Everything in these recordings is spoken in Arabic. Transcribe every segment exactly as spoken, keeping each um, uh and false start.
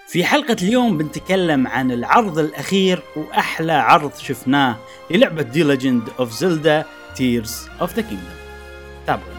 في حلقة اليوم بنتكلم عن العرض الأخير وأحلى عرض شفناه للعبة The Legend of Zelda Tears of the Kingdom. تابعوا.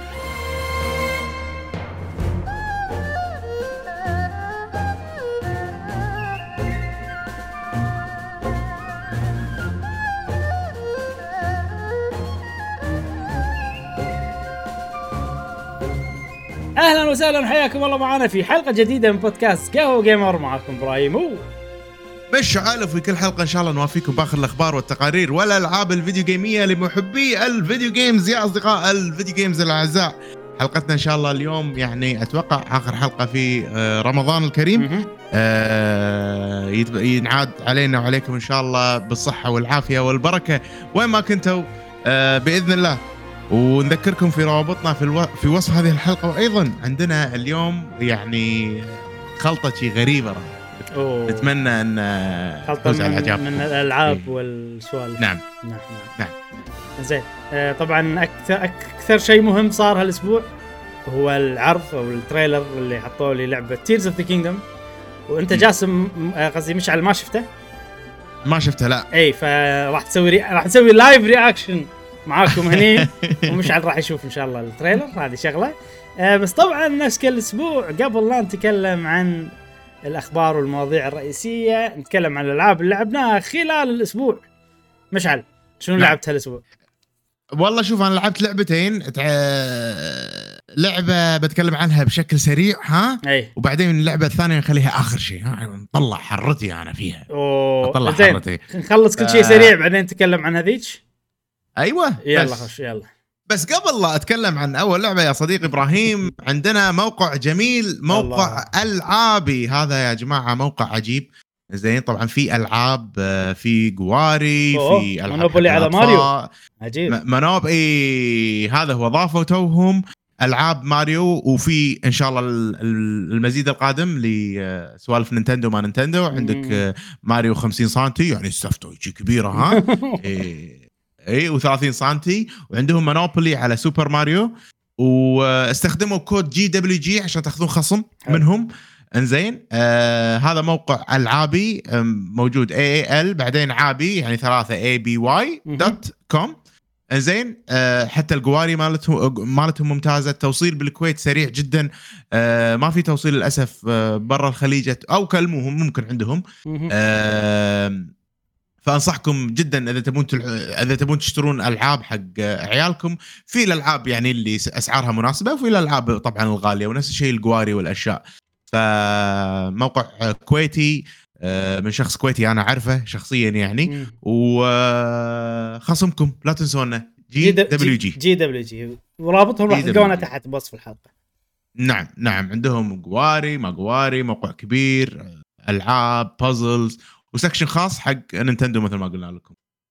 اهلا وسهلا وحياكم الله معنا في حلقه جديده من بودكاست قهوه جيمر. معكم ابراهيم مش عالف. في كل حلقه ان شاء الله نوافيكم باخر الاخبار والتقارير والالعاب الفيديو جيميه لمحبي الفيديو جيمز يا اصدقاء الفيديو جيمز الاعزاء. حلقتنا ان شاء الله اليوم يعني اتوقع اخر حلقه في رمضان الكريم. آه ينعاد علينا وعليكم ان شاء الله بالصحه والعافيه والبركه وين ما كنتوا آه باذن الله. ونذكركم في روابطنا في الو... في وصف هذه الحلقه. وايضا عندنا اليوم يعني خلطه شيء غريبه. أوه. نتمنى ان خلطه من, من الالعاب إيه. والسوالف. نعم نعم نعم, نعم. زين. آه طبعا اكثر اكثر شيء مهم صار هالاسبوع هو العرض او التريلر اللي حطوه للعبه Tears of the Kingdom. وانت جاسم قصدي مشعل ما شفته ما شفته لا اي فراح تسوي ري... راح نسوي لايف رياكشن معاكم هني ومشعل راح يشوف ان شاء الله التريلر. هذه شغله. آه بس طبعا نفس كل اسبوع قبل لا نتكلم عن الاخبار والمواضيع الرئيسيه نتكلم عن الالعاب اللي لعبناها خلال الاسبوع. مشعل شنو نعم. لعبت هالاسبوع؟ والله شوف انا لعبت لعبتين. تع... لعبه بتكلم عنها بشكل سريع ها أي. وبعدين اللعبه الثانيه نخليها اخر شيء. ها نطلع حرتي انا فيها. اطلع حرتي نخلص كل شيء سريع بعدين نتكلم عن هذيك. ايوه يلا خش يلا. بس قبل لا اتكلم عن اول لعبه يا صديقي ابراهيم عندنا موقع جميل موقع الله. العابي هذا يا جماعه موقع عجيب. زين طبعا في العاب في جواري في العاب مونوبولي على ماريو عجيب منوب اي هذا هو ضافوا توهم العاب ماريو. وفي ان شاء الله المزيد القادم لسوالف نينتندو ما نينتندو. عندك ماريو خمسين سنتي يعني السفته يجي كبيره ها إيه. اي و30 سنتي. وعندهم مونوبولي على سوبر ماريو واستخدموا كود جي دبليو جي عشان تاخذون خصم منهم. انزين آه هذا موقع العابي موجود اي اي ال بعدين عابي يعني ثلاثة اي بي واي دوت كوم. انزين آه حتى الجواري مالتهم مالتهم ممتازه. التوصيل بالكويت سريع جدا. آه ما في توصيل للاسف آه برا الخليج او كلموهم ممكن عندهم. آه فانصحكم جدا اذا تبون تل... اذا تبون تشترون العاب حق عيالكم في الالعاب يعني اللي اسعارها مناسبه وفي الالعاب طبعا الغاليه ونفس الشيء الجواري والاشياء. فموقع كويتي من شخص كويتي انا عارفه شخصيا يعني. وخصمكم لا تنسونا جي دبليو جي جي دبليو جي ورابطهم راح تلقونه تحت بوصف الحلقه. نعم نعم عندهم جواري ما جواري موقع كبير العاب بازلز وسكشن خاص حق نينتندو مثل ما قلنا لكم.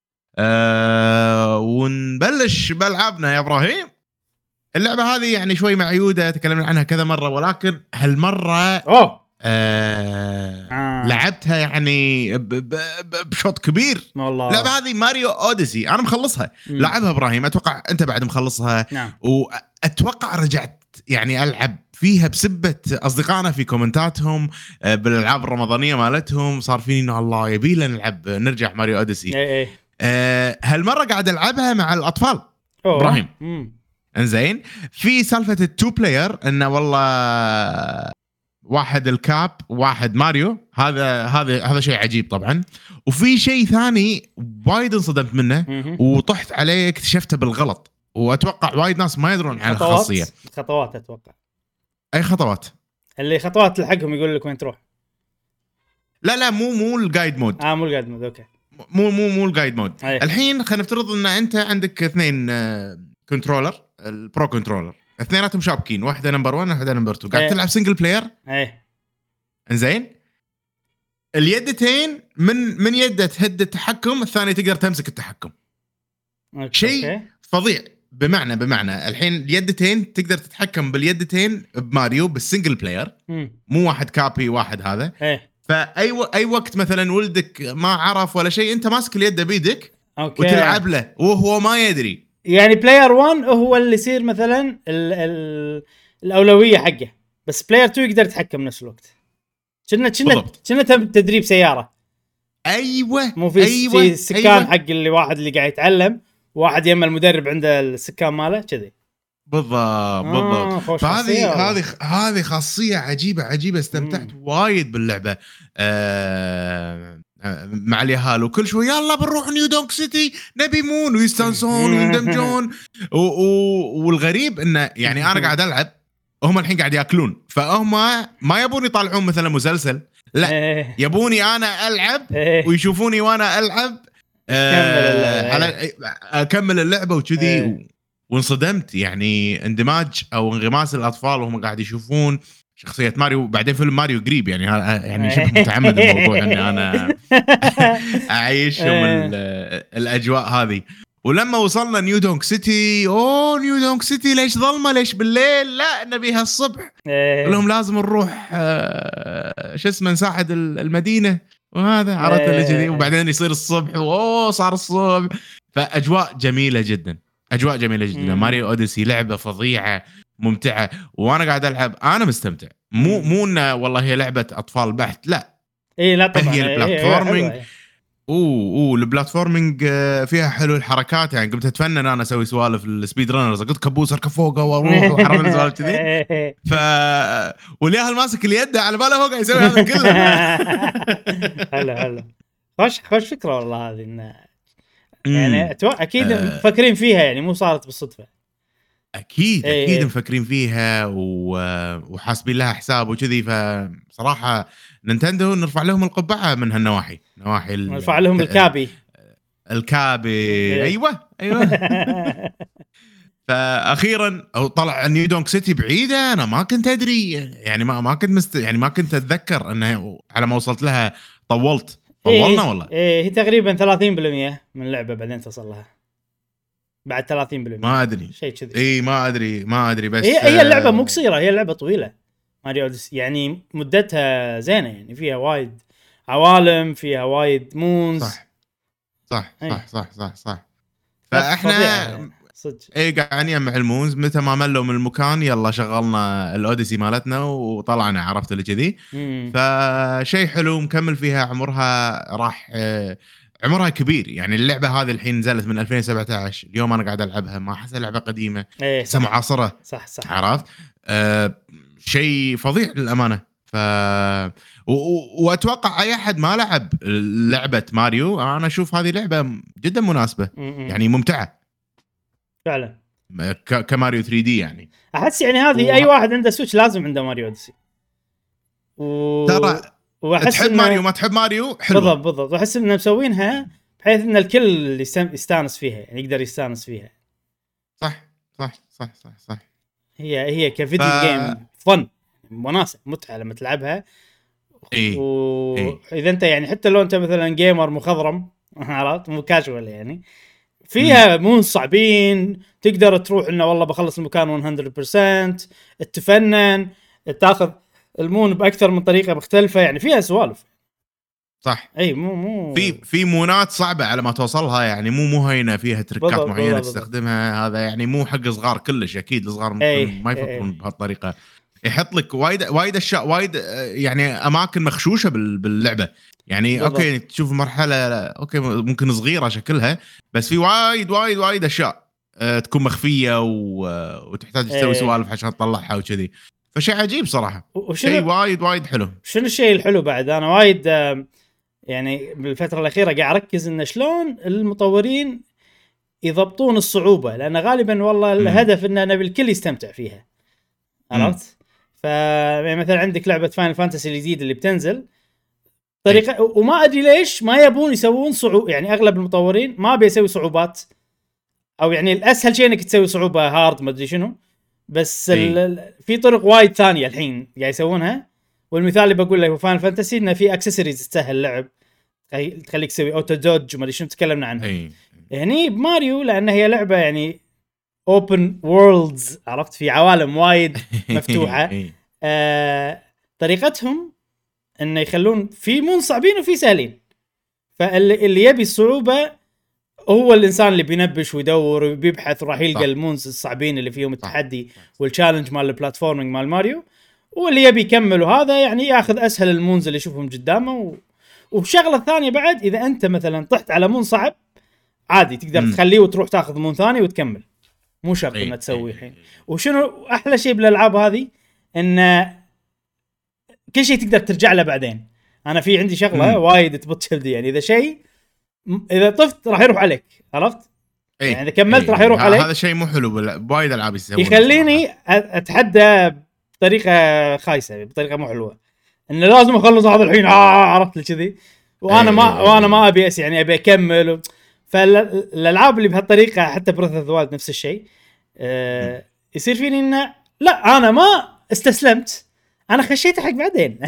أه ونبلش بألعابنا يا إبراهيم. اللعبة هذه يعني شوي معيودة تكلمنا عنها كذا مرة ولكن هالمرة أوه. أه آه. لعبتها يعني ب- ب- ب- بشوط كبير والله. اللعبة هذه ماريو أوديسي أنا مخلصها. م. لعبها إبراهيم أتوقع أنت بعد مخلصها. نعم. وأتوقع رجعت يعني ألعب فيها بسبة أصدقائنا في كومنتاتهم بالألعاب الرمضانية مالتهم صار فيني الله يبينا نلعب نرجع ماريو أوديسي. اي اي أه هالمرة قاعد ألعبها مع الأطفال إبراهيم. إنزين في سالفة التو بلاير إنه والله واحد الكاب واحد ماريو. هذا هذا هذا شيء عجيب طبعا. وفي شيء ثاني وايد انصدمت منه وطحت عليه اكتشفته بالغلط وأتوقع وايد ناس ما يدرون عن الخاصية. خطوات أتوقع اي خطوات اللي خطوات لحقهم يقول لك وين تروح. لا لا مو مو الجايد مود. اه مو الجايد مود اوكي مو مو مو الجايد مود. أيه. الحين خلينا نفترض ان انت عندك اثنين كنترولر البرو كنترولر اثنيناتهم شابكين واحده نمبر واحد واحده نمبر اثنين قاعد أيه. تلعب سنجل بلاير. اي انزين اليدتين من من يده تهد التحكم الثاني تقدر تمسك التحكم. شيء فظيع بمعنى بمعنى الحين اليدتين تقدر تتحكم باليدتين بماريو بالسنجل بلاير. م. مو واحد كابي واحد هذا. ايه. فاي و... اي وقت مثلا ولدك ما عرف ولا شيء انت ماسك اليد بيدك أوكي. وتلعب له وهو ما يدري. يعني بلاير واحد هو اللي يصير مثلا ال... ال... الاولويه حقه بس بلاير اثنين يقدر يتحكم نفس الوقت. كنا كنا كنا تدريب سياره. ايوه مو في أيوة. السكان أيوة. حق اللي واحد اللي قاعد يتعلم واحد يم المدرب عنده السكان ماله كذي بالضبط آه بالضبط. فهذه هذه هذه خاصيه عجيبه عجيبه استمتعت مم. وايد باللعبه آه مع اليهال وكل شوي يلا بنروح نيو دونك سيتي نبي مون ويستانسون ويندمجون والغريب انه يعني انا قاعد العب هم الحين قاعد ياكلون فهم ما يبون يطلعون مثلا مسلسل لا يبوني انا العب ويشوفوني وانا العب آه على اكمل اللعبه وكذي وانصدمت يعني اندماج او انغماس الاطفال وهم قاعد يشوفون شخصيه ماريو. بعدين فيلم ماريو قريب يعني يعني شبه متعمد الموضوع اني انا اعيشهم الاجواء هذه. ولما وصلنا نيو دونك سيتي اوه نيو دونك سيتي ليش ظلمه ليش بالليل لا نبيها الصبح لهم لازم نروح آه شو اسمه نساعد المدينه وهذا عرفت اللي كذي. وبعدين يصير الصبح اوه صار الصبح. فاجواء جميله جدا اجواء جميله جدا. ماريو اوديسي لعبه فظيعه ممتعه وانا قاعد العب انا مستمتع. مو مو انه والله هي لعبه اطفال بحت لا اي لا طبعا هي البلاتفورمينج اوه اوه البلاتفورمينج فيها حلو الحركات يعني قمت اتفنن انا اسوي سوالف السبيد رانرز قلت كبوس اركب فوقه واروح وحرم السوالف كذي ف والياهل ماسك اليد على باله هو قاعد يسوي هذا كله. هلا هلا خوش خوش فكره والله هذه إن يعني أتوقع اكيد أه مفكرين فيها يعني مو صارت بالصدفه اكيد ايه اكيد مفكرين فيها و... وحاسبين لها حساب وكذي. فصراحه نينتندو نرفع لهم القبعه من هالنواحي نواحي نرفع لهم الكابي الكابي ايه. ايوه ايوه. فاخيرا او طلع نيو دونك سيتي بعيده انا ما كنت ادري يعني ما ما كنت مست... يعني ما كنت اتذكر انه على ما وصلت لها طولت طولنا إيه والله. ايه هي تقريبا ثلاثين بالمية من اللعبه بعدين تصل لها بعد ثلاثين بالمية ما ادري شيء كذي. اي ما ادري ما ادري بس هي هي اللعبه مو قصيره هي اللعبه طويله ماريو اوديسي يعني مدتها زينه يعني فيها وايد عوالم فيها وايد مونز صح صح صح صح صح صح. فاحنا اي قاعدين مع المونز متى ما ملوا من المكان يلا شغلنا الاوديسي مالتنا وطلعنا عرفت اللي كذي. فشيء حلو مكمل فيها عمرها راح عمرها كبير يعني اللعبه هذه الحين نزلت من ألفين وسبعة عشر اليوم انا قاعد العبها ما احس لعبه قديمه ايه حسها معاصره صح صح عرفت آه شيء فظيع للامانه. ف و... واتوقع اي احد ما لعب لعبه ماريو انا اشوف هذه لعبه جدا مناسبه م-م. يعني ممتعه فعلا ك... كماريو ثري دي يعني احس يعني هذه و... اي واحد عنده سويتش لازم عنده ماريو اوديسي و... ترى تحب إن... ماريو ما تحب ماريو حلو بالضبط بالضبط. واحس انهم مسوينها بحيث ان الكل يستانس فيها يعني يقدر يستانس فيها. صح صح صح صح صح. هي هي كفيديو ف... جيم فن مناسب متعه لما تلعبها إيه. واذا إيه. انت يعني حتى لو انت مثلا جيمر مخضرم عرفت مو كاجوال يعني فيها مون صعبين تقدر تروح انه والله بخلص المكان مية بالمية تتفنن تاخذ المون باكثر من طريقه مختلفه يعني فيها سوالف صح. اي مو مو في في مونات صعبه على ما توصلها يعني مو مو هينه فيها تركات بالضبط معينه بالضبط تستخدمها بالضبط. هذا يعني مو حق صغار كلش اكيد الصغار ما يفكرون بهالطريقه. يحط لك وايد وايد اشياء وايد يعني اماكن مخشوشه باللعبه يعني بالضبط. اوكي تشوف مرحله اوكي ممكن صغيره شكلها بس في وايد وايد وايد اشياء أه تكون مخفيه وتحتاج تسوي سوالف عشان تطلعها وكذي. فشيء عجيب صراحه شيء وايد وايد حلو. شنو الشيء الحلو بعد انا وايد يعني بالفتره الاخيره قاعد اركز ان شلون المطورين يضبطون الصعوبه لان غالبا والله الهدف ان نبي الكل يستمتع فيها عرفت. فمثلا عندك لعبه فاينل فانتسي الجديده اللي بتنزل طريقه وما ادري ليش ما يبون يسوون صعوبه يعني اغلب المطورين ما بيسوي صعوبات او يعني الاسهل شيء انك تسوي صعوبه هارد ما ادري شنو بس في طرق وايد ثانيه الحين قاعد يسوونها. والمثال اللي بقول لك فاينل فانتسي انه في اكسسوارز تسهل اللعب تخليك تسوي اوتو دوج وما ادري شنو تكلمنا عنها هني يعني بماريو لان هي لعبه يعني اوبن وورلدز عرفت في عوالم وايد مفتوحه آه، طريقتهم انه يخلون في مون صعبين وفي سهلين. فاللي اللي يبي الصعوبه هو الانسان اللي بينبش ويدور وبيبحث وراح يلقى المونز الصعبين اللي فيهم التحدي والتشالنج مال البلاتفورمينج مال ماريو. واللي يبي يكمل وهذا يعني ياخذ اسهل المونز اللي يشوفهم قدامه و... وبشغله ثانيه بعد اذا انت مثلا طحت على مون صعب عادي تقدر م. تخليه وتروح تاخذ مون ثاني وتكمل مو شرط أي. انك تسوي الحين. وشنو احلى شيء بالالعاب هذه ان كل شيء تقدر ترجع له بعدين. انا في عندي شغله م. وايد تبط شلدي يعني اذا شيء اذا طفت راح يروح عليك عرفت أي. يعني اذا كملت أي. راح يروح عليك. هذا شيء مو حلو بوايد العاب يسوون يخليني اتحدى بطريقه خايسه بطريقه مو حلوه ان لازم اخلص هذا الحين آه عرفت كذي وانا ما وانا ما ابي اس يعني ابي اكمل. فالالعاب اللي بهالطريقه حتى بريث اوف ذا وايلد نفس الشيء أه يصير فيني انه لا انا ما استسلمت انا خشيت حق بعدين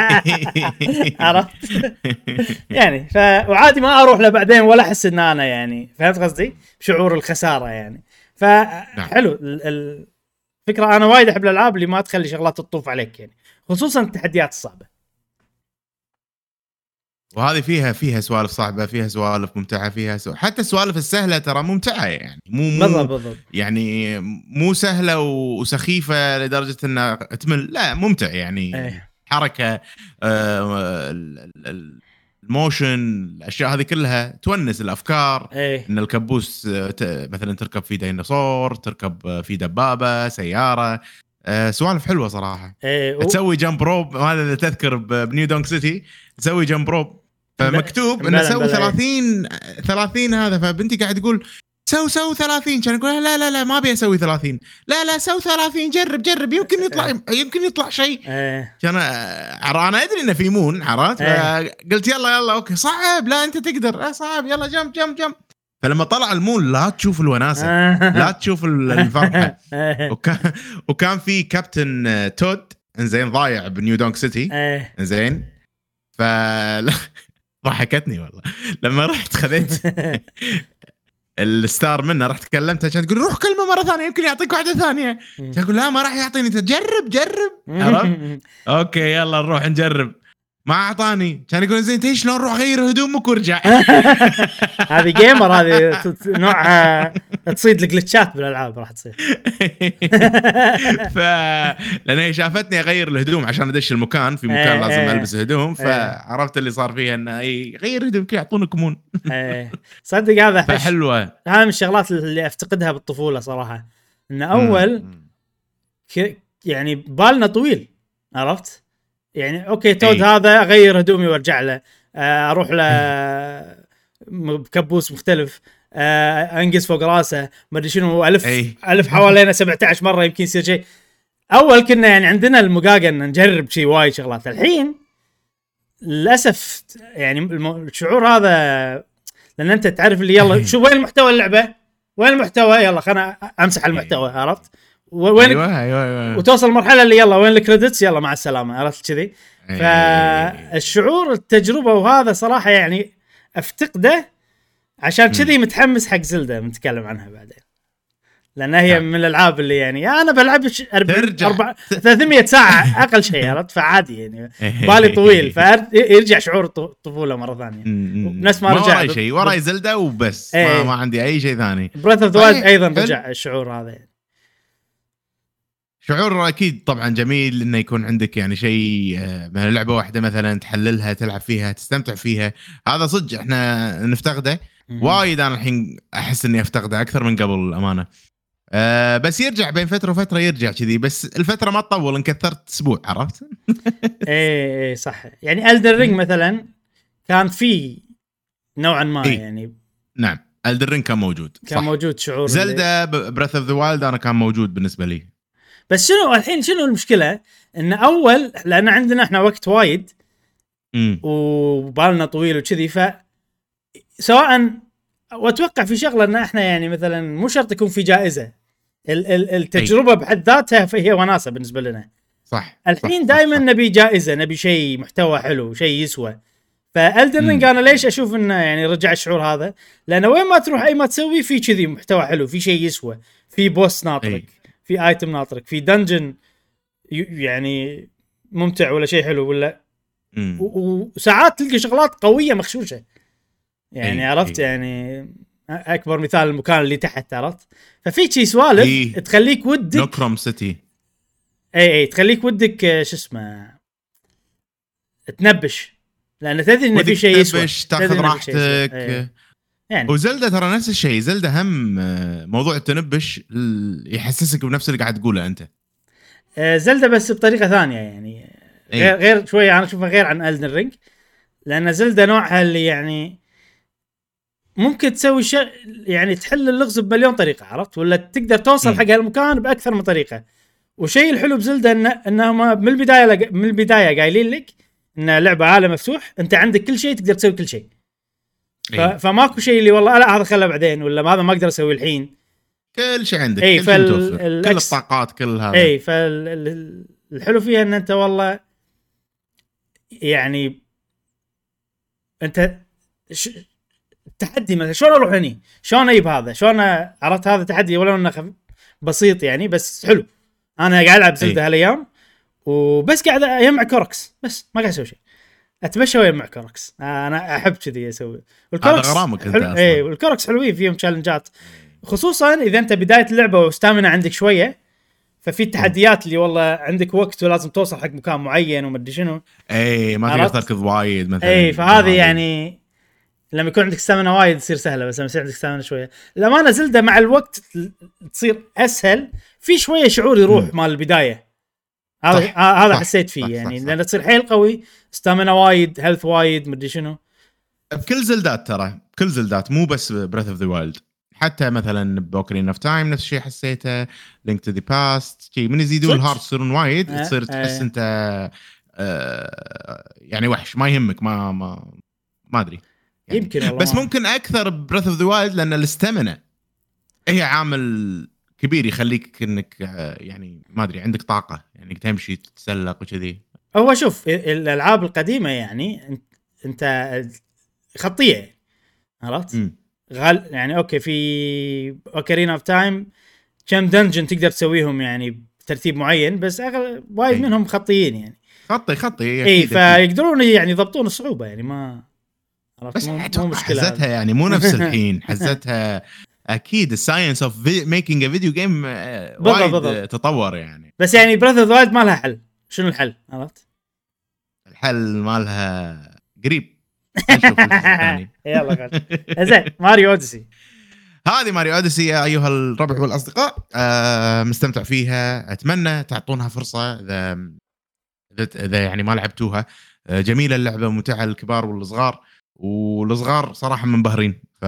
عرفت يعني ف وعادي ما اروح له بعدين ولا احس ان انا يعني فهمت قصدي شعور الخساره يعني. فحلو الفكره. انا وايد احب الالعاب اللي ما تخلي شغلات تطوف عليك يعني خصوصا التحديات الصعبه. وهذه فيها فيها سوالف صعبه فيها سوالف ممتعه فيها سو... حتى السوالف السهله ترى ممتعه يعني مو مو بالضبط بالضبط يعني مو سهله وسخيفه لدرجه انها تمل لا ممتع يعني أيه. حركه آه الموشن الاشياء هذه كلها تونس الافكار أيه. ان الكبوس مثلا تركب في ديناصور تركب في دبابه سياره آه سوالف حلوه صراحه. أيه. تسوي جامب روب هذا اللي تذكر بنيو دونك سيتي تسوي جامب روب فمكتوب انه سوي ثلاثين ثلاثين هذا فبنتي قاعد تقول سو سو ثلاثين كان يقول لا لا لا ما ابي اسوي ثلاثين لا لا سو ثلاثين جرب جرب يمكن يطلع يمكن يطلع شيء كان انا ادري انه في مون عرفت قلت يلا يلا اوكي صعب لا انت تقدر صعب يلا جمب جمب جمب. فلما طلع المون لا تشوف الوناسه لا تشوف الفرحه. وكان وكان في كابتن تود انزين ضايع بنيو دونك سيتي انزين ف ضحكتني والله لما رحت خذيت الستار منه رحت كلمتها كانت تقول روح كلمه مره ثانيه يمكن يعطيك واحده ثانيه تقول لا ما راح يعطيني تجرب جرب عرفت اوكي يلا نروح نجرب ما اعطاني كان يقول زين انت شلون روح غير هدومك وارجع. هذه جيمر هذه نوع تصيد الجلتشات بالالعاب راح تصير. ف لان هي شافتني اغير الهدوم عشان ادش المكان في مكان لازم البس هدوم فعرفت اللي صار فيها انه اي غير هدومك يعطونك مون. صدق هذا حلوه. هذا من الشغلات اللي افتقدها بالطفوله صراحه ان اول يعني بالنا طويل عرفت يعني اوكي تود أي. هذا اغير هدومي وارجع له اروح له بكبوس مختلف انقز فوق راسه ما ادري شنو الف أي. الف حوالينا سبعة عشر مره يمكن يصير شيء. اول كنا يعني عندنا المقاقه ان نجرب شيء وايد شغلات. الحين للاسف يعني الشعور هذا لان انت تعرف اللي يلا شو وين محتوى اللعبه وين المحتوى يلا خلنا امسح المحتوى عرفت وين أيوة أيوة أيوة. وتوصل مرحله اللي يلا وين الكريدتس يلا مع السلامه عرفت كذي. فالشعور التجربه وهذا صراحه يعني افتقده عشان كذي متحمس حق زلدة بنتكلم عنها بعدين لان هي من الالعاب اللي يعني انا بلعب أربعة ثلاثمية ساعه اقل شيء عرفت فعادي يعني بالي طويل فيرجع شعور الطفوله مره ثانيه نفس ما رجع وراي شيء وراي زلدة وبس ايه. ما, ما عندي اي شيء ثاني. بريث اوف ذا وايلد ايضا رجع الشعور هذا يعني. شعور اكيد طبعا جميل انه يكون عندك يعني شيء من لعبه واحده مثلا تحللها تلعب فيها تستمتع فيها. هذا صدق احنا نفتقده وايد. انا الحين احس اني افتقده اكثر من قبل الامانه. أه بس يرجع بين فتره وفتره يرجع كذي بس الفتره ما تطول ان كثرت اسبوع عرفت. ايه ايه صح يعني Elden Ring مثلا كان في نوعا ما إيه؟ يعني نعم Elden Ring كان موجود كان صح. موجود شعور زلدة Breath of the Wild انا كان موجود بالنسبه لي. بس شنو الحين شنو المشكله ان اول لان عندنا احنا وقت وايد وبالنا طويل وكذي ف سواء واتوقع في شغله ان احنا يعني مثلا مو شرط يكون في جائزه التجربه بحد ذاتها فهي وناسه بالنسبه لنا صح. الحين دائما نبي جائزه نبي شيء محتوى حلو شيء يسوى. فالدن رينج انا ليش اشوف انه يعني رجع الشعور هذا لانه وين ما تروح اي ما تسوي في كذي محتوى حلو في شيء يسوى في بوس ناطرك في ايتم ناطرك في دنجن يعني ممتع ولا شيء حلو ولا وساعات تلقى شغلات قويه مخشوشه يعني. أي. عرفت أي. يعني اكبر مثال المكان اللي تحت عرفت ففي شيء سوالف أي. تخليك ودك نوكروم سيتي اي اي تخليك ودك آه، شو اسمه تنبش، لان تدري ان في شيء يسوى، تاخذ راحتك. ايه. يعني وزلدة ترى نفس الشيء، زلدة هم موضوع التنبش يحسسك بنفس اللي قاعد تقوله انت. آه زلدة بس بطريقه ثانيه يعني غير أي. غير شويه انا اشوفها غير عن ألدن رينج، لان زلدة نوعها اللي يعني ممكن تسوي شيء يعني تحل اللغز بمليون طريقه، عرفت؟ ولا تقدر توصل حق هالمكان باكثر من طريقه. وشيء الحلو بزلدة إن انهم من البدايه لق... من البدايه قايلين لك ان لعبه عالم مفتوح، انت عندك كل شيء تقدر تسوي كل شيء. ف... فماكو شيء اللي والله لا هذا خله بعدين، ولا هذا ما اقدر اسويه الحين. كل شيء عندك، أي كل شيء متوفر، فال... كل الطاقات كل هذا. اي فالحلو فال... فيها ان انت والله يعني انت ش... التحدي مثلا شلون اروح هني، شلون اجيب هذا، شلون عرفت؟ هذا تحدي ولو انه خف... بسيط يعني، بس حلو. انا قاعد العب زلدة هالايام وبس قاعد اجمع كوركس، بس ما قاعد اسوي شيء، اتمشى ويجمع كوركس. انا احب كذي اسوي. والكوركس هذا غرامك انت اصلا. اي والكوركس حلوين فيهم تشالنجات، خصوصا اذا انت بدايه اللعبه وستامنا عندك شويه، ففي التحديات اللي والله عندك وقت ولازم توصل حق مكان معين وما ادري شنو. اي ما تقدر تركض وايد مثلا. اي فهذه يعني لما يكون عندك ستامنا وايد تصير سهله، بس لما يصير عندك ستامنا شويه الامانه زلدة مع الوقت تصير اسهل، في شويه شعور يروح مال البدايه. هذا هذا حسيت فيه صح يعني صح صح. لأن تصير حيل قوي، ستامنا وايد، هيلث وايد، مدري شنو. بكل زلدات ترى، كل زلدات مو بس بريث اوف ذا وايلد، حتى مثلا بوكرين اوف تايم نفس الشيء حسيته، لينك تو ذا باست شيء من يزيدون الهارد يصيرون وايد أه تصير تحس أه انت أه يعني وحش ما يهمك، ما ما ما ادري يعني. يمكن بس ممكن اكثر بريث اوف ذا وايلد لان الاستامنا هي عامل كبير يخليك انك يعني ما ادري عندك طاقه يعني تمشي تتسلق وكذي. هو شوف الالعاب القديمه يعني انت خطيه عرفت غال يعني اوكي في اوكارينا اوف تايم كم دنجن تقدر تسويهم يعني بترتيب معين، بس اغلب وايد منهم خطيين يعني خطي خطي اي فيقدرون يعني يضبطون الصعوبه يعني ما بس مو, مو مشكله حزتها يعني مو نفس الحين حزتها اكيد الساينس اوف ميكينج ا فيديو جيم وايد تطور يعني. بس يعني براذر اوف ذا وايلد ما لها حل، شنو الحل عرفت؟ الحل مالها قريب نشوف الثاني. يلا خلاص زين ماريو اوديسي. هذه ماريو اوديسي يا ايها الربع والاصدقاء، آه مستمتع فيها، اتمنى تعطونها فرصه اذا اذا يعني ما لعبتوها. آه جميله اللعبه، ممتعه للكبار والصغار، والصغار صراحه منبهرين، ف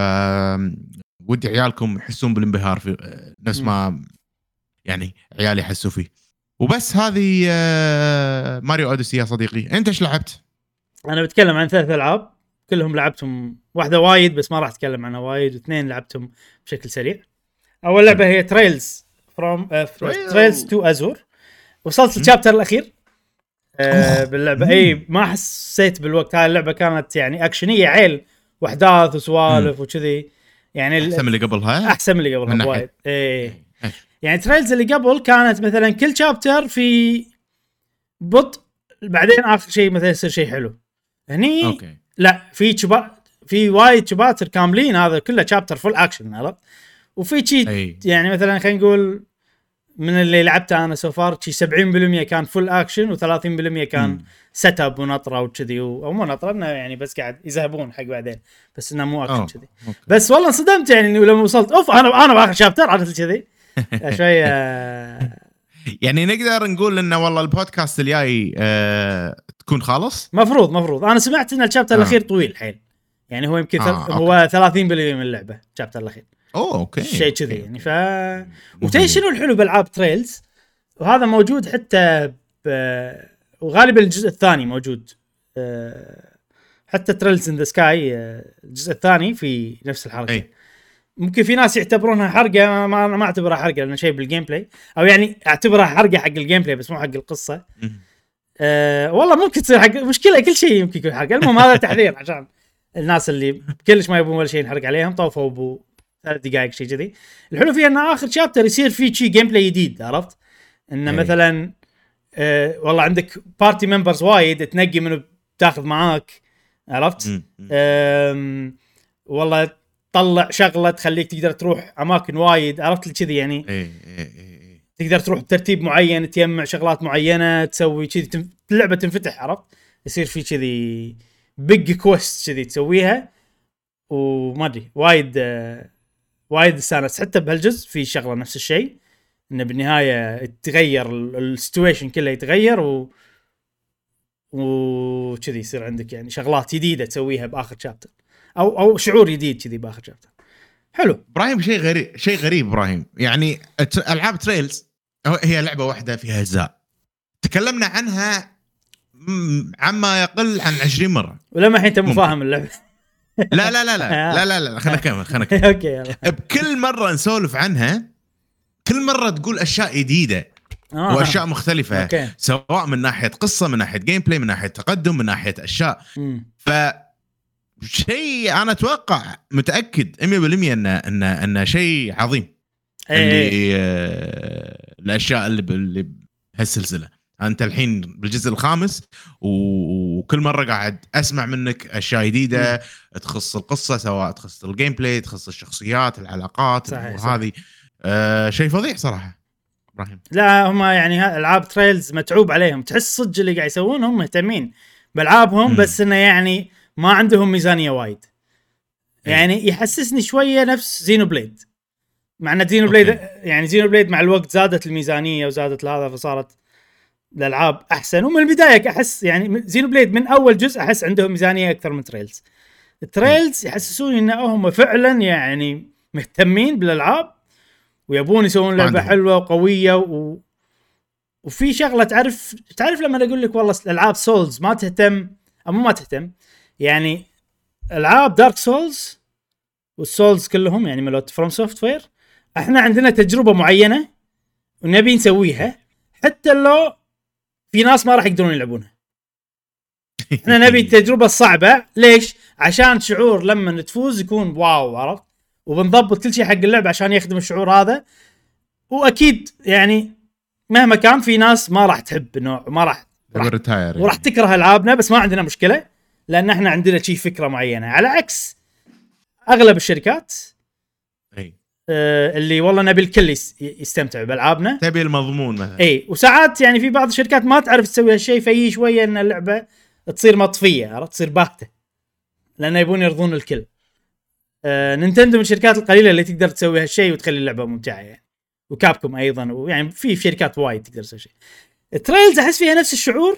ودي عيالكم يحسون بالانبهار في نفس ما يعني عيالي يحسوا فيه. وبس هذه آه ماريو اوديسي يا صديقي. انت ايش لعبت؟ انا بتكلم عن ثلاث العاب كلهم لعبتهم، واحده وايد بس ما راح اتكلم عنها وايد، واثنين لعبتهم بشكل سريع. اول لعبه هي تريلز فروم تريلز تو ازور، وصلت الشابتر الاخير آه باللعبه. اي ما حسيت بالوقت، هاي اللعبه كانت يعني اكشنيه عيل واحداث وسوالف وكذي يعني احسن من اللي قبلها، احسن من اللي قبلها وايد. اي يعني تريلز اللي قبل كانت مثلا كل شابتر في بطء، بعدين اخر شيء مثلا يصير شيء حلو. هني أوكي. لا في شبا في وايد شباتر كاملين، هذا كله شابتر فول اكشن عرفت. وفي شيء يعني مثلا خلينا نقول من اللي لعبته انا سوفار شيء سبعين بالمية كان فول اكشن و30% كان سيت اب ونطره وكذي، او مو نطره يعني بس قاعد يذهبون حق بعدين، بس انه مو اكشن كذي. بس والله انصدمت يعني لما وصلت اوف انا انا باخر شابتر عرفت كذي شويه يعني نقدر نقول انه والله البودكاست الجاي أه تكون خالص. مفروض مفروض انا سمعت ان الشابتر آه. الاخير طويل حيل يعني، هو يمكن آه. هو ثلاثين بالمية من اللعبه الشابتر الاخير. اوه اوكي شيء كذي يعني. ف وتي شنو الحلو بالعاب تريلز، وهذا موجود حتى ب... وغالبا الجزء الثاني موجود أه... حتى تريلز ان ذا سكاي الجزء الثاني في نفس الحركه. أي. ممكن في ناس يعتبرونها حرقه، ما ما اعتبرها حرقه لانه شيء بالجيم بلاي، او يعني اعتبرها حرقه حق الجيم بلاي بس مو حق القصه. أه والله ممكن تصير حق مشكله، كل شيء يمكن يكون حرقه. المهم هذا تحذير عشان الناس اللي كلش ما يبون ولا شيء ينحرق عليهم، طوفوا ابو ثلاث دقائق شيء كذي. الحلو فيه ان اخر شابتر يصير فيه شيء جيم بلاي جديد عرفت، انه مثلا أه والله عندك بارتي ممبرز وايد تنقي منو تاخذ معاك عرفت. والله طلع شغله تخليك تقدر تروح اماكن وايد عرفت كذي يعني. اي اي اي تقدر تروح بترتيب معين، تجمع شغلات معينه، تسوي كذي تنف... اللعبه تنفتح، عرفت؟ يصير في كذي بيج كويست كذي تسويها، وما ادري وايد آه... وايد استانس. حتى بهالجزء في شغله نفس الشيء، انه بالنهايه تغير السيتويشن كله يتغير و وكذي يصير عندك يعني شغلات جديده تسويها باخر شابتر، او او شعور جديد كذي باخر شابتر. حلو ابراهيم. شيء غريب شيء غريب ابراهيم، يعني العاب تريلز هي لعبه واحده فيها اجزاء، تكلمنا عنها عما يقل عن عشرين مره، ولما الحين انت مو فاهم اللعبه. لا لا لا لا لا لا, لا. خلنا نكمل خلنا نكمل اوكي يلا. بكل مره نسولف عنها كل مره تقول اشياء جديده آه. واشياء مختلفه أوكي. سواء من ناحيه قصه، من ناحيه جيم بلاي، من ناحيه تقدم، من ناحيه اشياء م. ف شيء انا اتوقع متاكد مية بالمية ان ان ان شيء عظيم اللي ايه. آه الاشياء اللي اللي بهالسلسله. انت الحين بالجزء الخامس وكل مره قاعد اسمع منك اشياء جديده م. تخص القصه، سواء تخص الجيم بلاي، تخص الشخصيات، العلاقات، وهذه آه شيء فظيع صراحه ابراهيم. لا هم يعني العاب تريلز متعوب عليهم، تحس صدق اللي قاعد يسوون هم مهتمين بالعابهم م. بس انه يعني ما عندهم ميزانيه وايد. يعني يحسسني شويه نفس زينو بليد، مع ان زينو بليد يعني زينو بليد مع الوقت زادت الميزانيه وزادت هذا، فصارت الالعاب احسن. ومن البدايه احس يعني زينو بليد من اول جزء احس عندهم ميزانيه اكثر من تريلز. التريلز يحسسوني انهم فعلا يعني مهتمين بالالعاب ويبون يسوون لعبه حلوه وقويه و... وفي شغله تعرف تعرف لما اقول لك والله الالعاب سولز ما تهتم او ما تهتم، يعني العاب دارك سولز والسولز كلهم يعني ملوت فروم سوفت وير، احنا عندنا تجربه معينه ونبي نسويها حتى لو في ناس ما راح يقدرون يلعبونها. احنا نبي التجربه الصعبه. ليش؟ عشان شعور لما تفوز يكون واو، عرفت؟ وبنضبط كل شيء حق اللعبه عشان يخدم الشعور هذا. واكيد يعني مهما كان في ناس ما راح تحب انه ما راح وراح تكره العابنا، بس ما عندنا مشكله لان احنا عندنا شيء فكره معينه، على عكس اغلب الشركات اي آه اللي والله نبي الكل يستمتع بالعابنا، تبي المضمون مثلا. اي وساعات يعني في بعض الشركات ما تعرف تسوي هالشيء، في شويه ان اللعبه تصير مطفيه، عرفت؟ تصير باهته لان يبون يرضون الكل. آه نينتندو من الشركات القليله اللي تقدر تسوي هالشيء وتخلي اللعبه ممتعه يعني، وكابكوم ايضا، ويعني في شركات وايد تقدر تسوي شيء. التريلز احس فيها نفس الشعور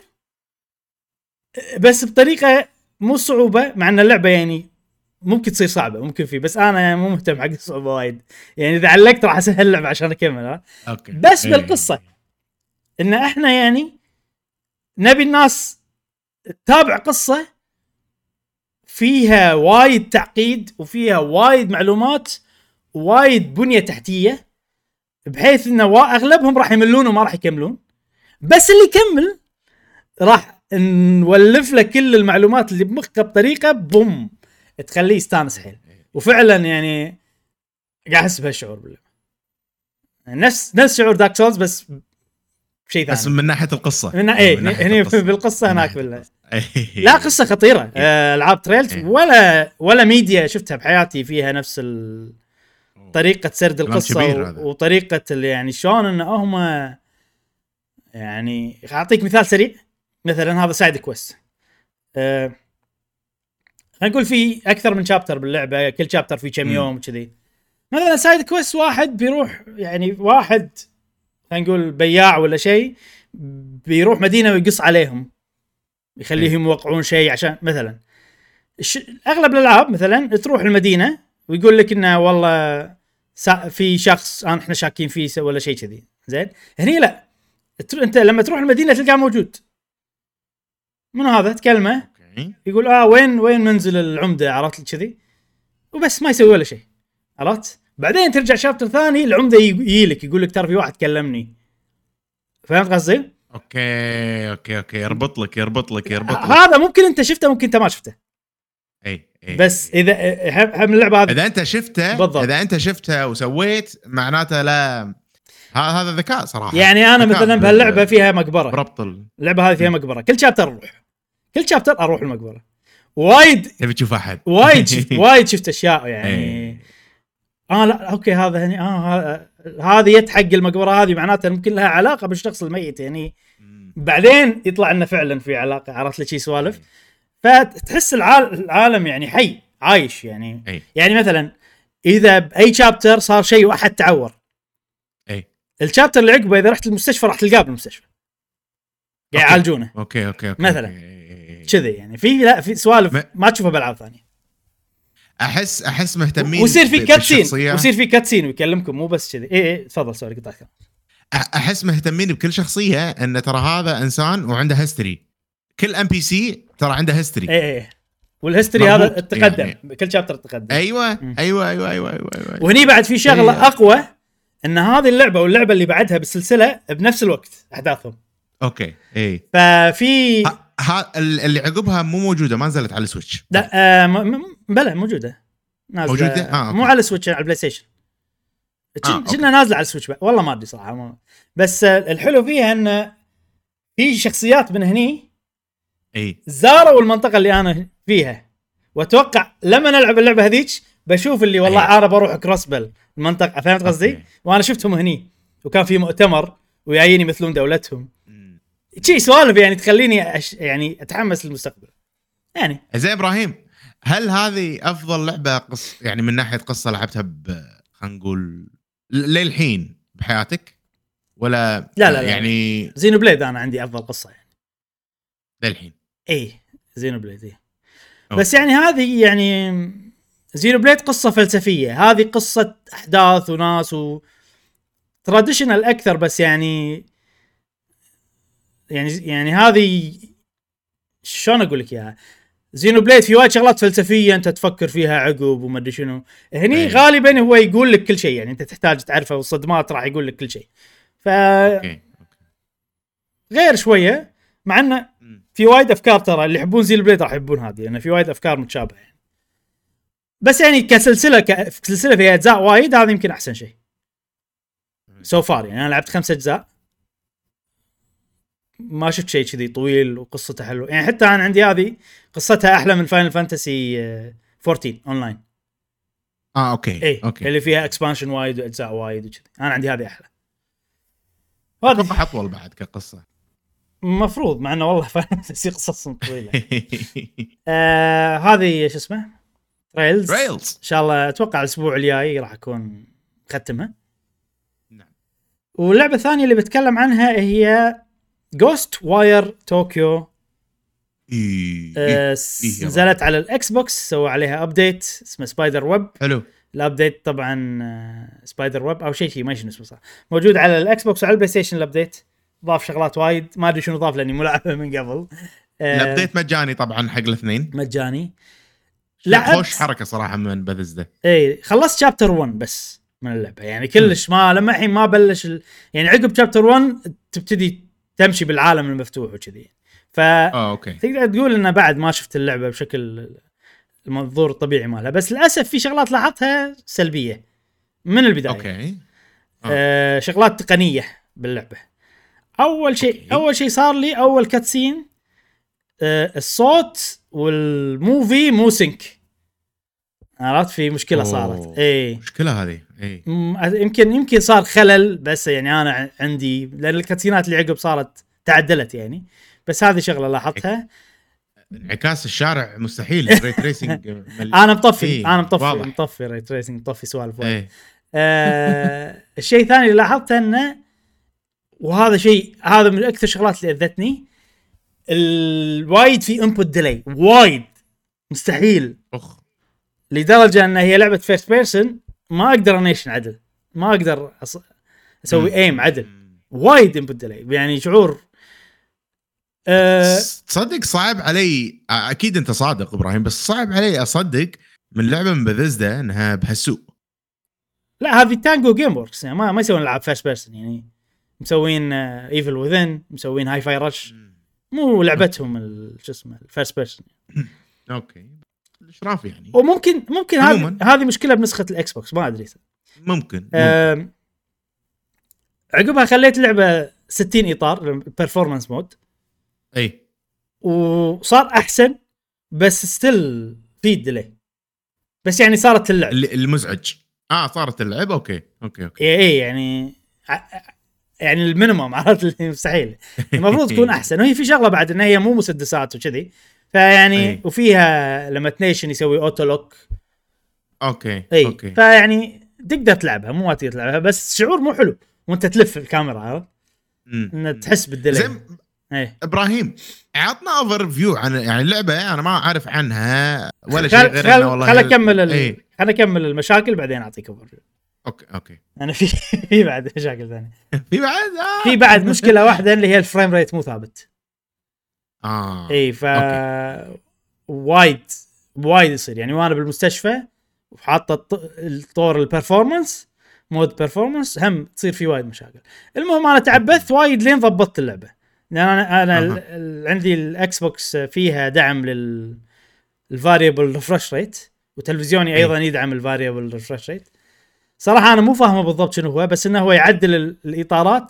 بس بطريقه مو صعوبه، مع ان اللعبه يعني ممكن تصير صعبه ممكن فيه، بس انا يعني مو مهتم حق الصعوبه وايد يعني، اذا علقت راح اسهل اللعبه عشان اكمل. ها أوكي. بس بالقصه ان احنا يعني نبي الناس تتابع قصه فيها وايد تعقيد وفيها وايد معلومات وايد بنيه تحتيه، بحيث انه اغلبهم راح يملون وما راح يكملون، بس اللي يكمل راح نولف له كل المعلومات اللي بمخه بطريقه بوم تخليه يستانس حيل. وفعلا يعني قاعد احس بهالشعور بالله، نفس نفس شعور دارك سولز بس شيء ثاني، بس من ناحيه القصه. من ايه هني بالقصه هناك بالله. لا قصه خطيره. العاب تريلز ولا ولا ميديا شفتها بحياتي فيها نفس طريقه سرد القصه وطريقه اللي يعني شلون ان هم يعني. اعطيك مثال سريع، مثلا هذا سايد كويست، أه خلينا نقول في اكثر من شابتر باللعبه، كل شابتر فيه كم يوم كذي. مثلا سايد كويست واحد بيروح يعني واحد خلينا نقول بياع ولا شيء بيروح مدينه ويقص عليهم يخليهم يوقعون شيء، عشان مثلا اغلب الالعاب مثلا تروح المدينه ويقول لك انه والله في شخص احنا شاكين فيه ولا شيء كذي. زين هني لا، انت لما تروح المدينه تلقاه موجود. منو هذا؟ تكلمه يقول اه وين وين منزل العمده، عرفت كذي، وبس ما يسوي ولا شيء، عرفت؟ بعدين ترجع شابتر ثاني العمده يجيلك يقول لك ترى في واحد كلمني. فهمت قصدي؟ اوكي اوكي اوكي يربط لك يربط لك يربط لك. هذا ممكن انت شفته ممكن انت ما شفته. اي اي بس اذا هم اللعبه هذه اذا انت شفته بالضبط. اذا انت شفته وسويت معناته لا هذا ذكاء صراحه. يعني انا مثلا بهاللعبه فيها مقبره، بربط اللعبه هذه فيها مقبره، كل شابتر اروح كل شابتر اروح المقبره. وايد تبي تشوف احد وايد شفت وايد شفت اشياء يعني. اه لا اوكي هذا هني اه هذه يد حق المقبره هذه معناتها ممكن لها علاقه بالشخص الميت يعني مم. بعدين يطلع لنا فعلا في علاقه عرفت لي شي سوالف فتحس العالم العالم يعني حي عايش يعني أي. يعني مثلا اذا باي شابتر صار شيء واحد تعور اي الشابتر اللي عقبه اذا رحت المستشفى راح تلقاه بالمستشفى قاعد يعالجونه اوكي اوكي اوكي مثلا أوكي. كذي يعني في لا في سوالف ما, ما تشوفها بالعاب ثانيه احس احس مهتمين ويصير في ب- كاتسين بالشخصية. ويصير في كاتسين ويكلمكم مو بس كذي اي اي تفضل سوري قطعتك احس مهتمين بكل شخصيه ان ترى هذا انسان وعنده هيستوري. كل ام بي سي ترى عنده هيستوري. اي اي والهيستوري هذا مربوط التقدم يعني. كل شابتر تقدم ايوه م. ايوه ايوه ايوه ايوه, أيوة. وهني بعد في شغله أيوة. اقوى ان هذه اللعبه واللعبه اللي بعدها بالسلسله بنفس الوقت احداثهم اوكي اي ففي ها ها اللي عقبها مو موجوده ما نزلت على السويتش. لا آه م... م... بلى موجوده نازله موجوده آه، مو على السويتش على البلاي ستيشن آه، كنا نازله على السويتش بقى. والله ما ادري صراحه ما. بس آه الحلو فيها ان في شخصيات من هني اي زاروا المنطقه اللي انا فيها واتوقع لما نلعب اللعبه هذيك بشوف اللي والله أي. عارف اروح كروسبل المنطقه فهمت قصدي أوكي. وانا شفتهم هني وكان في مؤتمر وجايين يمثلون دولتهم مم. شيء سوالف يعني تخليني أش... يعني اتحمس للمستقبل يعني زين ابراهيم هل هذه افضل لعبه قص يعني من ناحيه قصه لعبتها ب خلينا نقول للحين بحياتك ولا لا لا, لا يعني زينو بليد انا عندي افضل قصه يعني للحين اي زينو بليد إيه. بس يعني هذه يعني زينو بليد قصه فلسفيه هذه قصه احداث وناس و تراديشنال اكثر بس يعني يعني يعني هذه شلون اقول لك اياها زينو بليد في وايد شغلات فلسفيه انت تفكر فيها عقب وما ادري شنو هني أيه. غالبا هو يقول لك كل شيء يعني انت تحتاج تعرفه والصدمات راح يقول لك كل شيء ف أوكي. غير شويه مع انه في وايد افكار ترى اللي يحبون زينو بليد راح يحبون هذه لان يعني في وايد افكار متشابهه يعني. بس يعني كسلسله كسلسله فيها اجزاء وايد هذا يمكن احسن شيء سو فار يعني انا لعبت خمسة اجزاء ما شفت شيء كذي طويل وقصته حلوه يعني حتى انا عندي هذه قصتها احلى من فاينل فانتسي فورتين اونلاين اه اوكي ايه اوكي اللي فيها اكسبانشن وايد واجزاء وايد وكذي انا عندي هذه احلى هذا اطول بعد كقصه المفروض مع انه والله فاينل فانتسي قصصهم طويله آه هذه شو اسمه تريلز تريلز ان شاء الله اتوقع الاسبوع الجاي راح اكون ختمها نعم. واللعبه الثانيه اللي بتكلم عنها هي جوست واير طوكيو إيه. آه إيه. نزلت على الاكس بوكس سووا عليها ابديت اسمه سبايدر ويب حلو الابديت طبعا آه سبايدر ويب او شيء شيء ما اسمه صح موجود على الاكس بوكس وعلى البلاي ستيشن الابديت ضاف شغلات وايد ما ادري شنو ضاف لاني مو لعبه من قبل آه الابديت مجاني طبعا حق الاثنين مجاني لا خوش حركه صراحه من بثزدا اي خلصت شابتر واحد بس من اللعبه يعني كلش ما لما الحين ما بلش ال... يعني عقب شابتر واحد تبتدي تمشي بالعالم المفتوح وكذي ف اه اوكي تقدر تقول انه بعد ما شفت اللعبه بشكل المنظور الطبيعي مالها بس للاسف في شغلات لاحظتها سلبيه من البدايه اوكي آه. آه شغلات تقنيه باللعبه اول شيء أوكي. اول شيء صار لي اول كاتسين آه الصوت والموفي مو سينك عرفت في مشكله صارت اي مشكله هذه اي يمكن يمكن صار خلل بس يعني انا عندي لان الكاتسينات اللي عقب صارت تعدلت يعني بس هذه شغله لاحظتها انعكاس الشارع مستحيل الري تريسنج مل... انا مطفي إيه. انا مطفي واضح. مطفي الري تريسنج مطفي سوالف إيه. آه... الشيء الثاني اللي لاحظته انه وهذا شيء هذا من اكثر الشغلات اللي اذتني الوايد في انبوت ديلي وايد مستحيل اخ لدرجه ان هي لعبه فيرست بيرسون ما اقدر انيشن عدل ما اقدر أص... اسوي ايم عدل وايد انبوت ديلي يعني شعور أه... تصدق صعب علي اكيد انت صادق ابراهيم بس صعب علي اصدق من لعبه من بثزدا انها بهالسوء لا هذه تانجو جيم وركس يعني ما ما يسوون العاب فيرست بيرسون يعني مسوين ايفل وذن مسوين هاي فاي رش مو لعبتهم شو اسمه الفيرست بيرسون اوكي الاشراف يعني وممكن ممكن هذه هذه مشكله بنسخه الاكس بوكس ما ادري ممكن, ممكن. أه... عقبها خليت اللعبه ستين اطار البرفورمانس مود اي وصار احسن بس ستيل في ديلي بس يعني صارت اللعب المزعج اه صارت اللعبه اوكي اوكي اوكي اي اي يعني يعني المينيمم عرفت اللي مستحيل المفروض تكون احسن. وهي في شغله بعد ان هي مو مسدسات وكذي فيعني أي. وفيها لما تنيشن يسوي اوتو لوك اوكي اي اوكي فيعني تقدر تلعبها مو تقدر تلعبها بس شعور مو حلو وانت تلف الكاميرا عرفت ان تحس بالديلي. ايه ابراهيم عطنا اوفر فيو عن يعني اللعبه انا ما اعرف عنها ولا شيء غير خل... انه والله خل اكمل ال... ايه. خل اكمل المشاكل بعدين اعطيك اوفر فيو. اوكي اوكي انا في في بعد مشاكل ثانيه في بعد آه. في بعد مشكله واحده اللي هي الفريم ريت مو ثابت. اه اي ف وايد وايد يصير يعني وانا بالمستشفى وحاطه الطور البرفورمانس مود برفورمانس هم تصير في وايد مشاكل. المهم انا تعبثت وايد لين ضبطت اللعبه لان انا انا ال... ال... عندي الاكس بوكس فيها دعم لل الفاريبل ريفرش ريت وتلفزيوني ايضا يدعم الفاريبل ريفرش ريت. صراحه انا مو فاهمه بالضبط شنو هو بس انه هو يعدل ال... الاطارات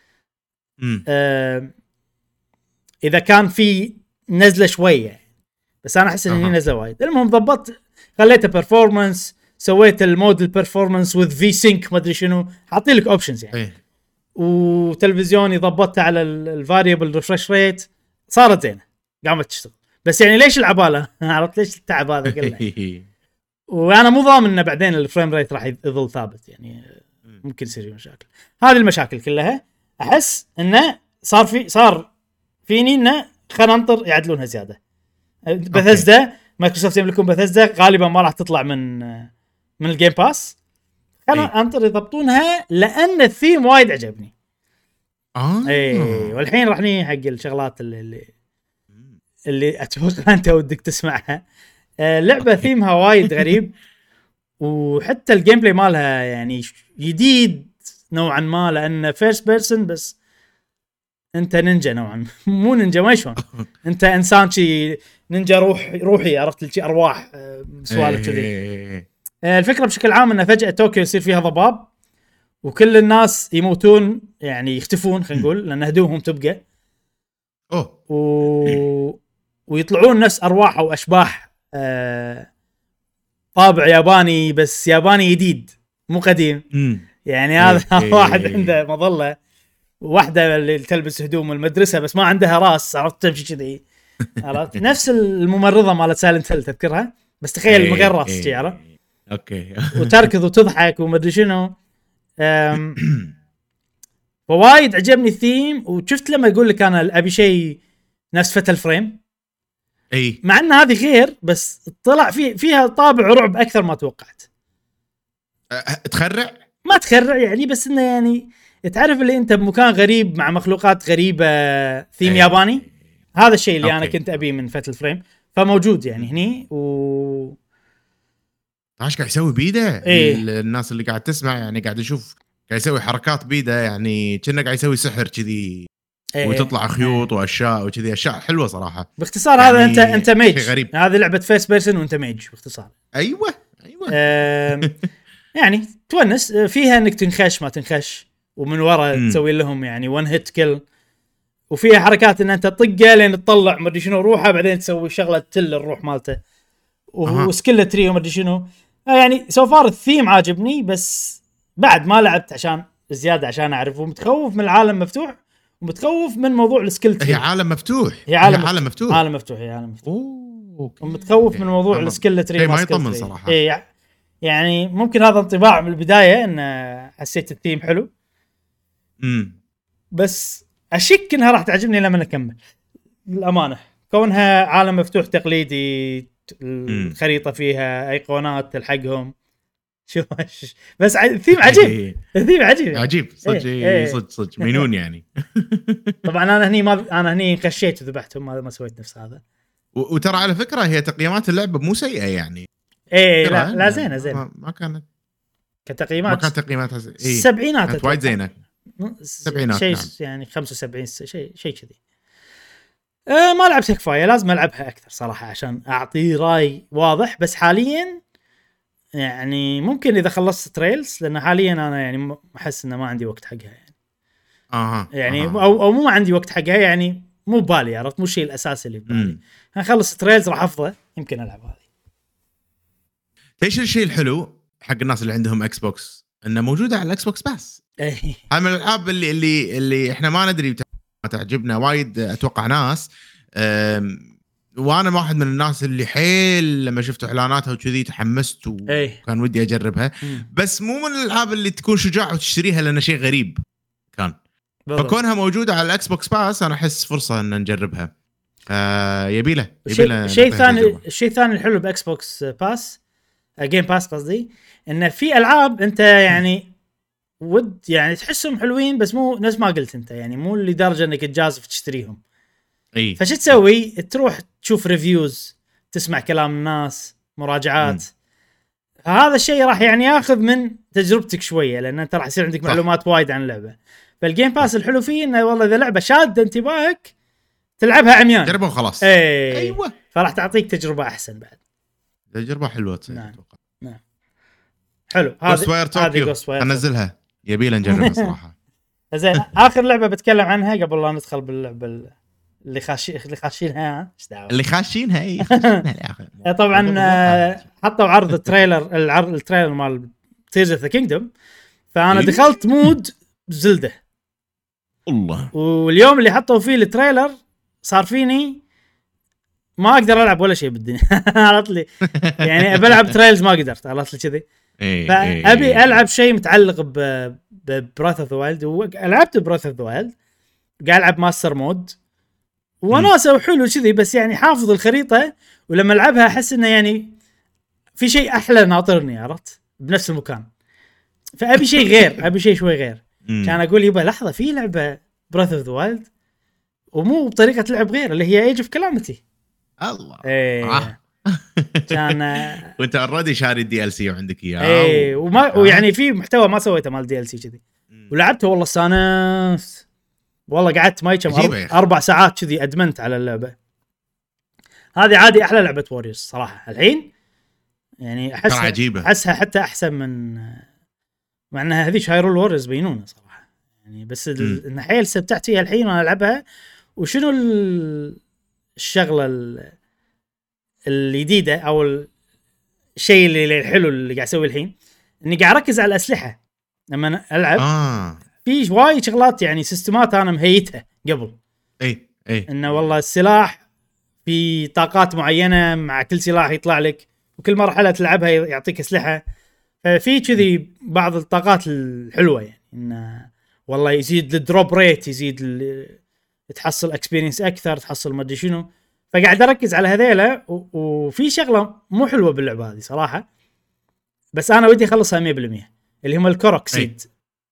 آه... اذا كان في نزله شويه بس انا احس ان هي نزله وايد. المهم ضبطت خليته برفورمانس سويت المود البرفورمانس وذ في سينك ما ادري شنو حاطين لك اوبشنز يعني أيه. وتلفزيوني ضبطته على الفاريبل ريفرش ريت صارت زينه قامت تشتغل. بس يعني ليش العباله عرفت ليش التعب هذا كله وانا مو ضامن انه بعدين الفريم ريت راح يظل ثابت يعني ممكن يصير مشاكل. هذه المشاكل كلها احس انه صار في صار فيني انه خلينا ننطر يعدلونها زياده. بثزدا مايكروسوفت يملكون بثزدا غالبا ما راح تطلع من من الجيم باس خلينا انطر يضبطونها لان الثيم وايد عجبني. اه اي والحين راح نيجي حق الشغلات اللي اللي, اللي اتوقع انت ودك تسمعها. اللعبه ثيمها وايد غريب وحتى الجيم بلاي مالها يعني جديد نوعا ما لان فيرست بيرسون بس انت نينجا نوعا مو نينجا ما شلون انت انسان شي نينجا روح روحي عرفت شي ارواح سوالف كذي. الفكره بشكل عام ان فجاه طوكيو يصير فيها ضباب وكل الناس يموتون يعني يختفون خلينا نقول لان هدومهم تبقى اوه و... ويطلعون نفس ارواح او اشباح آه... طابع ياباني بس ياباني جديد مو قديم يعني هذا واحد عنده مظله واحده اللي تلبس هدوم المدرسه بس ما عندها راس عرفت تمشي كذي عرفت نفس الممرضه مالت سايلنت هيل تذكرها بس تخيل من غير راس شي عرفت اوكي وتركض وتضحك وما ادري شنو. فوايد عجبني الثيم وشفت لما يقول لك انا ابي شيء نفس فتل فريم اي مع ان هذه غير بس طلع في فيها طابع رعب اكثر ما توقعت. تخرع ما تخرع يعني بس انه يعني تعرف اللي انت بمكان غريب مع مخلوقات غريبه ثيم أي. ياباني هذا الشيء اللي أوكي. انا كنت ابيه من فتل فريم فموجود يعني هني و ايش قاعد يسوي بيده إيه؟ الناس اللي قاعد تسمع يعني قاعد يشوف قاعد يسوي حركات بيده يعني كأنه قاعد يسوي سحر كذي إيه؟ وتطلع خيوط إيه؟ واشياء وكذي اشياء حلوه صراحه. باختصار يعني هذا انت انت ميج هذه لعبه فيس بيرسون وانت ميج باختصار. ايوه ايوه يعني تونس فيها انك تنخش ما تنخش ومن وراء تسوي لهم يعني وان هيت كيل وفيها حركات ان انت تطقه لين تطلع ما ادري شنو روحه بعدين تسوي شغله تل الروح مالته وسكيل تري وما ادري شنو يعني سو فار الثيم عاجبني بس بعد ما لعبت عشان زياده عشان اعرف ومتخوف من العالم مفتوح ومتخوف من موضوع السكيل تري. هي عالم مفتوح هي عالم, هي عالم مفتوح عالم مفتوح هي عالم مفتوح اوه ومتخوف من موضوع السكيل تري ما يطمن صراحه. اي يعني ممكن هذا انطباع من البدايه ان حسيت الثيم حلو امم بس اشك انها راح تعجبني لما نكمل للامانه كونها عالم مفتوح تقليدي الخريطه فيها ايقونات تلحقهم شو بس الثيم عجيب الثيم عجيب عجيب صدق ايه صدق صدق مينون يعني طبعا انا هني ما انا هني خشيت وذبحتهم ما ما سويت نفس هذا وترى على فكره هي تقييمات اللعبه مو سيئه يعني ايه لا لا زينه زينه ما, ما كانت كتقييمات ما كانت تقييماتها زي... إيه؟ السبعينات كانت وايد زينه سبعينات شيء نعم. يعني خمسة وسبعين شيء شيء كذي أه ما لعبتها كفايه لازم العبها اكثر صراحه عشان اعطي راي واضح بس حاليا يعني ممكن اذا خلصت تريلز لان حاليا انا يعني احس انه ما عندي وقت حقها يعني اها يعني أه. او او مو عندي وقت حقها يعني مو بالي عرفت مو الشيء الاساسي اللي ببالي هنخلص تريلز راح افضل يمكن العب هذه. ايش الشيء الحلو حق الناس اللي عندهم اكس بوكس انه موجوده على الاكس بوكس باس. هاي من الالعاب اللي اللي اللي احنا ما ندري ما تعجبنا وايد اتوقع ناس. وانا واحد من الناس اللي حيل لما شفت اعلاناتها وكذي تحمست وكان ودي اجربها. بس مو من الالعاب اللي تكون شجاع وتشتريها لانه شيء غريب كان. فكونها موجوده على الاكس بوكس باس انا احس فرصه ان نجربها. آه يبيله يبيله شيء ثاني. الشيء الثاني الحلو باكس بوكس باس جيم باس قصدي انه في العاب انت يعني ود يعني تحسهم حلوين بس مو نفس ما قلت انت يعني مو لدرجه انك تجازف تشتريهم. اي فش تسوي؟ تروح تشوف ريفيوز، تسمع كلام الناس، مراجعات. م. هذا الشيء راح يعني ياخذ من تجربتك شويه لان انت راح يصير عندك صح. معلومات وايد عن اللعبه. فالجيم باس الحلو فيه انه والله اذا لعبه شاده انتباهك تلعبها عميان جربها وخلاص. ايه. ايوه فراح تعطيك تجربه احسن بعد. تجربه حلوه تصير. نعم. نعم حلو. هذه هذه ننزلها يبينا نجربها صراحه. زين اخر لعبه بتكلم عنها قبل لا ندخل باللعبه اللي خاشين اللي خاشينها ايش دعوه اللي خاشينها اي طبعا حطوا عرض التريلر العرض التريلر مال تيرز اوف ذا كينجدوم. فانا دخلت مود زلده الله. واليوم اللي حطوا فيه التريلر صار فيني ما اقدر العب ولا شيء بالدنيا. عرفت لي يعني بلعب تريلز ما قدرت. عرفت لي كذي. فابي العب شيء متعلق ب ببراث اوف ذا وايلد. ولعبت براث اوف ذا وايلد قاعد العب ماستر مود وناسه وحلو كذي بس يعني حافظ الخريطه ولما العبها احس انه يعني في شيء احلى ناطرني. عرفت بنفس المكان. فابي شيء غير ابي شيء شوي غير. كان اقول يبا لحظه في لعبه براث اوف ذا وايلد ومو بطريقه لعب غير اللي هي ايج اوف كلامتي. الله ايه كان وانت اوريدي شاري الدي ال سي وعندك اياه. ايه وما ويعني في محتوى ما سويته مال دي ال سي كذي ولعبته والله استانست والله قعدت ما يكم أربع, اربع ساعات كذي ادمنت على اللعبه هذه. عادي احلى لعبه ووريرز صراحه الحين يعني احس احسها حتى احسن من مع انها هذيش هايرول ووريرز بينونه صراحه يعني بس ان حيل استمتعت فيها الحين وانا العبها. وشنو الشغله الجديده او الشيء اللي الحلو اللي قاعد اسويه الحين اني قاعد اركز على الاسلحه لما العب. آه. في وايد شغلات يعني سيستمات انا مهيتها قبل. اي اي انه والله السلاح في طاقات معينه مع كل سلاح يطلع لك وكل مرحله تلعبها يعطيك اسلحه. ففي كذي بعض الطاقات الحلوه يعني انه والله يزيد الدروب ريت يزيد تحصل اكسبيرينس اكثر تحصل ما ادري شنو. فقاعد اركز على هذيله وفي شغله مو حلوه باللعبه هذه صراحه بس انا ودي اخلصها مية بالمية اللي هم الكوروكسيد.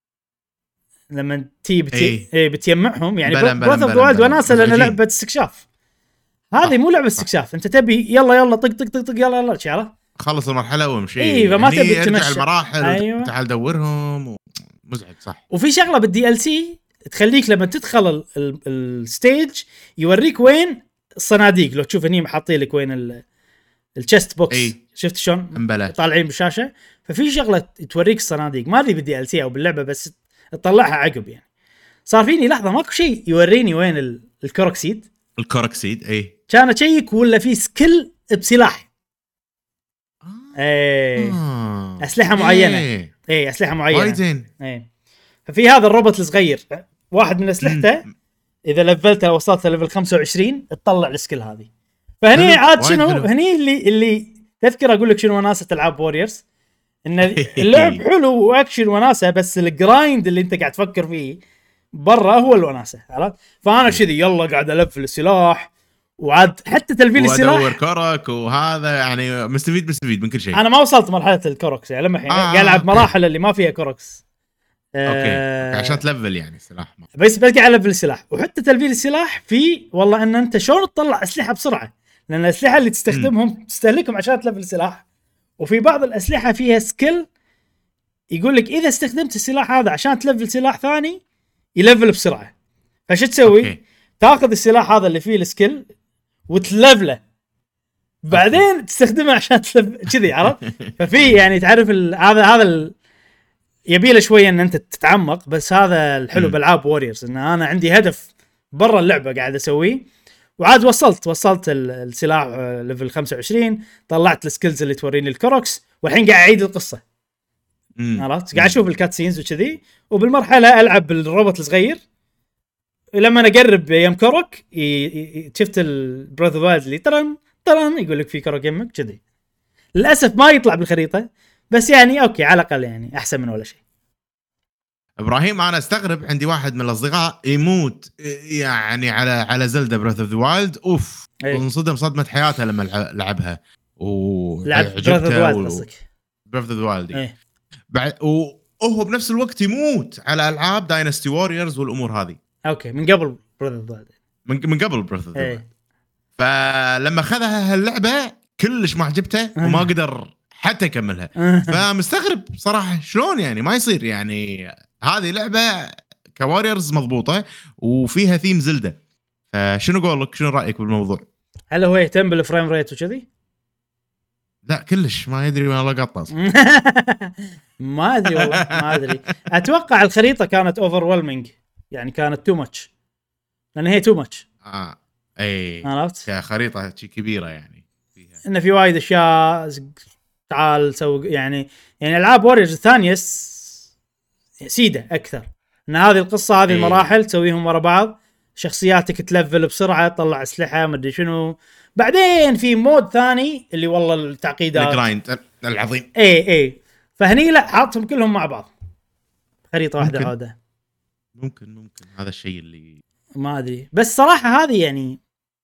لما تي بتي اي بتجمعهم يعني براث اوف ذا وايلد وناسه لان لعبه استكشاف. هذه مو لعبه استكشاف. انت تبي يلا يلا طق طق طق طق يلا يلا شعره خلص المرحله وامشي. اي فما تبي تمشي المراحل. أيوة. تعال دورهم مزعج صح. وفي شغله بالدي ال سي تخليك لما تدخل الستيج يوريك وين الصناديق. لو تشوف هني محاطين لك وين التشست بوكس. أي. شفت شلون طالعين بالشاشه. ففي شغله توريك الصناديق ما ادري بالدي ال سي او باللعبه بس تطلعها عقب يعني. صار فيني لحظه ماكو شيء يوريني وين الكوروكسيد. الكوروكسيد اي كان اشيك ولا في سكيل بسلاح. آه. اي آه. اسلحه معينه. اي اي اسلحه معينه وايد زين. اي ففي هذا الروبوت الصغير واحد من اسلحته اذا لفلته وصلت ليفل خمسة وعشرين تطلع السكيل هذه. فهني عاد شنو هني اللي اللي تذكر اقول لك شنو وناسه العاب ووريرز ان اللعب حلو واكشن وناسه بس الجرايند اللي انت قاعد تفكر فيه برا هو الوناسه. عرفت. فانا كذي يلا قاعد الفل السلاح وعاد حتى تلفيل السلاح وادور كرك وهذا يعني مستفيد مستفيد من كل شيء. انا ما وصلت مرحله الكروكس يعني لما الحين آه قاعد العب مراحل اللي ما فيها كروكس. اوكي آه عشان تلفل يعني السلاح ما. بس بس قاعد الفل السلاح وحتى تلفيل السلاح في والله ان انت شلون تطلع اسلحه بسرعه لان الاسلحه اللي تستخدمهم م. تستهلكهم عشان تلفل السلاح. وفي بعض الاسلحه فيها سكيل يقول لك اذا استخدمت السلاح هذا عشان تلفل سلاح ثاني يلفل بسرعه. فش تسوي؟ أوكي. تاخذ السلاح هذا اللي فيه السكيل وتلفله بعدين أوكي. تستخدمه عشان تلفل كذي. عرفت. ففي يعني تعرف هذا هذا يبي له شويه ان انت تتعمق بس هذا الحلو م. بالعاب ووريرز ان انا عندي هدف برا اللعبه قاعد اسويه. وعاد وصلت وصلت السلاح ليفل خمسة وعشرين طلعت السكيلز اللي توريني الكروكس والحين قاعد اعيد القصه عرفت قاعد اشوف الكات سينز وكذي وبالمرحله العب بالروبوت الصغير لما انا اقرب يم كروك شفت البراذ وايلد اللي ترن ترن يقول لك في كروك يمك كذي للاسف ما يطلع بالخريطه بس يعني اوكي على الاقل يعني احسن من ولا شيء. ابراهيم انا استغرب عندي واحد من الاصدقاء يموت يعني على على زلدا براذ اوف ذا وايلد اوف انصدم صدمه حياته لما لعبها وعجبته براذ اوف ذا وايلد بعد وهو بنفس الوقت يموت على العاب داينستي ووريرز والامور هذه. اوكي من قبل براذ اوف ذا وايلد من من قبل براذ اوف ذا وايلد فلما خذها هاللعبه كلش ما عجبته وما قدر حتى يكملها. فمستغرب صراحه شلون يعني ما يصير يعني هذه لعبه كواريرز مضبوطه وفيها ثيم زلدة فشنو قولك شنو رايك بالموضوع؟ هل هو يهتم بالفريم ريت وكذي؟ لا كلش ما يدري وين الله قطص. ما ادري والله ما ادري اتوقع الخريطه كانت اوفرويلمينج يعني كانت تو ماتش لان هي تو ماتش اه اي عرفت كخريطه شيء كبيره يعني فيها انه في وايد اشياء تعال سوي يعني يعني العاب ووريرز الثانيه سيده اكثر ان هذه القصه هذه المراحل تسويهم ورا بعض شخصياتك تلفل بسرعه تطلع اسلحه ما ادري شنو بعدين في مود ثاني اللي والله التعقيدات الجرايند العظيم اي اي فهني لا حاطهم كلهم مع بعض خريطه واحده هذا ممكن ممكن هذا الشيء اللي ما ادري بس صراحه هذه يعني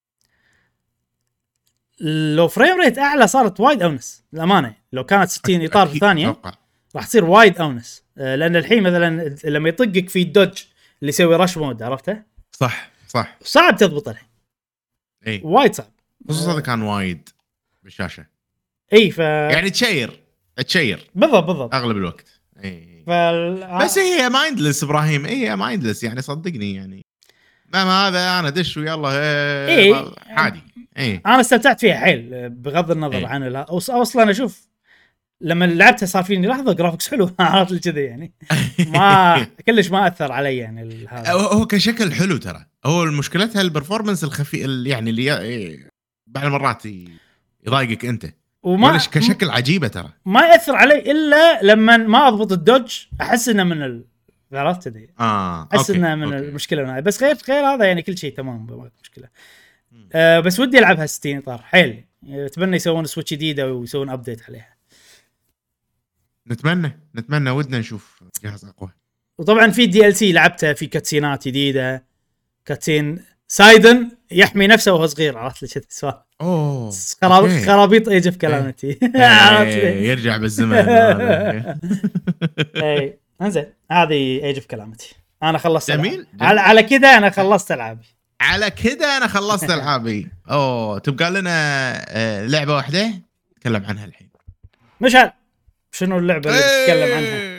لو فريم ريت اعلى صارت وايد اونس الامانه لو كانت ستين اطار في ثانيه راح تصير وايد اونس لان الحين مثلا لما يطقك في الدوج اللي يسوي رش مود عرفته صح صح صعب تضبط الحين اي وايد صعب خصوصا هذا كان وايد بالشاشه اي ف يعني تشير تشير بالضبط بالضبط اغلب الوقت اي فال... بس هي مايندلس ابراهيم هي مايندلس يعني صدقني يعني ما هذا انا دش ويلا إيه عادي اي انا استمتعت فيها حيل بغض النظر إيه. عن ال... اصلا اشوف لما لعبتها صار فيني لحظه جرافيكس حلو عرفت كذا يعني ما كلش ما اثر علي يعني هذا هو كشكل حلو ترى هو المشكلتها البرفورمانس الخفي يعني اللي بعض المرات يضايقك انت وما كشكل عجيبه ترى ما ياثر علي الا لما ما اضبط الدوج احس انه من ال... عرفت كذا اه احس انه من أوكي. المشكله بس غير غير هذا يعني كل شيء تمام ما مشكله آه بس ودي العبها ستين اطار حيل اتمنى يسوون سويتش جديده ويسوون ابديت عليها نتمنى نتمنى ودنا نشوف جهاز اقوى. وطبعا في دي ال سي لعبتها في كاتسينات جديده كاتسين سايدن يحمي نفسه وهو صغير عرفت لي كذا سؤال اوه خرابيط خرابيط ايج في كلامتي يرجع بالزمن اي انزين هذه ايج في كلامتي انا خلصت جميل. على على كذا انا خلصت العابي على كذا انا خلصت العابي اوه تبقى لنا لعبه واحده نتكلم عنها الحين مشعل شنو اللعبه اللي تتكلم عنها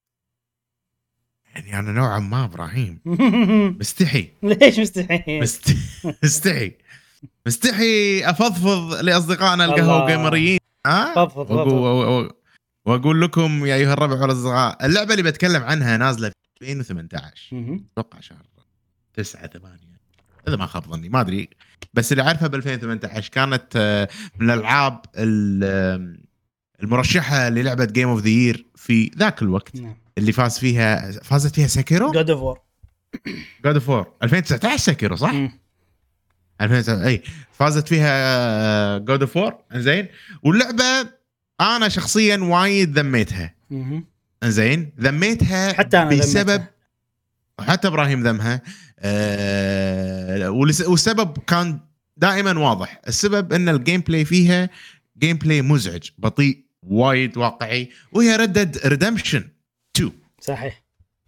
يعني انا نوعا ما ابراهيم مستحي ليش مستحي مست... مستحي مستحي افضفض لاصدقائنا القهوه جيمريين ها فضفض وأقول... واقول لكم يا ايها الربع والاصدقاء اللعبه اللي بتكلم عنها نازله في ألفين وثمانية عشر اتوقع شهر تسعة ثمانية اذا ما خاب ظني ما ادري بس اللي عارفها ب ألفين وثمانية عشر كانت من الالعاب المرشحه للعبه جيم اوف ذا يير في ذاك الوقت نعم. اللي فاز فيها فازت فيها ساكيرو جود اوف وور جود اوف وور ألفين وتسعة عشر ساكيرو صح م. ألفين وتسعة اي فازت فيها جود اوف وور زين واللعبه انا شخصيا وايد ذميتها زين ذميتها حتى أنا بسبب ذميتها. حتى ابراهيم ذمها أه... والسبب كان دائما واضح السبب ان الجيم بلاي فيها جيم بلاي مزعج بطيء وايد واقعي وهي ردد ريدمشن تو صحيح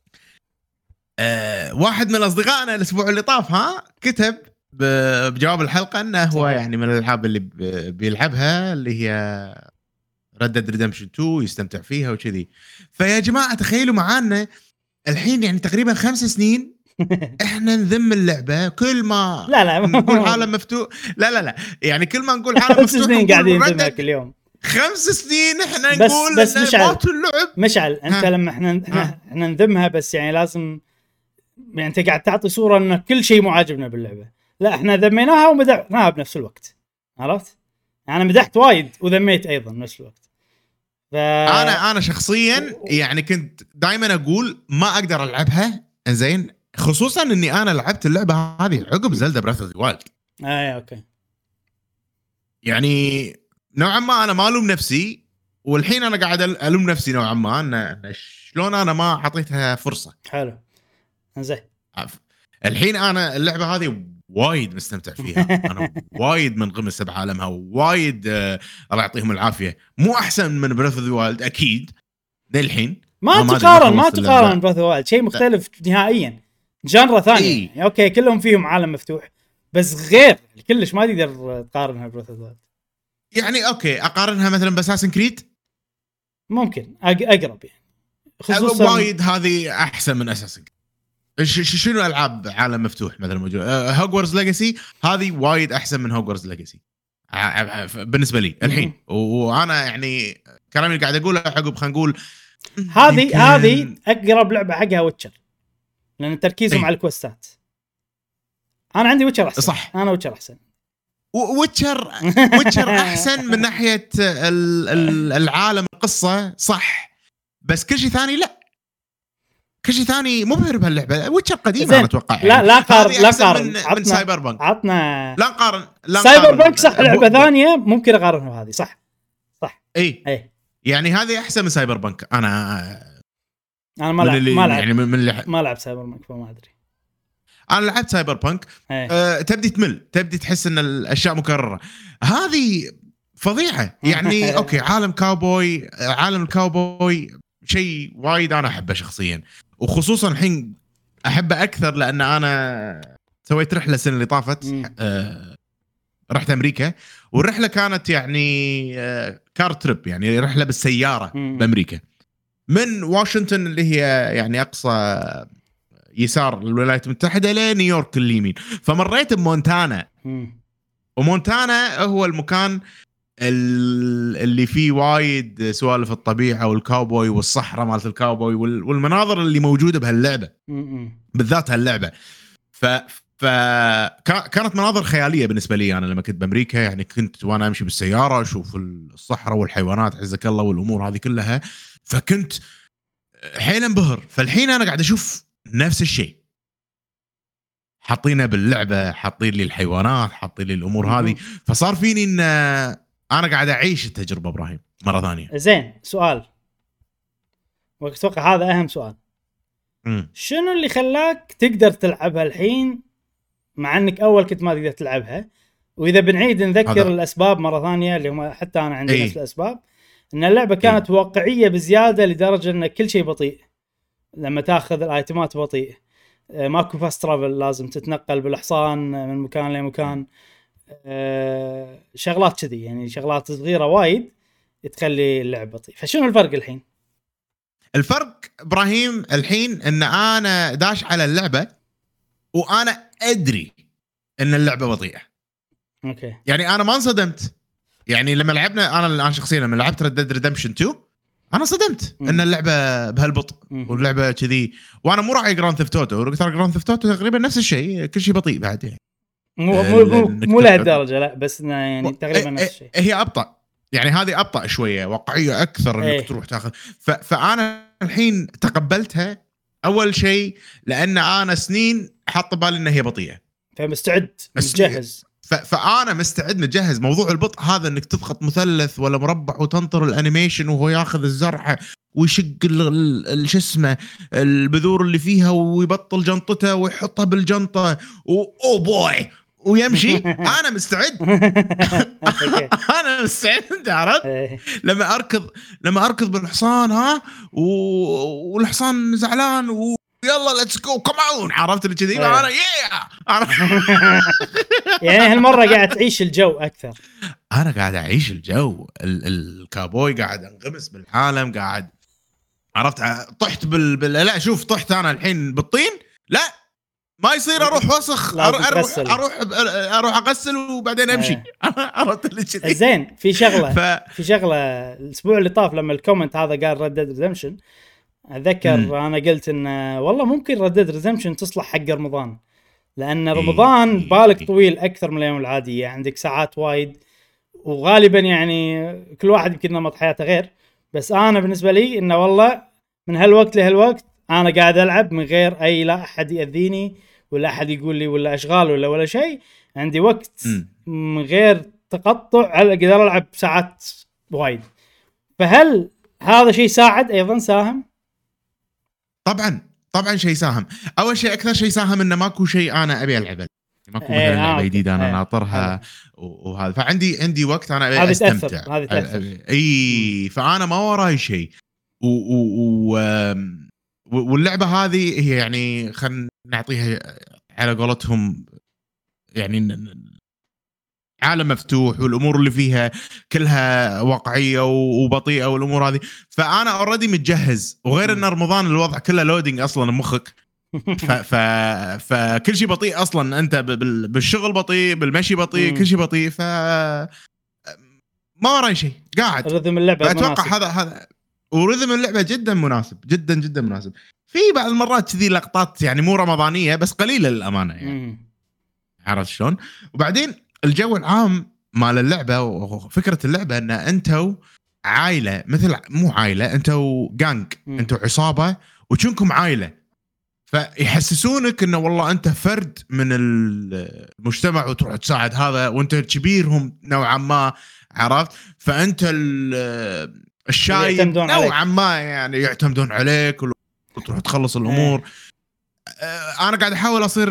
أه واحد من اصدقائنا الاسبوع اللي طاف ها كتب بجواب الحلقه انه هو صحيح. يعني من الالعاب اللي بيلعبها اللي هي ردد ريدمشن تو يستمتع فيها وكذي فيا جماعه تخيلوا معانا الحين يعني تقريبا خمس سنين احنا نذم اللعبه كل ما لا لا نقول عالم مفتوح لا لا لا يعني كل ما نقول عالم مفتوح خمس سنين قاعدين نذمها كل يوم خمس سنين احنا بس نقول بس مشعل اللعب مشعل انت ها. لما احنا احنا, احنا نذمها بس يعني لازم يعني انت قاعد تعطي صوره ان كل شيء مو عاجبنا باللعبه لا احنا ذميناها ومدحناها بنفس الوقت عرفت يعني مدحت وايد وذميت ايضا بنفس الوقت ف... انا انا شخصيا يعني كنت دائما اقول ما اقدر العبها زين، خصوصا اني انا لعبت اللعبه هذه عقب زلدا براث اوف ذا وايلد. اي اوكي، يعني نوعا ما انا ما الوم نفسي، والحين انا قاعد الوم نفسي نوعا ما ان شلون انا ما اعطيتها فرصه. حلو زين. الحين انا اللعبه هذه وايد مستمتع فيها، انا وايد منغمس بعالمها، وايد الله يعطيهم العافيه. مو احسن من براث اوف ذا وايلد اكيد للحين، ما تقارن ما تقارن براث اوف وايلد، شيء مختلف نهائيا، جانرا ثانيه. إيه؟ يعني اوكي كلهم فيهم عالم مفتوح بس غير كلش، ما تقدر تقارنها براث اوف وايلد. يعني اوكي اقارنها مثلا باساسن كريد ممكن اقرب يعني، خصوصا وايد هذه احسن من اساسن. شنو العاب عالم مفتوح مثلا موجوده؟ هوجورز ليجاسي هذه وايد احسن من هوجورز ليجاسي بالنسبه لي الحين. وانا يعني كلامي اللي قاعد اقوله عقب خلينا نقول هذه هذه اقرب لعبه حقها ويتشر، لان تركيزهم ايه؟ على الكوستات. انا عندي ويتشر احسن. صح، انا ويتشر احسن. ويتشر ويتشر احسن من ناحيه العالم القصه صح، بس كل شيء ثاني لا، كل شيء ثاني مبهر بهاللعبه. ويتشر قديمه انا اتوقع يعني. لا لا قارن لا قارن من, عطنا من سايبر بانك. عطنا لا قارن لا سايبر بانك صح، لعبه ثانيه ممكن اقارنها هذه صح صح. اي اي يعني هذه احسن من سايبر بانك. انا انا ما لعب ما لعب يعني من اللي ما لعب سايبر بانك فما ادري. انا لعبت سايبر بانك أه تبدي تمل، تبدي تحس ان الاشياء مكرره. هذه فظيعه يعني. اوكي عالم كاوبوي، عالم الكاوبوي شيء وايد انا احبه شخصيا، وخصوصا الحين احبه اكثر لان انا سويت رحله السنه اللي طافت. أه رحت امريكا، والرحله كانت يعني أه كار تريب، يعني رحله بالسياره بامريكا من واشنطن اللي هي يعني اقصى يسار الولايات المتحده لنيويورك اليمين. فمريت بمونتانا، ومونتانا هو المكان اللي فيه وايد سوالف الطبيعه والكاوبوي والصحراء مالت الكاوبوي والمناظر اللي موجوده بهاللعبه بالذات هاللعبه. ف فكانت مناظر خياليه بالنسبه لي انا لما كنت بامريكا. يعني كنت وانا امشي بالسياره اشوف الصحراء والحيوانات عزك الله والامور هذه كلها، فكنت حيل انبهر. فالحين انا قاعد اشوف نفس الشيء حاطينه باللعبه، حاطين لي الحيوانات، حاطين لي الامور هذه، فصار فيني ان انا قاعد اعيش التجربه. ابراهيم مره ثانيه. زين سؤال، واتوقع هذا اهم سؤال. مم. شنو اللي خلاك تقدر تلعبها الحين مع انك اول كنت ما تقدر تلعبها؟ واذا بنعيد نذكر هذا. الاسباب مره ثانيه اللي هم حتى انا عندي ايه؟ نفس الاسباب، ان اللعبه كانت ايه؟ واقعيه بزياده لدرجه ان كل شيء بطيء. لما تاخذ الايتمات بطيء، ماكو فاست ترافل، لازم تتنقل بالحصان من مكان لمكان. أه شغلات كذي يعني، شغلات صغيره وايد تخلي اللعب بطيء. فشنو الفرق الحين؟ الفرق ابراهيم الحين ان انا داش على اللعبه وانا ادري ان اللعبه بطيئه. اوكي يعني انا ما انصدمت. يعني لما لعبنا انا الان شخصيا لما لعبت ريد ديد ريدمشن تو انا صدمت م. ان اللعبه بهالبطء واللعبه كذي. وانا مو راعي جراند ثيفت اوتو، ترى جراند ثيفت اوتو تقريبا نفس الشيء، كل شيء بطيء بعد يعني. مو مو مو, مو لهالدرجه لا، بس يعني تقريبا نفس الشيء. هي ابطا يعني، هذه ابطا شويه، واقعيه اكثر انك ايه. تروح تاخذ. فانا الحين تقبلتها اول شيء لان انا سنين حاط بالي ان هي بطيئه، فمستعد مجهز. فانا مستعد مجهز. موضوع البطء هذا انك تضغط مثلث ولا مربع وتنطر الانيميشن وهو ياخذ الزرعه ويشق شو اسمه البذور اللي فيها ويبطل جنطته ويحطها بالجنطه او بوي ويمشي. انا مستعد. انا مستعد. عرفت لما اركض لما اركض بالحصان ها والحصان زعلان و يلا ليتس جو كمان، عرفت اللي كذي. انا يا يعني هالمره قاعد تعيش الجو اكثر. انا قاعد اعيش الجو الكابوي، قاعد انغمس بالعالم، قاعد عرفت. طحت بال... بال... لا شوف طحت انا الحين بالطين، لا ما يصير اروح وسخ، اروح اروح اروح اغسل وبعدين امشي. عرفت اللي كذي. زين في شغله ف... في شغله الاسبوع اللي طاف لما الكومنت هذا قال ريد ديد ريدمشن، اتذكر م. انا قلت ان والله ممكن ريد ديد ريدمشن تصلح حق رمضان، لان رمضان بالك طويل اكثر من الايام العاديه، عندك ساعات وايد، وغالبا يعني كل واحد يمكن نمط حياته غير، بس انا بالنسبه لي انه والله من هالوقت لهالوقت انا قاعد العب من غير اي لا احد ياذيني ولا احد يقول لي ولا اشغال ولا ولا شيء. عندي وقت م. من غير تقطع على اقدر العب ساعات وايد. فهل هذا شيء ساعد ايضا ساهم؟ طبعا طبعا شيء ساهم. اول شيء اكثر شيء ساهم انه ماكو شيء انا ابي العبه، ماكو مثلا ايه لعبه آه جديده انا ايه ناطرها وهذا، فعندي عندي وقت انا ابي هذه استمتع. تاثر هذه تاثر اي فانا ما وراي شيء و... و... و... واللعبه هذه هي يعني خلينا نعطيها على قولتهم يعني عالم مفتوح والامور اللي فيها كلها واقعيه وبطيئه والامور هذه، فانا اوريدي متجهز. وغير ان رمضان الوضع كله لودينج اصلا مخك، ف ف فكل شيء بطيء اصلا، انت بالشغل بطيء، بالمشي بطيء، كل شيء بطيء، ف ما وراي شيء قاعد رذم اللعبه اتوقع هذا هذا ورذم اللعبه جدا مناسب جدا جدا مناسب. في بعض المرات كذي لقطات يعني مو رمضانيه بس قليله للامانه يعني، عرفت شلون؟ وبعدين الجو العام مال اللعبه وفكره اللعبه ان انتو عائله، مثل مو عائله، انتو جانج، انتو عصابه وشنكم عائله، فيحسسونك انه والله انت فرد من المجتمع وتروح تساعد هذا وانت كبيرهم نوعا ما، عرفت؟ فانت الشايب نوعا ما يعني يعتمدون عليك وتروح تخلص الامور. انا قاعد احاول اصير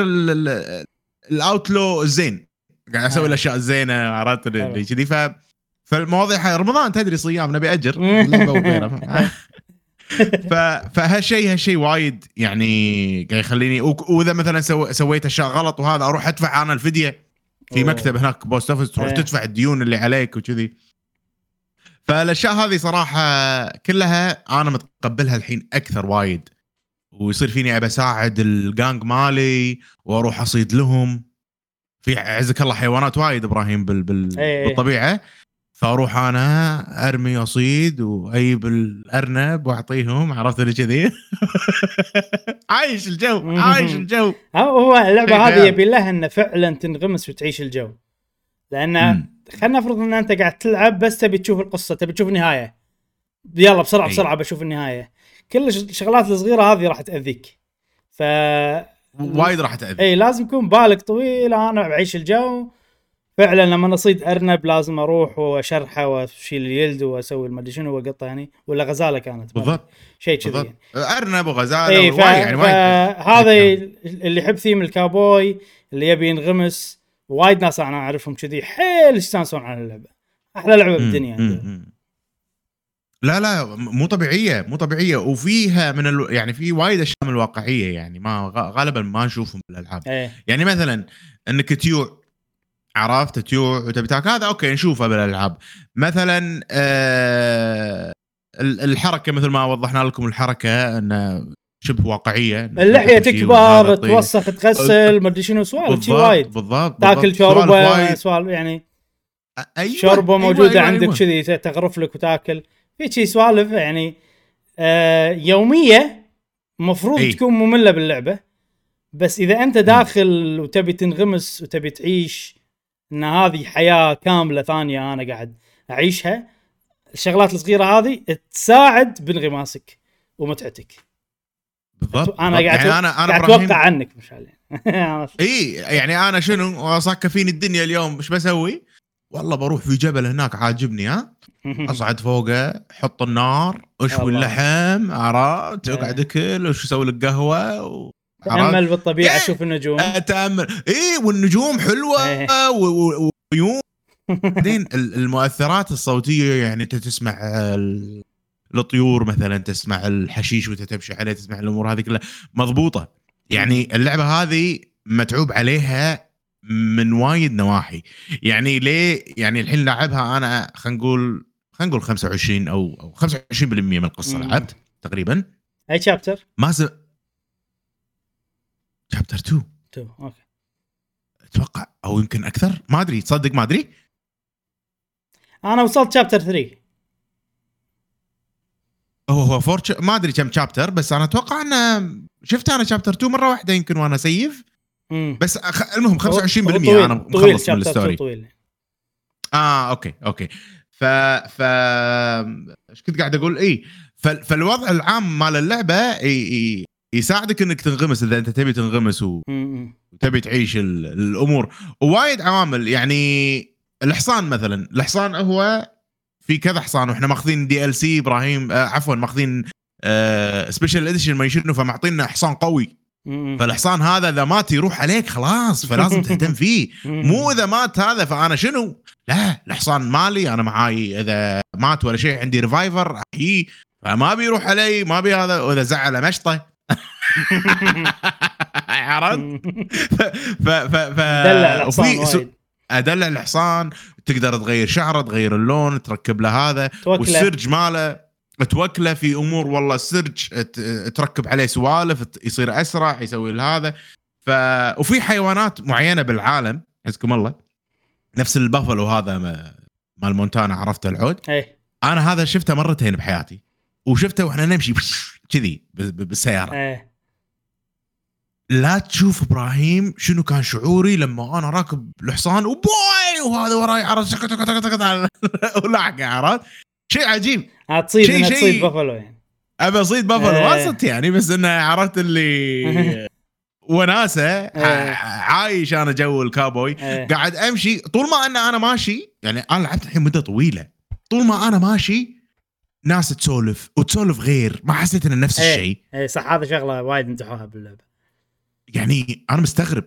الاوتلو الزين، قاعد اسوي الاشياء الزينه، عرفت اللي كذي. ف فالمواضيع رمضان تدري صيام نبي اجر اللعبه وغيرها. ف فهالشيء هالشيء وايد يعني قاعد يخليني، واذا مثلا سو... سويت اشياء غلط وهذا اروح ادفع انا الفديه في مكتب هناك بوست اوفيس، تروح تدفع الديون اللي عليك وكذي. فالاشياء هذه صراحه كلها انا متقبلها الحين اكثر وايد، ويصير فيني ابى اساعد الجانج مالي واروح اصيد لهم. في عزك الله حيوانات وايد ابراهيم بال... بال... بالطبيعه، فاروح انا ارمي اصيد واجيب الارنب واعطيهم، عرفت اللي كذي. عايش الجو عايش الجو. هو اللعبه هذه يبي لها ان فعلا تنغمس وتعيش الجو، لان خلينا نفرض ان انت قاعد تلعب بس تبي تشوف القصه، تبي تشوف النهايه، يلا بسرعه بسرعه بشوف النهايه. كل الشغلات الصغيره هذه راح تاذيك، ف وايد راح تاذي. اي لازم يكون بالك طويل. انا بعيش الجو فعلا. لما نصيد ارنب لازم اروح واشرحه واشيل اليلد واسوي المدري شنو واقطه يعني، ولا غزاله كانت بالضبط شيء كذي يعني. ارنب وغزاله اي ف... يعني وايد. هذا اللي يحب ثيم الكاوبوي اللي يبي ينغمس، وايد ناس انا اعرفهم كذي حيل يستانسون على اللعبه. احلى لعبه بالدنيا يعني. لا لا مو طبيعيه مو طبيعيه وفيها من ال... يعني في وايد اشياء من الواقعيه يعني ما غالبا ما نشوفهم بالالعاب. ايه. يعني مثلا انك تيوع، عرفت تيوع وتبي تاكل، هذا اوكي نشوفه بالالعاب. مثلا آه الحركه مثل ما وضحنا لكم، الحركه انه شبه واقعيه، اللحيه تكبر توسخ تغسل ما ادري شنو سوالف شي وايد. بالضبط تاكل شوربه سوالف يعني. أيوة. شوربه موجوده أيوة. عندك كذي أيوة. تغرف لك وتاكل في شي سوالف يعني آه يوميه مفروض أي. تكون ممله باللعبه، بس اذا انت داخل م. وتبي تنغمس وتبي تعيش ان هذه حياه كامله ثانيه انا قاعد اعيشها، الشغلات الصغيره هذه تساعد بانغماسك ومتعتك. بالضبط. انا قاعد يعني انا انا قاعد اتوقع عنك مش عليه. اي يعني انا شنو صاك فيني الدنيا اليوم، ايش بسوي؟ والله بروح في جبل هناك عاجبني، ها اصعد فوقه، حط النار، اشوي اللحم، عرفت، اقعد اكل وش اسوي لك قهوه و... تأمل بالطبيعه، شوف النجوم، اتامل اي والنجوم حلوه وعيون. بعدين المؤثرات الصوتيه يعني انت تسمع الطيور مثلا، تسمع الحشيش وانت تمشي عليه، تسمع الامور هذه كلها مضبوطه. يعني اللعبه هذه متعوب عليها من وايد نواحي. يعني ليه يعني الحين لعبها انا خلينا نقول خلينا نقول خمسة وعشرين او او خمسة وعشرين بالمية من القصه لعبت تقريبا. اي شابتر؟ ما س... شابتر اثنين اثنين اوكي اتوقع، او يمكن اكثر، ما ادري، تصدق ما ادري. انا وصلت شابتر ثلاثة. هو هو فورتش ما ادري كم شابتر، بس انا اتوقع ان شفت انا شابتر اثنين مره واحده يمكن وانا سيف. مم. بس أخ... المهم خمسة وعشرين بالمية انا مخلص من الستوري. اه اوكي اوكي ف ف ايش كنت قاعد اقول اي فالوضع العام مال اللعبه يساعدك انك تنغمس اذا انت تبي تنغمس وتبي تعيش الامور ووايد عوامل. يعني الحصان مثلا، الحصان هو في كذا حصان واحنا ماخذين دي ال سي ابراهيم آه عفوا ماخذين آه سبيشال اديشن ما يشنو، فمعطينا حصان قوي. فالحصان هذا اذا مات يروح عليك خلاص، فلازم تهتم فيه. مو اذا مات هذا فانا شنو، لا الحصان مالي انا معاي، اذا مات ولا شيء عندي ريفايفر احييه، فما بيروح علي ما بي هذا. واذا زعل مشطه عرفت. ف ف ف دلع الحصان، ادلع الحصان، تقدر تغير شعره، تغير اللون، تركب له هذا، والسرج ماله توكله في امور. والله السرج تركب عليه سوالف يصير اسرع، يسوي هذا. ف وفي حيوانات معينه بالعالم حسكم الله نفس البافلو هذا مال مونتانا، عرفت العود؟ اي انا هذا شفته مرتين بحياتي، وشفته واحنا نمشي كذي بالسياره. اي لا تشوف ابراهيم شنو كان شعوري لما انا راكب الحصان وبوي وهذا وراي عرس ولاحق، عرفت؟ شيء عجيب. هتصيد انا تصيد بافلو يعني ابى اصيد بافلو واسط يعني، بس انه عرفت اللي وناسه عايش انا جو الكابوي. قاعد امشي طول ما انا انا ماشي، يعني انا لعبت الحين مده طويله، طول ما انا ماشي ناس تسولف وتسولف غير، ما حسيت انه نفس الشيء. اي صح، هذا شغله وايد مدحوها باللعبه. يعني انا مستغرب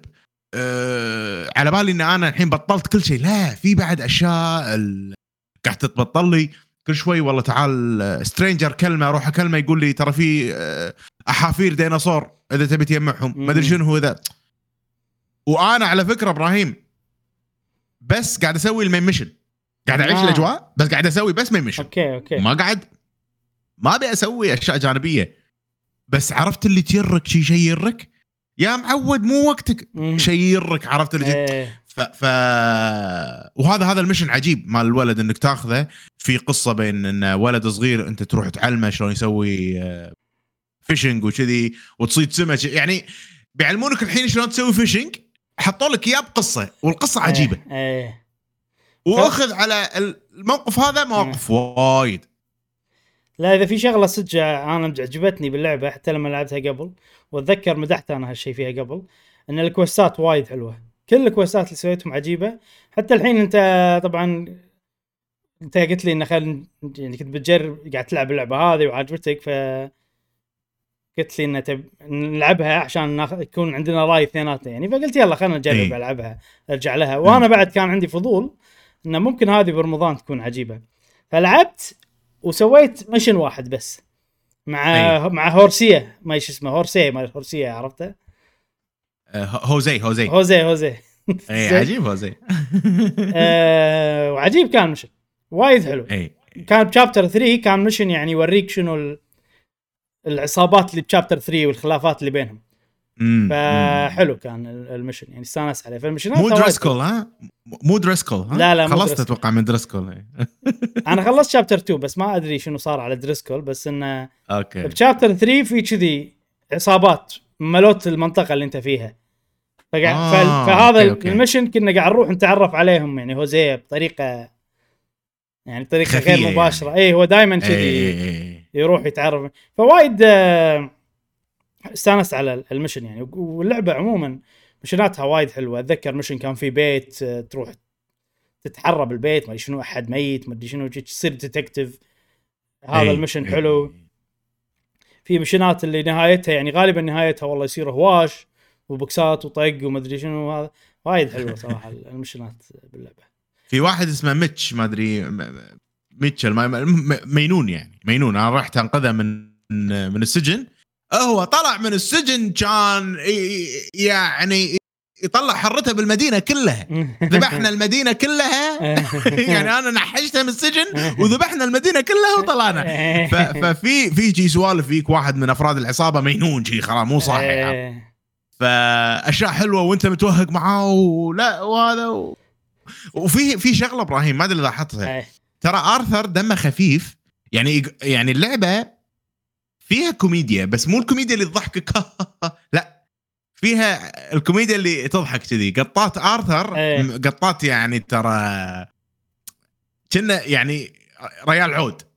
أه على بالي ان انا الحين بطلت كل شيء، لا في بعد اشياء ال... قاعد تتبطل لي كل شوي. والله تعال سترينجر كلمه اروح اكلمه يقول لي ترى في احافير ديناصور اذا تبي تجمعهم، ما ادري شنو هو ذا. وانا على فكره ابراهيم بس قاعد اسوي المين ميشن، قاعد اعيش آه. الاجواء، بس قاعد اسوي بس مين ميشن. اوكي اوكي ما قاعد ما ابي اسوي اشياء جانبيه. بس عرفت اللي تيرك شيء شيء يرك يا معود، مو وقتك شيء يرك، عرفت اللي ايه. ف... ف وهذا هذا الميشن عجيب مال الولد، انك تاخذه في قصه بين ان ولد صغير انت تروح تعلمه شلون يسوي فيشنج وكذي وتصيد سمك، يعني بيعلمونك الحين شلون تسوي فيشنج، حطوا لك اياه بقصه، والقصه عجيبه. ايه. ايه. واخذ على الموقف هذا مواقف وايد. لا اذا في شغله صدق انا عجبتني باللعبه حتى لما لعبتها قبل، واتذكر مدحت انا هالشيء فيها قبل، ان الكويستات وايد حلوه، كل الكويستات اللي سويتهم عجيبه. حتى الحين انت طبعا انت قلت لي ان خل يعني كنت بتجرب قاعد تلعب اللعبه هذه وعجبتك، ف قلت لي ان تب... نلعبها عشان ناخ... يكون عندنا راي اثنيناتنا يعني، فقلت يلا خلينا نجرب أي. العبها ارجع لها. وانا بعد كان عندي فضول ان ممكن هذه برمضان تكون عجيبه، فلعبت وسويت ميشن واحد بس مع أي. مع هورسيه، ما ايش اسمه هورسيه، ما هورسيه عرفته؟ هوزي هوزي هوزي هوزي اي عجيب هوزي. آه وعجيب كان ميشن وايد حلو. أي. كان بشابتر ثلاثة كان ميشن يعني يوريك شنو ال... العصابات اللي بشابتر ثلاثة والخلافات اللي بينهم. فحلو كان الميشن يعني استانس عليه. فالميشنات مو دريسكول ها مو دريسكول ها لا لا خلصت اتوقع من دريسكول. انا خلصت شابتر اثنين بس ما ادري شنو صار على دريسكول، بس انه اوكي بشابتر ثلاثة في كذي عصابات ملوت المنطقه اللي انت فيها. فقاعد آه. فهذا أوكي. أوكي. الميشن كنا قاعد نروح نتعرف عليهم يعني هوزيه بطريقه يعني بطريقه غير مباشره يعني. اي هو دائما كذي يروح يتعرف. فوايد استانست على الميشن يعني. واللعبه عموما مشناتها وايد حلوه. اتذكر ميشن كان في بيت تروح تتحرى بالبيت، ما شنو احد ميت، ما ادري شنو، تصير ديتكتيف. هذا الميشن حلو. في مشنات اللي نهايتها يعني غالبا نهايتها والله يصير هواش وبوكسات وطق وما ادري شنو. هذا وايد حلوه صراحه المشنات باللعبه. في واحد اسمه ميتش ما ادري ميتشل مينون يعني مينون، انا رحت انقذه من من السجن. هو طلع من السجن كان يعني يطلع حرته بالمدينه كلها. ذبحنا المدينه كلها يعني انا نحشته من السجن وذبحنا المدينه كلها وطلعنا. ففي في جي سوالف فيك واحد من افراد العصابه مينون شي خلاص مو صاحي يعني. فاشياء حلوه وانت متوهق معاه ولا وهذا و... وفي في شغله ابراهيم ما ادري اذا لاحظتها، ترى ارثر دمه خفيف يعني. يعني اللعبه فيها كوميديا بس مو الكوميديا اللي تضحكك لا، فيها الكوميديا اللي تضحك كذي. قطات ارثر قطات يعني ترى كنا يعني ريال عود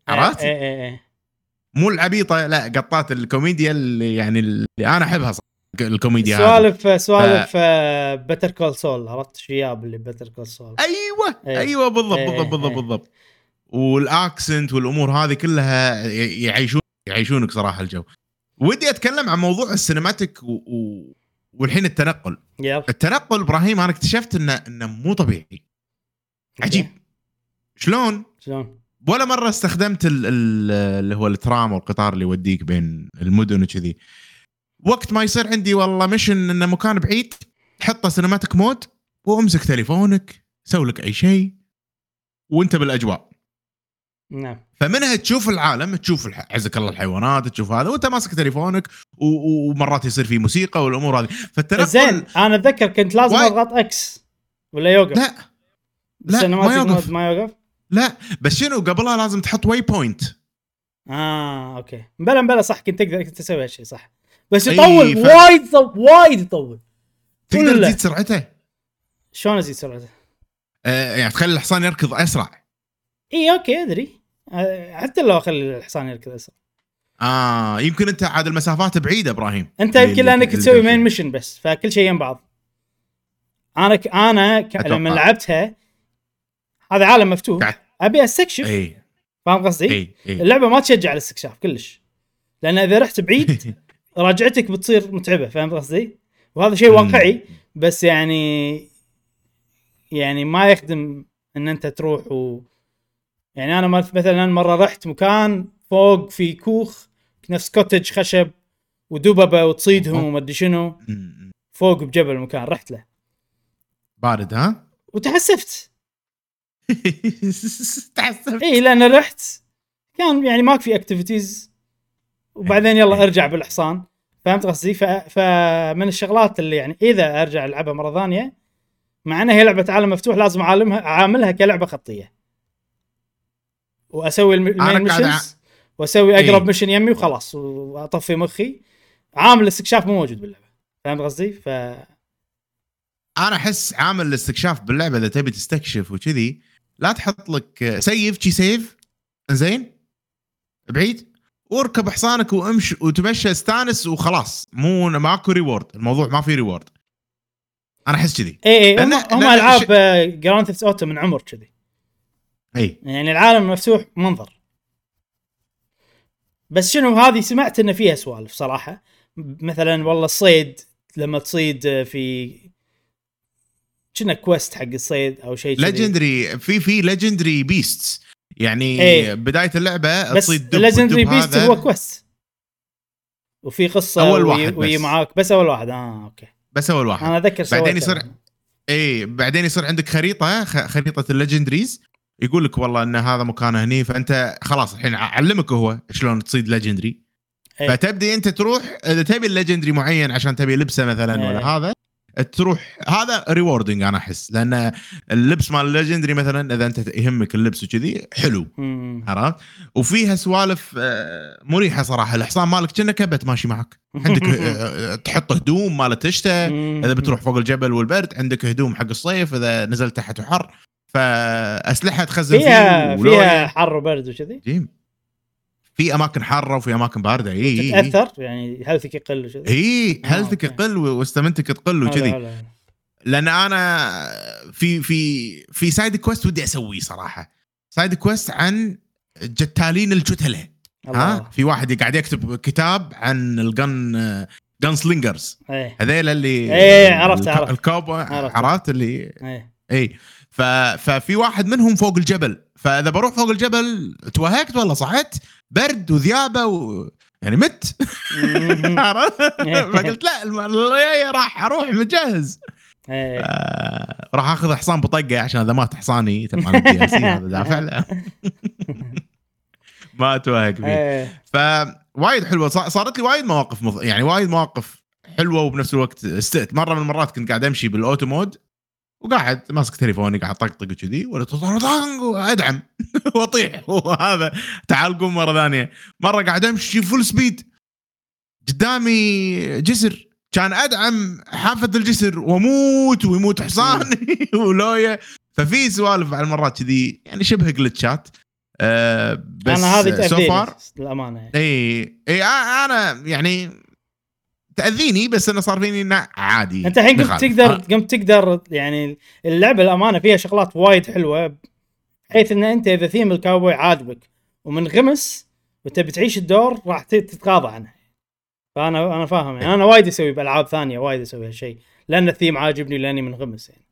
عرفت؟ ايه ايه ايه مو العبيطه، لا قطات الكوميديا اللي يعني اللي انا احبها صراحة. الكوميديا سوالف هذه سوالف ف... بتر كول سول، عرفت شياب اللي بتر كول سول. ايوه ايه. ايوه بالضبط ايه بالضبط بالضبط, ايه. بالضبط. والاكسنت والامور هذه كلها يعيشون يعيشونك صراحه الجو. ودي اتكلم عن موضوع السينماتيك و... و... والحين التنقل. يلا. التنقل ابراهيم انا اكتشفت انه انه مو طبيعي، عجيب. شلون شلون؟ ولا مره استخدمت ال... ال... اللي هو الترام والقطار اللي يوديك بين المدن وكذي. وقت ما يصير عندي والله مشن انه مكان بعيد، تحطه سينماتيك مود وامسك تليفونك سوي لك اي شيء وانت بالاجواء. نعم. فمنها تشوف العالم، تشوف عزك الله الحيوانات، تشوف هذا وانت ماسك تليفونك، و... ومرات يصير في موسيقى والامور هذه. فالتنقل زين انا اتذكر كنت لازم واي... اضغط اكس ولا يوقف؟ لا لا ما يوقف. ما يوقف لا بس شنو قبلها لازم تحط واي بوينت. اه اوكي بلا بلا صح، كنت تقدر تسوي هالشيء صح، بس أي يطول ف... وايد طو... وايد يطول. تقدر تزيد سرعته. شلون ازيد سرعته؟ آه يعني تخلي الحصان يركض اسرع. اي اوكي ادري، حتى لو اخلي الحصان يركض اسرع. اه يمكن انت عاد المسافات بعيده ابراهيم، انت يمكن لانك تسوي مين ميشن بس، فكل شيء يم بعض. انا ك... انا ك... لما لعبتها هذا عالم مفتوح كع... ابي استكشف. اي فاهم قصدي؟ أي. أي. اللعبه ما تشجع على الاستكشاف كلش، لان اذا رحت بعيد راجعتك بتصير متعبه. فاهم قصدي؟ وهذا شيء واقعي، بس يعني يعني ما يخدم ان انت تروح و... يعني انا مثلا مره رحت مكان فوق في كوخ نفس كوتج خشب ودببه وتصيدهم وما ادري شنو فوق بجبل مكان رحت له بارد ها وتحسفت. تحسفت اي لان رحت كان يعني ماك في اكتيفيتيز وبعدين يلا ارجع بالحصان. فهمت قصدي؟ ف... فمن الشغلات اللي يعني اذا ارجع العبها مره ثانيه مع انها هي لعبه عالم مفتوح لازم اعلمها اعاملها كلعبه خطيه واسوي المين ميشنز واسوي اقرب إيه؟ ميشن يمي وخلاص واطفي مخي. عامل الاستكشاف مو موجود باللعبه. فهمت قصدي؟ ف انا احس عامل الاستكشاف باللعبه اذا تبي تستكشف وكذي لا تحط لك سيف شي سيف زين بعيد واركب حصانك وامشي وتمشى استانس وخلاص. مو ماكو ريورد، الموضوع ما في ريورد. انا احس كذي. اي اي هم, هم العاب ش... جراند ثيفت اوتو من عمر كذي. اي يعني العالم مفتوح منظر. بس شنو هذه سمعت ان فيها سوالف صراحه، مثلا والله الصيد لما تصيد في كنا كويست حق الصيد او شيء كذي ليجندري في في ليجندري بيستس يعني ايه. بدايه اللعبه بس تصيد دب. ليجندري بيست هو كويست وفي قصه اول واحد وي معاك بس اول واحد. اه اوكي بس اول واحد. انا اذكر بعدين يصير اي بعدين يصير عندك خريطه خريطه الليجندريز يقول لك والله ان هذا مكانه هني، فانت خلاص الحين علمك هو شلون تصيد ليجندري. ايه. فتبدي انت تروح اذا تبي الليجندري معين عشان تبي لبسه مثلا ايه. ولا هذا تروح هذا ريوردنج انا احس، لان اللبس مال الليجندري مثلا اذا انت يهمك اللبس وكذي حلو عرفت. وفيها سوالف مريحه صراحه. الحصان مالك كأنه كبت ماشي معك، عندك تحط هدوم مالت الشتاء اذا بتروح فوق الجبل والبرد، عندك هدوم حق الصيف اذا نزلت تحت وحر، فاسلحه تخزن فيها فيه فيها حر وبرد وكذي. في اماكن حاره وفي اماكن بارده. اي تتاثر يعني هلثك يقل وكذي. اي هلثك يقل واستمنتك تقل وكذي. لان انا في في في سايد كويست ودي اسويه صراحه، سايد كويست عن جتالين الجتله. ها في واحد قاعد يكتب كتاب عن الجن جن سلينجرز هذيل اللي ايه عرفت عرفت الكوب عرفت اللي ايه اي. ففي واحد منهم فوق الجبل، فاذا بروح فوق الجبل توهقت والله صحت برد وذيابه و... يعني مت. فقلت لا الجاي راح اروح مجهز. آه راح اخذ حصان بطقه عشان اذا مات حصاني تبع الدي ال سي هذا دافع له. ما توهق فيه. فوايد حلوه صارت لي وايد مواقف مض... يعني وايد مواقف حلوه وبنفس الوقت استئت. مره من المرات كنت قاعد امشي بالاوتو مود وقاعد ماسك تليفوني قاعد طقطق وكذي ولا ادعم واطيح وهذا تعال قوم مره ثانيه. مره قاعد امشي فول سبيد قدامي جسر كان ادعم حافه الجسر واموت ويموت حصاني ولويا. ففي سوالف على المرات كذي يعني شبه جلتشات أه بس انا هذه تاذيني سوفار الامانه يعني. اي اي انا يعني تاذيني، بس انا صار فيني انه عادي. انت الحين قمت تقدر قمت تقدر يعني اللعبه الامانه فيها شغلات وايد حلوه، بحيث ان انت اذا ثيم الكاوبوي عاجبك ومنغمس وتبي تعيش الدور راح تتغاضى عنه. فانا انا فاهم يعني انا وايد اسوي بالعاب ثانيه وايد اسوي هالشيء لان الثيم عاجبني لاني منغمس يعني.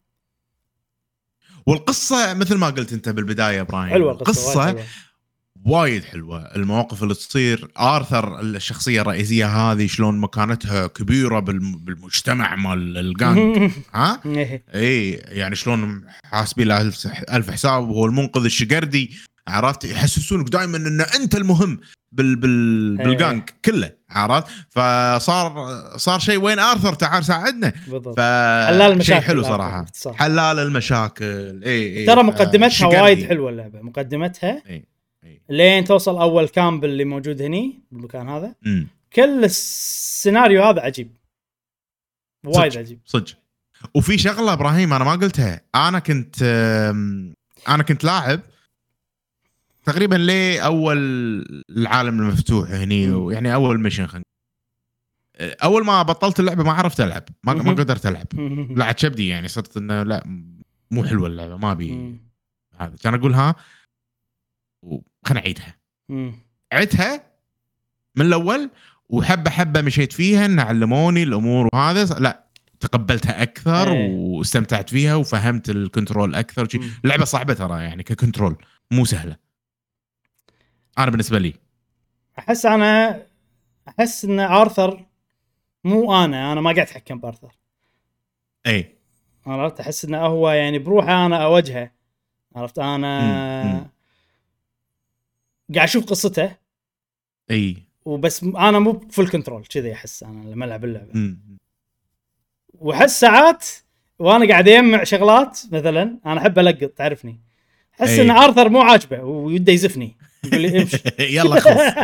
والقصه مثل ما قلت انت بالبدايه ابراهيم، حلوه القصه القصه وايد حلوه. المواقف اللي تصير، آرثر الشخصيه الرئيسيه هذه شلون مكانتها كبيره بالمجتمع مال الجانج ها اي يعني شلون حاسبين له ألف حساب وهو المنقذ الشقردي، عرفت؟ يحسسونك دائما ان انت المهم بال بال بالجانج كله، عرفت؟ فصار صار شيء وين آرثر تعال ساعدنا. حلال المشاكل حلو صراحه، حلال المشاكل. اي اي ترى مقدمتها وايد حلوه اللعبه، مقدمتها اي لين توصل اول كامب اللي موجود هني بالمكان هذا. م. كل السيناريو هذا عجيب وايد صج. عجيب صدق. وفي شغله ابراهيم انا ما قلتها، انا كنت انا كنت لاعب تقريبا لي اول العالم المفتوح هني، ويعني اول ميشن خن... اول ما بطلت اللعبه ما عرفت العب، ما ما قدرت العب. لا كبدي يعني صرت انه لا مو حلوه اللعبه ما بي هذا. كان اقول ها خلنا نعيدها. عيدها من الاول وحبه حبه مشيت فيها ان علموني الامور، وهذا لا تقبلتها اكثر ايه. واستمتعت فيها وفهمت الكنترول اكثر. اللعبه صعبه ترى يعني ككنترول مو سهله انا بالنسبه لي. احس انا احس ان آرثر مو انا انا ما قاعد اتحكم بآرثر. اي عرفت؟ احس انه هو يعني بروحه انا اوجهه، عرفت؟ انا م- م. قاعد اشوف قصته اي وبس، انا مو فول كنترول كذا. احس انا لما العب اللعبه واحس ساعات وانا قاعد اجمع شغلات مثلا انا احب القط تعرفني، احس ان آرثر مو عاجبه ويده يزفني يقول لي امشي يلا خلص.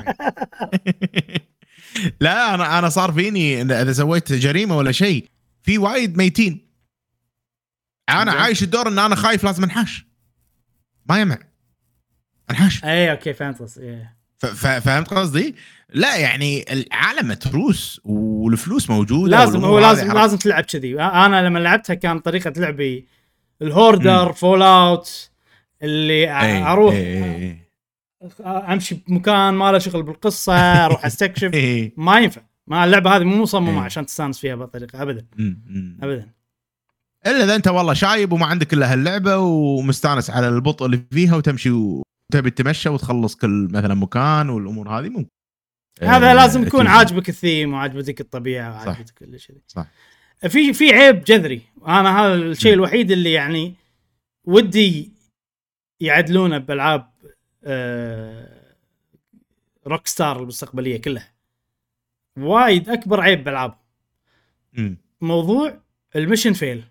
لا انا انا صار فيني اذا سويت جريمه ولا شيء في وايد ميتين، انا عايش الدور ان انا خايف لازم انحاش، ما يمع انحاش. اي اوكي فهمت قصدي. فهمت قصدي؟ لا يعني العالم متروس والفلوس موجوده، لازم هو لازم حرف. لازم تلعب كذي. انا لما لعبتها كان طريقه لعبي الهوردر فول اوت اللي أي اروح أي أي. امشي بمكان ما له شغل بالقصه اروح استكشف. ما ينفع، ما اللعبه هذه مو مصممه عشان تستانس فيها بهالطريقه ابدا ابدا، الا اذا انت والله شايب وما عندك الا هاللعبه ومستانس على البطء اللي فيها وتمشي وتبي تتمشى وتخلص كل مثلا مكان والامور هذه ممكن. هذا آه لازم يكون عاجبك الثيم وعاجبتك الطبيعه وعاجبتك كل شيء. صح. في في عيب جذري، انا هذا الشيء الوحيد اللي يعني ودي يعدلونه بالعاب آه روك ستار المستقبليه كلها. وايد اكبر عيب بالعاب موضوع الميشن فيل.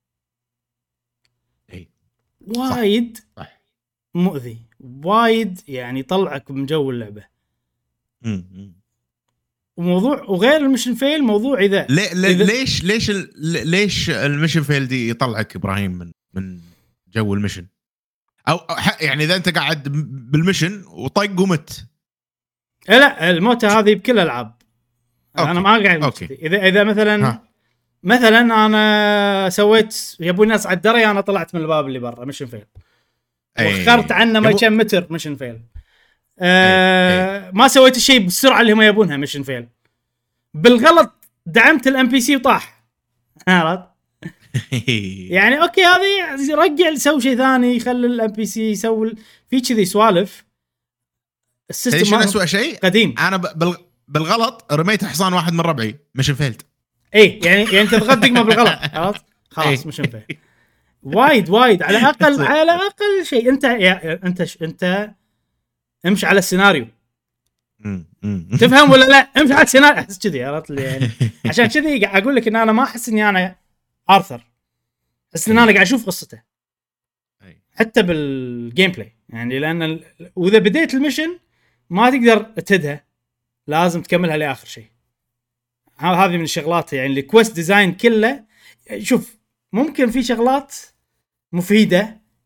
اي وايد صح. مؤذي وايد، يعني يطلعك من جو اللعبه. امم وموضوع وغير الميشن فيل موضوع اذا ليه إذا ليش ليش ليش الميشن فيل دي يطلعك ابراهيم من من جو الميشن؟ او يعني اذا انت قاعد بالميشن وطق ومت. لا الموتة هذه بكل الالعاب. انا ما قاعد أوكي. اذا اذا مثلا ها. مثلا انا سويت يبون ناس على الدري، انا طلعت من الباب اللي برا ميشن فيل واخترت عنه ما كم متر ميشن فيل. آه أي. ما سويت الشيء بالسرعه اللي هم يبونها ميشن فيل، بالغلط دعمت الام بي سي وطاح. عرفت؟ يعني اوكي هذه رجع سوي شيء ثاني، خلي الام بي سي يسوي في كذي سوالف. السيستم ما اسوء شيء قديم. انا بالغلط رميت حصان واحد من ربعي ميشن فيلد. اي يعني يعني انت تغدق ما بالغلط خلاص خلاص ميشن فيلد. وايد وايد على اقل على اقل شيء انت انت انت امشي على السيناريو. تفهم ولا لا؟ امشي على السيناريو. احس كذي عرفت لي يعني. عشان كذي قاعد اقول لك ان انا ما احس اني انا آرثر، احس ان انا قاعد اشوف قصته حتى بالجيم بلاي يعني. لان ال... واذا بديت الميشن ما تقدر تهدها، لازم تكملها لاخر شيء. هذه من الشغلات يعني الكويست ديزاين كله. شوف ممكن في شغلات مفيده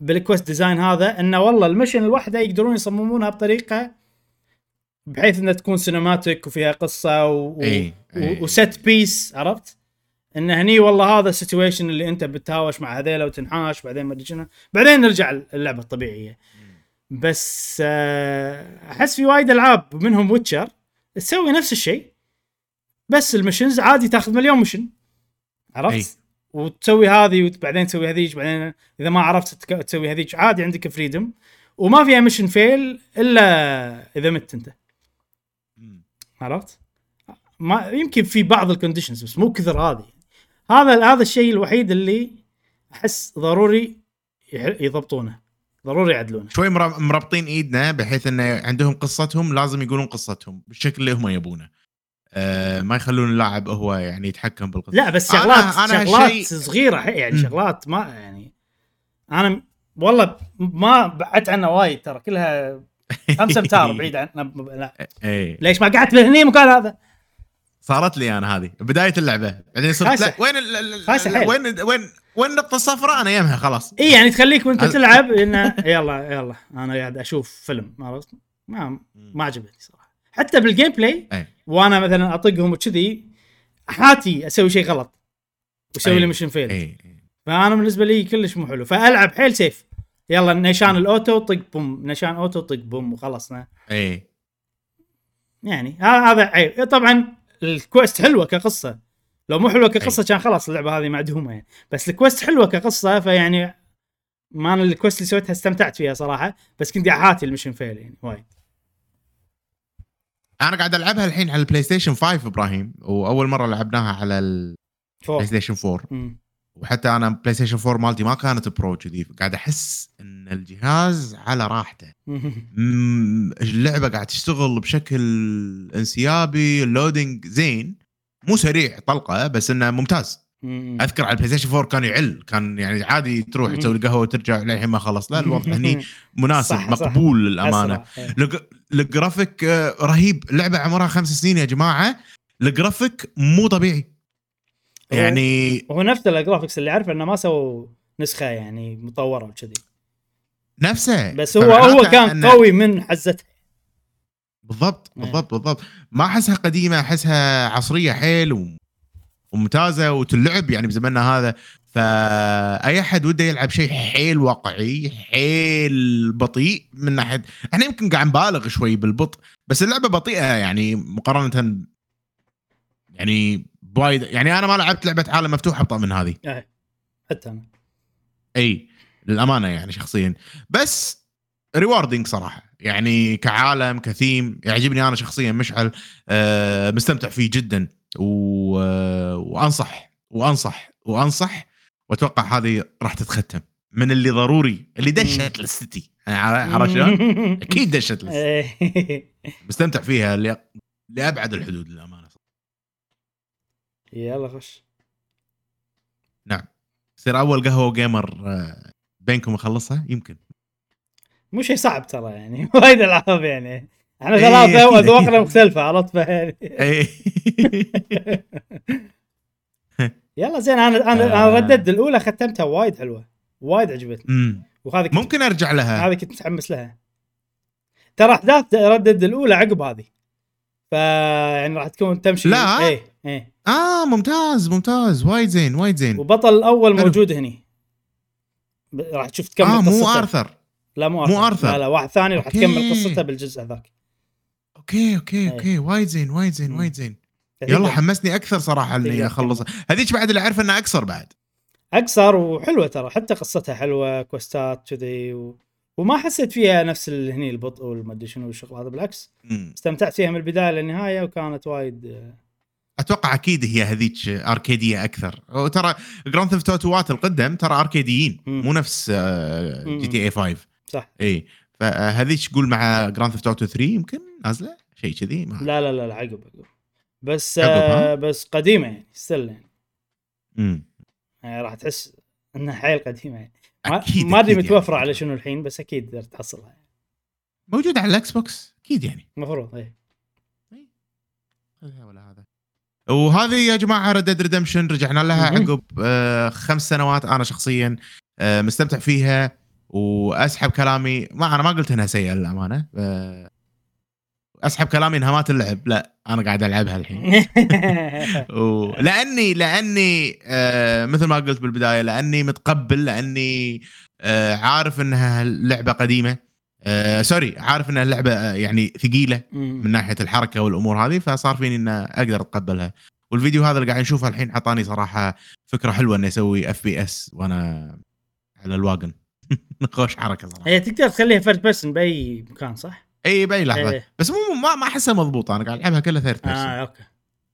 بالكوست ديزاين هذا انه والله المشن الواحده يقدرون يصممونها بطريقه بحيث انها تكون سينماتيك وفيها قصه و... أي. أي. و... وست بيس. عرفت ان هني والله هذا السيتويشن اللي انت بتهاوش مع هذيلا وتنحاش بعدين ما ادري شنو بعدين نرجع اللعبه الطبيعيه. بس احس في وايد العاب منهم ويتشر تسوي نفس الشيء بس المشنز عادي تاخذ مليون مشن. عرفت أي. وتسوي هذه وبعدين تسوي هذيك بعدين اذا ما عرفت تسوي هذيك عادي عندك فريدم وما فيها مشن فيل الا اذا مت انت. عرفت ما يمكن في بعض الكونديشنز بس مو كثر. هذه هذا هذا الشيء الوحيد اللي احس ضروري يضبطونه ضروري يعدلونه شوي مربطين ايدنا بحيث ان عندهم قصتهم لازم يقولون قصتهم بالشكل اللي هم يبونه. أه ما يخلون اللاعب هو يعني يتحكم بالقصه. لا بس شغلات أنا أنا شغلات شي... صغيره يعني م. شغلات ما يعني انا والله ما بعدت عنها وايد ترى كلها خمسة امتار بعيد عنها. لا أي. ليش ما قعدت هني مكان هذا؟ صارت لي انا هذه بدايه اللعبه بعدين صرت لا وين ال ال وين وين وين النقطه الصفراء انا يمها خلاص. اي يعني تخليك وانت تلعب انه يلا يلا انا قاعد اشوف فيلم عرفت ما ما عجبتني صراحه حتى بالجيم بلاي. أي. وانا مثلا اطقهم وكذي حاتي اسوي شيء غلط واسوي لي مشن فيل. أي. فانا بالنسبه لي كلش مو حلو فالعب حيل سيف يلا نشان الاوتو طق بوم نشان اوتو طق بوم وخلصنا. اي يعني هذا عيب. طبعا الكويست حلوه كقصه لو مو حلوه كقصه كان خلاص اللعبه هذه معدومه يعني. بس الكويست حلوه كقصه فيعني ما انا الكويست اللي سويتها استمتعت فيها صراحه بس كنت حاتي المشن فيل يعني وايد. انا قاعد العبها الحين على البلاي ستيشن خمسة ابراهيم واول مره لعبناها على البلاي ستيشن فور م. وحتى انا بلاي ستيشن فور مالتي ما كانت برو كذي قاعد احس ان الجهاز على راحته. اللعبه قاعد تشتغل بشكل انسيابي اللودينج زين مو سريع طلقه بس انه ممتاز. اذكر على البلاي ستيشن فور كان يعل كان يعني عادي تروح تسوي القهوه وترجع للحين ما خلص. لا الوضع هني مناسب صح مقبول صح. للامانه. الجرافيك رهيب لعبه عمرها خمس سنين يا جماعه الجرافيك مو طبيعي يعني هو نفس الجرافيكس اللي عارف انه ما سووا نسخه يعني مطوره وكذي نفسه بس هو هو كان قوي من حزتها بالضبط بالضبط بالضبط ما احسها قديمه احسها عصريه حيل وممتازه وتلعب يعني بزماننا هذا. فاي احد وده يلعب شيء حيل واقعي حيل بطيء من ناحيه احنا يمكن قاعد نبالغ شوي بالبطء بس اللعبه بطيئه يعني مقارنه يعني وايد يعني انا ما لعبت لعبه عالم مفتوح ابطا من هذه اي حتى انا اي للامانه يعني شخصيا بس ريواردينج صراحه يعني كعالم كثيم يعجبني انا شخصيا مشعل آه مستمتع فيه جدا و... آه وانصح وانصح وانصح واتوقع هذه راح تتختم من اللي ضروري اللي دشت للسيتي عرفت شلون اكيد دشت للسيتي مستمتع فيها ل... لابعد الحدود للامانه. يلا خش. نعم يصير اول قهوه جيمر بينكم اخلصها يمكن مو شيء صعب ترى يعني وايد العاب يعني احنا ثلاثه واذواقنا مختلفه عرفت يعني. يلا زين انا انا انا ردد الاولى ختمتها وايد حلوه وايد عجبتني وهذه ممكن ارجع لها هذه كنت متحمس لها ترى احداث ردد الاولى عقب هذه فيعني راح تكون تمشي لا ايه ايه اه ممتاز ممتاز وايد زين وايد زين. وبطل الاول موجود هني راح تشوف تكمل آه قصته. مو ارثر لا مو ارثر. مو ارثر لا لا واحد ثاني راح تكمل قصته بالجزء هذاك. اوكي اوكي اوكي ايه. وايد زين وايد زين وايد زين. يلا حمسني اكثر صراحه اني اخلصها هذيك بعد اللي اعرف انها اكثر بعد اكثر وحلوه ترى حتى قصتها حلوه كوستات كذي و... وما حسيت فيها نفس اللي هني البطء والمدري شنو والشغل هذا بالعكس م. استمتعت فيها من البدايه للنهايه وكانت وايد اتوقع اكيد هي هذيك اركيديه اكثر. وترى جراند ثيفت اوتو القدم ترى اركيديين م. مو نفس جي تي اي خمسة صح اي فهذيك تقول مع جراند ثيفت اوتو ثلاثة يمكن نازله شيء كذي لا لا لا عقب عقب بس آه بس قديمه يعني ستيل يعني امم يعني راح تحس انها حيل قديمه يعني ما ادري متوفره يعني. على شنو الحين بس اكيد تقدر تحصلها يعني. موجوده على الاكس بوكس اكيد يعني المفروض اي ولا هذا. وهذه يا جماعه ريد ريدمشن رجعنا لها عقب آه خمس سنوات. انا شخصيا آه مستمتع فيها واسحب كلامي. ما انا ما قلت انها سيئه للامانه، اسحب كلامي انها ما تلعب، لا انا قاعد العبها الحين. ولاني لاني آه مثل ما قلت بالبدايه، لاني متقبل، لاني آه عارف انها لعبه قديمه، آه سوري عارف انها لعبه آه يعني ثقيله من ناحيه الحركه والامور هذه، فصار فيني ان اقدر اتقبلها. والفيديو هذا اللي قاعد نشوفه الحين عطاني صراحه فكره حلوه انه يسوي اف بي اس وانا على الواجن. خوش حركه صراحه. هي تقدر تخليها فيرست بيرسون باي مكان صح؟ اي باي لحظه ايه. بس مو ما ما احسها مضبوطه، انا قاعد العبها كلها ثيرد بيرسون. اه اوكي.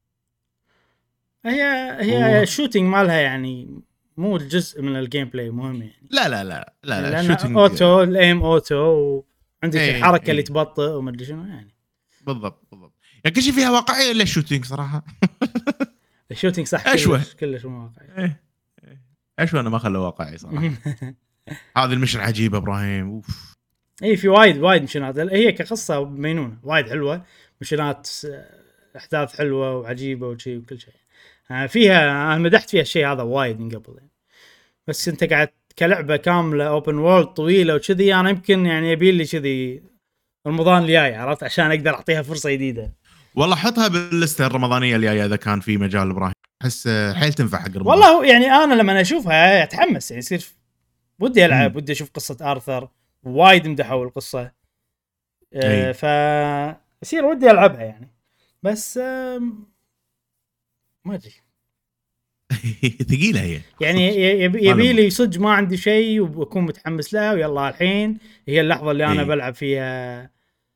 هي هي الشوتينج مالها يعني مو الجزء من الجيم بلاي مهم يعني. لا لا لا لا, لا. لأن الشوتينج اوتو الايم اوتو وعندك ايه الحركه ايه. اللي تبطئ وما ادري شنو يعني. بالضبط بالضبط. يعني كل شيء فيها واقعيه الا الشوتينج صراحه. الشوتينج صح أشوه. كلش كلش مو واقعي. ايه اشوى انا ما خلوه واقعي صراحه. هذه المشن عجيبه ابراهيم. اوف. اي في وايد وايد مشينات، هي كقصه مينونه وايد حلوه، مشينات احداث حلوه وعجيبه وشيء وكل شيء فيها. انا مدحت فيها الشيء هذا وايد من قبل يعني. بس انت قاعد كلعبه كامله اوبن وورلد طويله وكذي، انا يمكن يعني يبي لي كذي رمضان الجاي عرفت عشان اقدر اعطيها فرصه جديده. والله حطها باللسته الرمضانيه الجايه اذا كان في مجال ابراهيم، احس حيل تنفع حق رمضان. والله يعني انا لما اشوفها اتحمس يعني، يصير ودي العب، ودي اشوف قصه ارثر، وايد مدحوا القصه أه ف يصير ودي العبها يعني. بس أه ما ادري. ثقيله هي يعني يبي, يبي لي صدق ما عندي شيء وبكون متحمس لها، ويلا الحين هي اللحظه اللي انا أي. بلعب فيها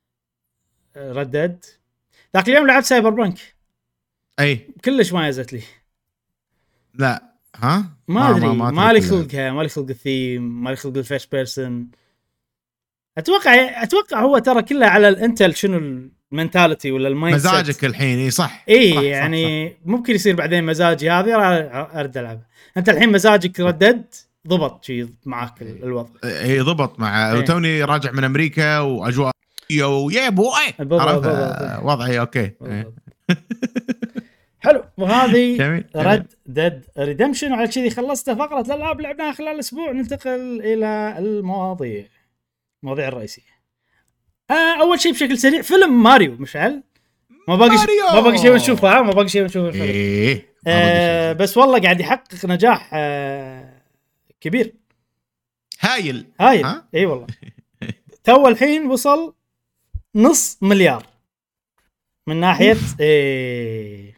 ردد. ذاك اليوم لعبت سايبر بانك، اي كلش ما يزت لي. لا ها ما ادري ما لي خلقها، ما لي خلق الثيم، ما لي خلق الفيرست بيرسون. اتوقع اتوقع هو ترى كله على الانتل، شنو المنتاليتي ولا المايند سيت مزاجك الحين. اي صح اي صح يعني صح صح. ممكن يصير بعدين مزاجي هذه ارد العبها. انت الحين مزاجك ردد ضبط شيء معك الوضع. اي ضبط مع إيه. وتوني راجع من امريكا واجواء يو يا بوي عرفت وضعي اوكي. حلو. وهذه رد ديد ريدمشن، وعلى كذي خلصت فقره الالعاب لعبناها خلال الاسبوع. ننتقل الى المواضيع المواضيع الرئيسيه. آه اول شيء بشكل سريع فيلم ماريو مشعل. ما باقي ما باقي شيء نشوفه، ما باقي شيء نشوفه الفيلم. إيه. آه بس والله قاعد يحقق نجاح آه كبير هايل هايل. اي إيه والله. تو الحين وصل نص مليار من ناحيه إيه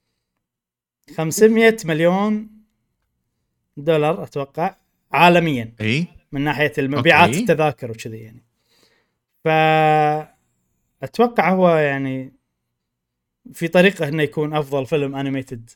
خمسمية مليون دولار اتوقع عالميا. اي من ناحيه المبيعات التذاكر وكذي يعني. ف اتوقع هو يعني في طريقه انه يكون افضل فيلم انيميتد.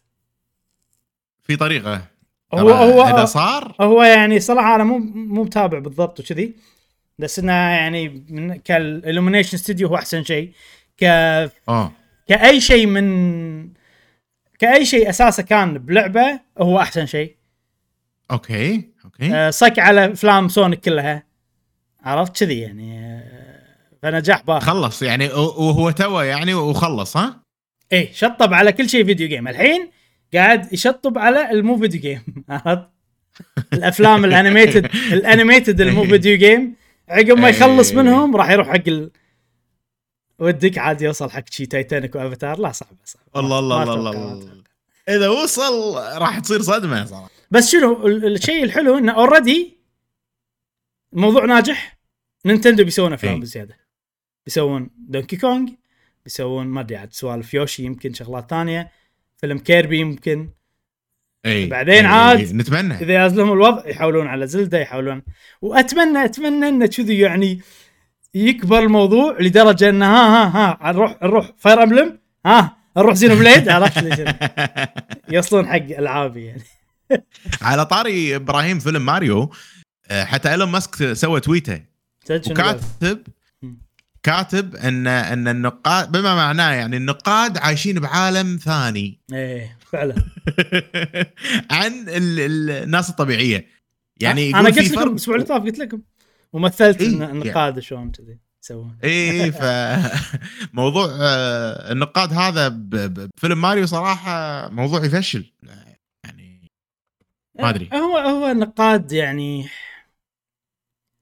في طريقه هو هو اذا صار هو يعني صراحه انا مو مو متابع بالضبط وكذي، بس انه يعني من كالإلومينيشن ستوديو هو احسن شيء. ك اه كاي شيء من كاي شيء اساسه كان بلعبه هو احسن شيء. اوكي اوكي. آه صك على افلام سونيك كلها عرفت كذي يعني. آه فنجاح باهر. خلص يعني وهو توا يعني وخلص. ها ايه شطب على كل شيء فيديو جيم. الحين قاعد يشطب على المو فيديو جيم. عرفت الافلام الانيميتد الانيميتد المو فيديو جيم عقب ما يخلص منهم راح يروح حق ال... ودك عاد يوصل حق شي تايتانيك وافاتار. لا صعب صعب. الله الله الله الله. اذا وصل راح تصير صدمه صراحه. بس شنو الشيء الحلو انه اوريدي الموضوع ناجح. نينتندو بيسوون افلام بزياده، بيسوون دونكي كونغ، بيسوون ما ادري عاد سوالف يوشي، يمكن شغلات ثانيه، فيلم كيربي يمكن. أي. بعدين أي. عاد نتمنى اذا يازلهم الوضع يحاولون على زلدة، يحاولون. واتمنى اتمنى انه كذي يعني يكبر الموضوع لدرجه انه ها ها ها نروح نروح فاير امبلم، ها نروح زينو بليد. عرفت يوصلون حق العابي يعني. على طاري ابراهيم فيلم ماريو، حتى ايلون ماسك سوى تويته وكاتب كاتب ان ان النقاد بما معناه يعني النقاد عايشين بعالم ثاني. ايه فعلا. عن ال ال الناس الطبيعيه يعني. انا قلت لكم الاسبوع اللي طاف قلت لكم ومثلت إيه النقاد شلون كذي يسوون. ايه فموضوع النقاد هذا بفيلم ماريو صراحه موضوع يفشل يعني. ما ادري هو هو النقاد يعني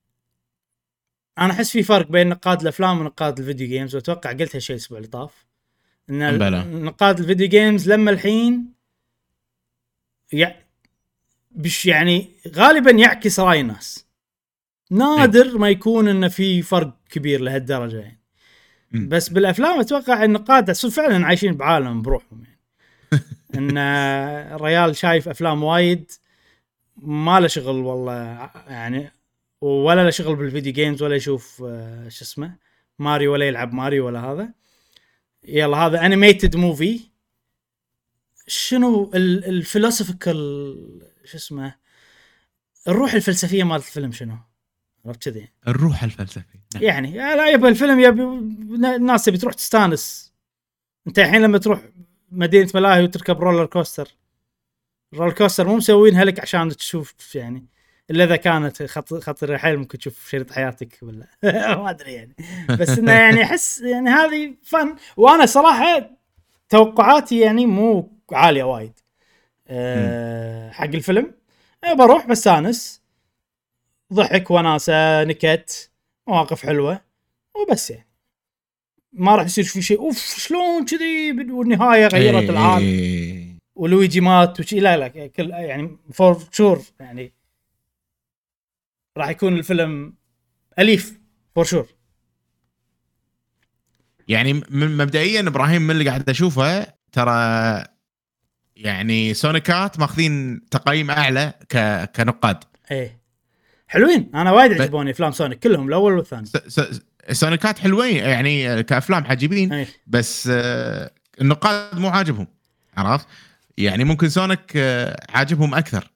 انا احس في فرق بين نقاد الافلام ونقاد الفيديو جيمز، واتوقع قلت هالشيء الاسبوع اللي طاف، ان بلا. نقاد الفيديو جيمز لما الحين يع... بش يعني غالبا يعكس راي الناس، نادر ما يكون انه في فرق كبير لهالدرجه يعني. م. بس بالافلام اتوقع النقاد فعلا عايشين بعالم بروحهم يعني. ان الريال شايف افلام وايد ما له شغل والله يعني، ولا له شغل بالفيديو جيمز، ولا يشوف آه شو اسمه ماريو، ولا يلعب ماريو ولا هذا. يلا هذا انيميتد موفي، شنو الفلسفيكال شو اسمه الروح الفلسفيه مالت الفيلم شنو؟ عرفت كذي الروح الفلسفي نعم. يعني لا يبغى الفيلم يبي الناس تبي تروح تستانس. انت الحين لما تروح مدينه ملاهي وتركب رولر كوستر، رولر كوستر مو مسوينها لك عشان تشوف يعني، الا اذا كانت خطر خطر حيل ممكن تشوف شريط حياتك ولا ما ادري يعني. بس انه يعني احس يعني هذه فن، وانا صراحه توقعاتي يعني مو عاليه وايد أه حق الفيلم. أه بروح بستانس، ضحك وناسه نكت مواقف حلوه وبس يعني، ما راح يصير في شيء اوف شلون كذي والنهايه غيرت إيه. العالم ولويجي مات وشي، لا لا كل يعني فور شور يعني راح يكون الفيلم أليف فور شور. يعني من مبدئيا ابراهيم من اللي قاعد اشوفه ترى يعني سونيكات ماخذين تقييم اعلى ك... كنقاد. ايه حلوين، انا وايد عجبوني افلام سونيك كلهم الاول والثاني. س... س... سونيكات حلوين يعني كافلام عجيبين. أيه. بس آه النقاد مو عاجبهم، عرفت يعني ممكن سونيك آه عاجبهم اكثر.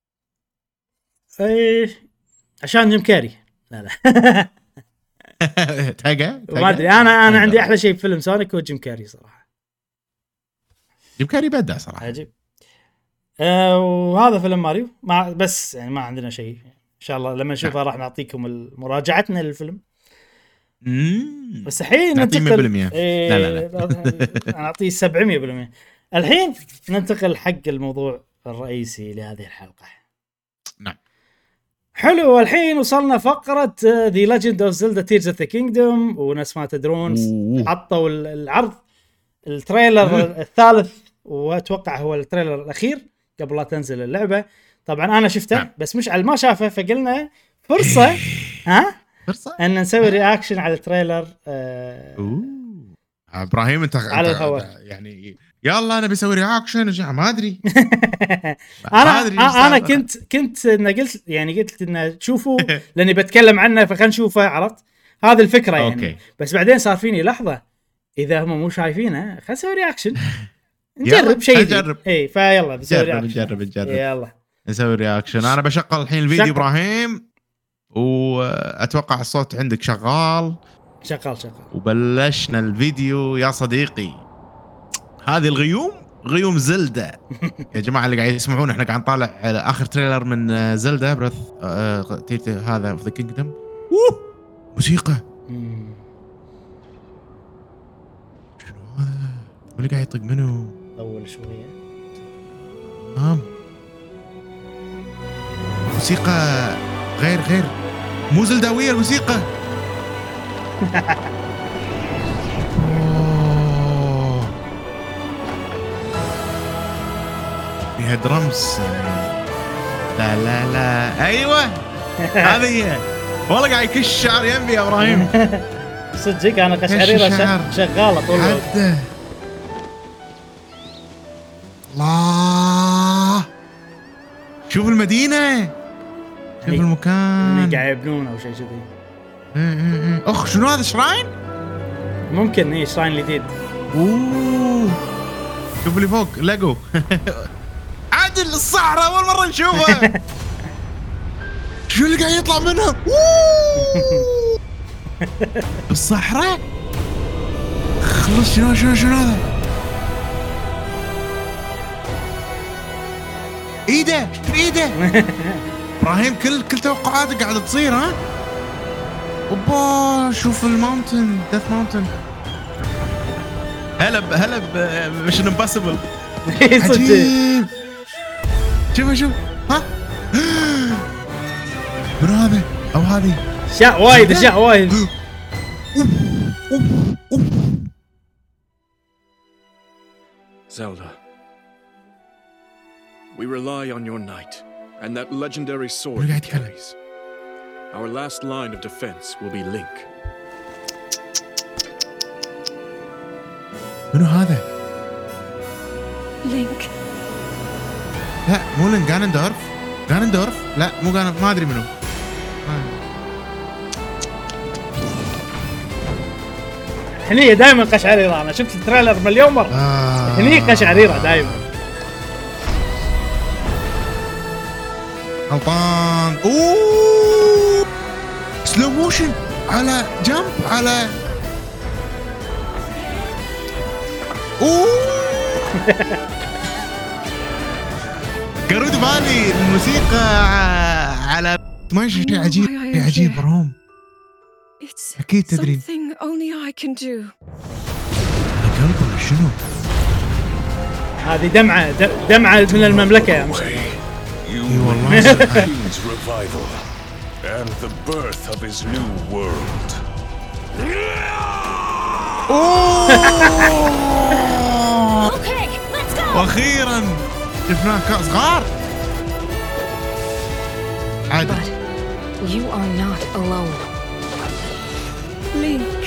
ايه عشان جيم كاري. لا لا تاجا ما ادري، انا انا عندي احلى شيء بفيلم سونيك هو جيم كاري صراحه. جيم كاري بدع صراحه عجيب. أه وهذا فيلم ماريو ما بس يعني ما عندنا شيء، ان شاء الله لما نشوفه راح نعطيكم مراجعتنا للفيلم. امم بس الحين ننتقل إيه لا لا لا انا اعطيه سبعمية بالمية. الحين ننتقل حق الموضوع الرئيسي لهذه الحلقه. نعم حلو، والحين وصلنا فقره The Legend of Zelda Tears of the Kingdom. وناس ما تدرون حطوا العرض التريلر الثالث، واتوقع هو التريلر الاخير قبل لا تنزل اللعبه. طبعا انا شفته نعم. بس مشعل ما شافه، فقلنا فرصه ها فرصه ان نسوي رياكشن على التريلر. آه ابراهيم انت على الهواء يعني يلا انا بسوي رياكشن ما ادري انا أدري انا كنت كنت انا قلت يعني قلت ان تشوفوا لاني بتكلم عنه فخلينا نشوفه، عرفت هذه الفكره يعني أوكي. بس بعدين صار فيني لحظه اذا هم مو شايفينه خلينا نسوي رياكشن نجرب شيء نجرب اي فيلا نسوي رياكشن نجرب نجرب يلا نسوي رياكشن. انا بشغل الحين الفيديو شغل. ابراهيم واتوقع الصوت عندك شغال شغال شغال وبلشنا الفيديو يا صديقي. هذه الغيوم غيوم زلدة يا جماعه اللي قاعد يسمعون، احنا قاعد نطالع اخر تريلر من زلدة بريث آه هذا في ذا كينجدم. موسيقى شنو هذا اللي قاعد يطق منه اول شويه تمام. موسيقى غير غير مو زلداويه الموسيقى فيها درمز. لا لا لا ايوه هذه هي والله قاعد يكش الشعر ينبي يا ابراهيم صدق انا قشعريره شغاله طول الوقت. الله شوف المدينه شوف المكان اللي قاعد يبنون او شيء كذي. اخ شنو هذا شراين؟ ممكن ايه شراين جديد. اوه شوف اللي فوق ليجو عادل الصحراء اول مره نشوفها شو اللي قاعد يطلع منها الصحراء خلص. شنو شنو شنو هذا ايده ايده ابراهيم كل كل توقعاتك قاعده تصير ها. اوبا شوف الماونتن ديث ماونتن. هلا هلا مش امبوسيبل عجيب. شوف شوف ها من هذا او هذه اشياء وايد اشياء وايد. Zelda, we rely on your knight and that legendary sword he carries. Our last line of defense will be Link. منو هذا؟ Link. لا مو لين غانندورف. غانندورف لا مو غان ما ادري منو. هني دائما قشعريره. انا شفت التريلر مليون مره. آه. هني قشعريره دائما. غلطان. اوه سلو موشن على جمب على اوه قرد بالي الموسيقى على ما شيء عجيب شيء عجيب روم. أكيد تدرين. قلبه شنو؟ هذه دمعة دمعة من المملكة يا مش. اي والله. And the birth of his new world. Okay, let's go. واخيرا شفناه صغار. عادي. You are not alone. Link.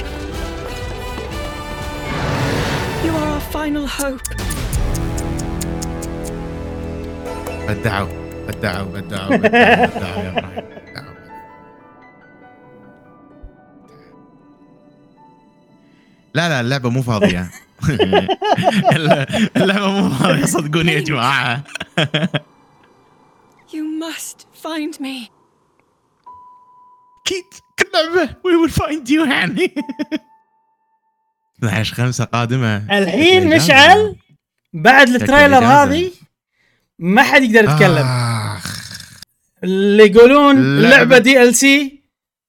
You are our final hope. بدعوا بدعوا بدعوا بدعوا يا ابراهيم. لا لا اللعبة مو فاضية. اللعبة مو فاضية صدقوني يا جماعة. You must find me. أكيد كل لعبة we will find you يعني. اثنا عشر خمسة قادمة الحين نشعل بعد التريلر هذه ما حد يقدر يتكلم. اللي يقولون اللعبة دي ال سي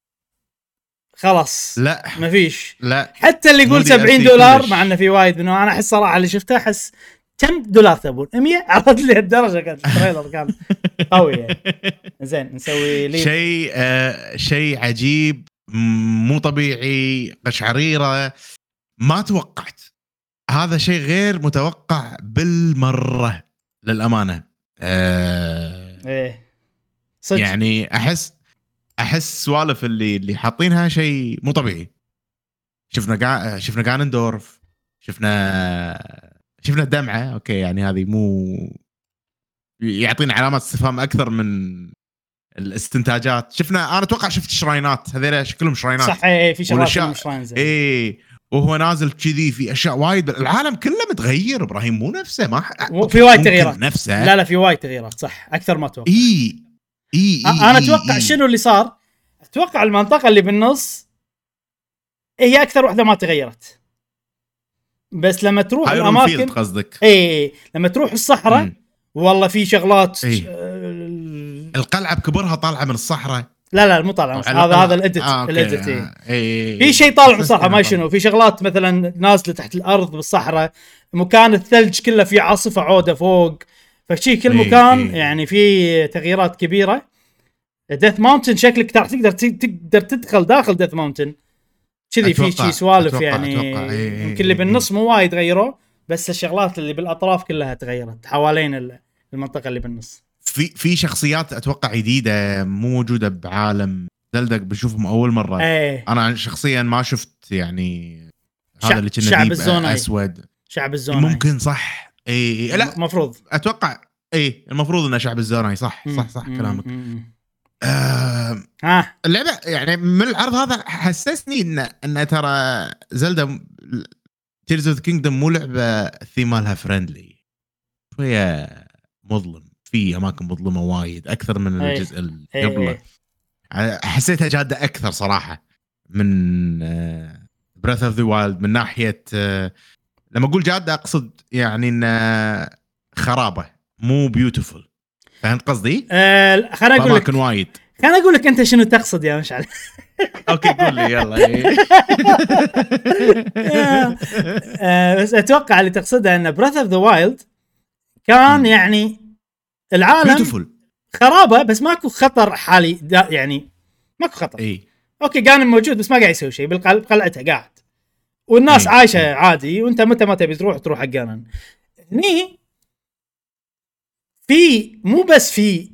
خلاص لا ما فيش. لا حتى اللي يقول سبعين دولار مع انه في وايد منه. انا احس صراحه اللي شفته احس كم دولار تبون مية عرفت لي الدرجه كانت التريلر كان قوي يعني. زين نسوي لي شيء آه شيء عجيب مو طبيعي قشعريره ما توقعت. هذا شيء غير متوقع بالمره للامانه. آه ايه صدق يعني احس احس سوالف اللي اللي حاطينها شيء مو طبيعي. شفنا قا... شفنا غانندورف شفنا شفنا دمعه اوكي يعني هذه مو يعطينا علامات استفهام اكثر من الاستنتاجات. شفنا انا اتوقع شفت شراينات هذول شكلهم شراينات صح. ايه في شغلات شراين زين. ايه وهو نازل كذي في اشياء وايد. العالم كله متغير ابراهيم مو نفسه ما ح... في وايد تغييرات نفسه. لا لا في وايد تغييرات صح اكثر ما اتوقع. اي اي انا اتوقع شنو اللي صار. اتوقع المنطقه اللي بالنص هي اكثر واحده ما تغيرت. بس لما تروح الاماكن قصدك اي لما تروح الصحراء والله في شغلات. إيه. القلعه بكبرها طالعه من الصحراء. لا لا مو طالع هذا هذا الاديت آه الاديت آه. إيه. في شيء طالع من الصحراء ما شنو. في شغلات مثلا نازله تحت الارض بالصحراء. مكان الثلج كله في عاصفه عوده فوق. فشي كل مكان إيه. يعني في تغييرات كبيره. ديث ماونتن شكلك تقدر تقدر تدخل داخل ديث ماونتن كذي في شيء سوالف يعني. يمكن اللي بالنص مو وايد غيروا بس الشغلات اللي بالاطراف كلها تغيرت حوالين المنطقه اللي بالنص. في في شخصيات اتوقع جديده مو موجوده بعالم زلدا بنشوفهم اول مره. ايه. انا شخصيا ما شفت يعني هذا اللي كنا شعب الزونة اسود. شعب الزونة ممكن صح. اي لا المفروض اتوقع اي المفروض انه شعب الزونة. صح صح صح مم. كلامك. مم. آه ها اللعبه يعني من العرض هذا حسسني ان ان ترى زلدا تيرز اوف ذا كينجدم مو لعبه ثيمالها فريندلي. هي مظلم في اماكن مظلمه وايد اكثر من الجزء اللي قبله. حسيتها جاده اكثر صراحه من بريث اوف ذا وايلد من ناحيه لما اقول جاده اقصد يعني ان خرابه مو بيوتيفول. فهمت قصدي؟ أه خليني اقول لك وايد. خليني اقول لك انت شنو تقصد يا مشعل. اوكي قول لي يلا. أه بس اتوقع اللي تقصده ان بريث اوف ذا وايلد كان يعني العالم بيوتيفول خرابه بس ماكو خطر حالي يعني ماكو خطر. اي اوكي جانن موجود بس ما قاعد يسوي شيء بقلعته قاعد والناس مم. عايشه عادي وانت متى ما تبي تروح تروح حق جانن. هني في مو بس في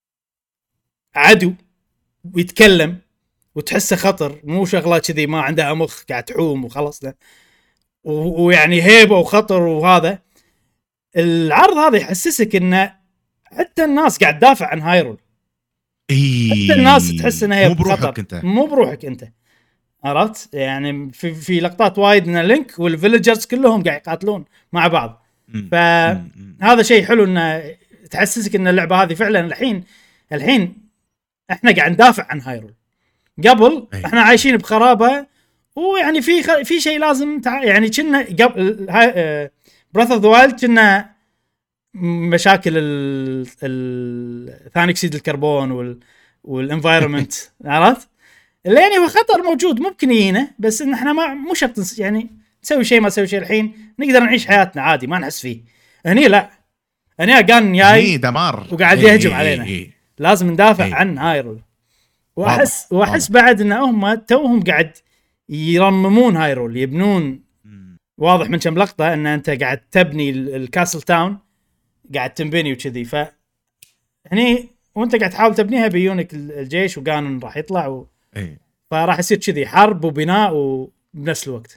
عدو ويتكلم وتحسه خطر مو شغله كذي ما عندها مخ قاعد تحوم وخلاص لا ويعني هيبه وخطر وهذا العرض هذا يحسسك انه حتى الناس قاعد تدافع عن هايرول. إيه. حتى الناس تحس انها هي مو بروحك بخطر. انت مو بروحك انت عرفت يعني في في لقطات وايد من لينك والفيلجرز كلهم قاعد يقاتلون مع بعض. فهذا شيء حلو انه تحسسك ان اللعبه هذه فعلا الحين الحين احنا قاعد ندافع عن هايرول. قبل أي. احنا عايشين بخرابه ويعني في خ... في شيء لازم تع... يعني كنا قبل هاي... براث اوف ذا وايلد كنا مشاكل ال... ال... ثاني اكسيد الكربون وال والانفايرمنت عرفت اللي يعني هو خطر موجود ممكن يجينا بس ان احنا ما مو شرط يعني نسوي شيء ما نسوي شيء الحين نقدر نعيش حياتنا عادي ما نحس فيه. هني لا هني كان جاي دمار وقاعد إيه يهجم إيه علينا إيه. لازم ندافع إيه. عن هايرول. واحس واضح. واحس بعد ان هم توهم قاعد يرممون هايرول يبنون. واضح من كم لقطه ان انت قاعد تبني الكاسل تاون قاعد تنبني وكذي ف هني وانت قاعد تحاول تبنيها بيونك الجيش وقانون راح يطلع و... إيه. فراح يصير كذي حرب وبناء وبنفس الوقت.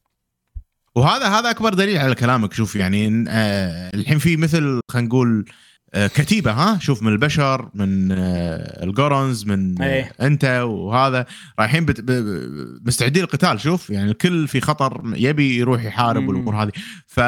وهذا هذا اكبر دليل على كلامك. شوف يعني آه الحين في مثل خلينا نقول آه كتيبه ها شوف من البشر من آه الجورونز من آه انت وهذا رايحين بت... ب... مستعدين للقتال. شوف يعني الكل في خطر يبي يروح يحارب والامور هذه.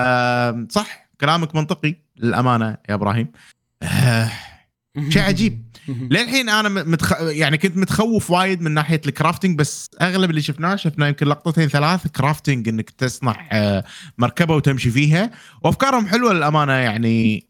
فصح كلامك منطقي للامانه يا ابراهيم. آه شيء عجيب. للحين انا متخ... يعني كنت متخوف وايد من ناحيه الكرافتنج بس اغلب اللي شفناه شفنا يمكن لقطتين ثلاث كرافتنج انك تصنع مركبه وتمشي فيها وافكارهم حلوه للامانه يعني.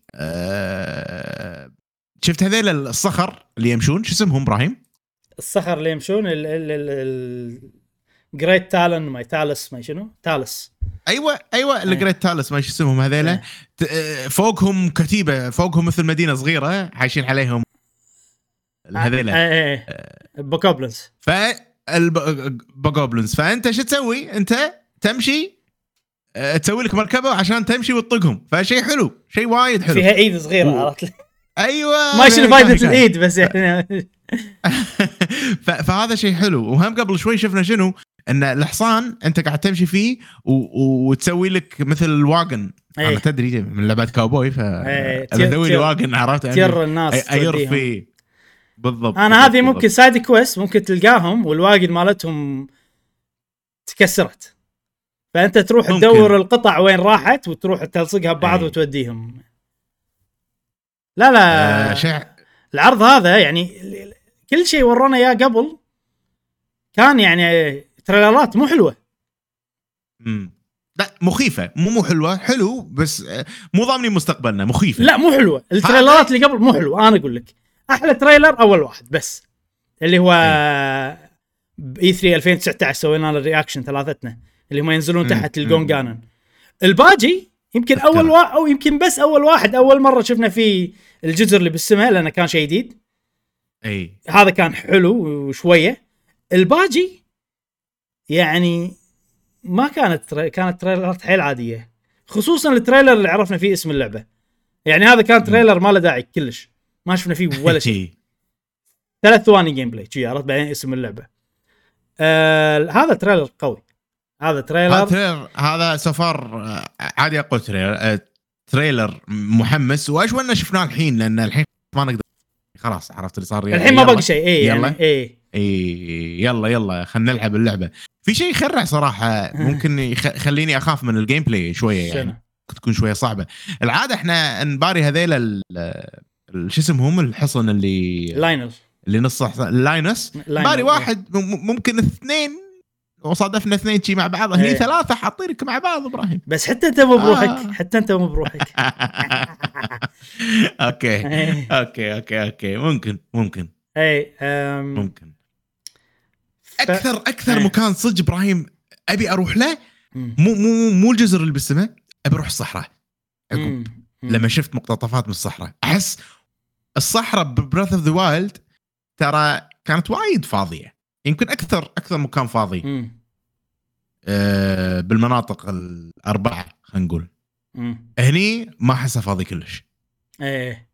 أه... شفت هذيل الصخر اللي يمشون شو اسمهم ابراهيم؟ الصخر اللي يمشون ال ال ال جريت تالن ما تالس ما شنو تالس ايوه ايوه الجريت تالس ما شو اسمهم هذيلا. فوقهم كتيبه فوقهم مثل مدينه صغيره عايشين عليهم هذيلا ايه بوكوبلنز. ف البوكوبلنز فانت شو تسوي؟ انت تمشي تسوي لك مركبه عشان تمشي وتطقهم. فشيء حلو شيء وايد حلو فيها ايد صغيره عرفت. ايوه ما شنو فايده الايد بس يعني فهذا شيء حلو. وهم قبل شوي شفنا شنو ان الحصان انت قاعد تمشي فيه و... وتسوي لك مثل الواجن. أيه. انا تدري من لعبات كاوبوي ف أيه. اسوي لي واجن عرفت تير الناس اير فيه بالضبط. انا هذه ممكن سايد كويست ممكن تلقاهم والواجن مالتهم تكسرت فانت تروح ممكن. تدور القطع وين راحت وتروح تلصقها ببعض. أيه. وتوديهم. لا لا آه شيء العرض هذا يعني كل شيء ورونا اياه قبل كان يعني تريلرات مو حلوه. امم لا مخيفه مو مو حلوه حلو بس مو ضامنين مستقبلنا مخيفه. لا مو حلوه التريلرات اللي قبل مو حلوه. انا اقول لك احلى تريلر اول واحد بس اللي هو اي ثري ألفين وتسعة عشر سوينا له رياكشن ثلاثتنا اللي هم ينزلون تحت الجون جانن. الباجي يمكن اول واحد او يمكن بس اول واحد اول مره شفنا فيه الجزر اللي بالسماء لانه كان شيء جديد. اي هذا كان حلو وشويه. الباجي يعني ما كانت كانت تريلرات حيل عاديه خصوصا التريلر اللي عرفنا فيه اسم اللعبه. يعني هذا كان تريلر ما له داعي كلش ما شفنا فيه ولا شيء. ثلاث ثواني جيم بلاي شي عرفت بعدين اسم اللعبه. آه هذا تريلر قوي. هذا تريلر هذا تريلر هذا سفر عادي اقول تريلر تريلر محمس وايش ونا شفناه الحين لان الحين ما نقدر خلاص عرفت اللي صار الحين ما باقي شيء. اي يعني اي اي يلا يلا خلينا نلعب اللعبه. في شيء يخرع صراحه ممكن يخليني اخاف من الجيم بلاي شويه يعني تكون شويه صعبه. العاده احنا نباري هذيل شو اسمهم الحصن اللي لاينل اللي نص اللاينس باري واحد ممكن اثنين وصادفنا اثنين شي مع بعض. هني ثلاثه حاطينك مع بعض ابراهيم. بس حتى انت مو بروحك. آه. حتى انت مو بروحك. اوكي اوكي اوكي اوكي ممكن ممكن اي أم... ممكن اكثر اكثر أي. مكان صدق ابراهيم ابي اروح له مو مو مو الجزر اللي بالسماء. ابي اروح الصحراء عقب لما شفت مقتطفات من الصحراء احس الصحراء ببريث اوف ذا وايلد ترى كانت وايد فاضيه يمكن اكثر اكثر مكان فاضي امم آه بالمناطق الاربعه خلينا نقول. امم هني ما احسه فاضي كلش. ايه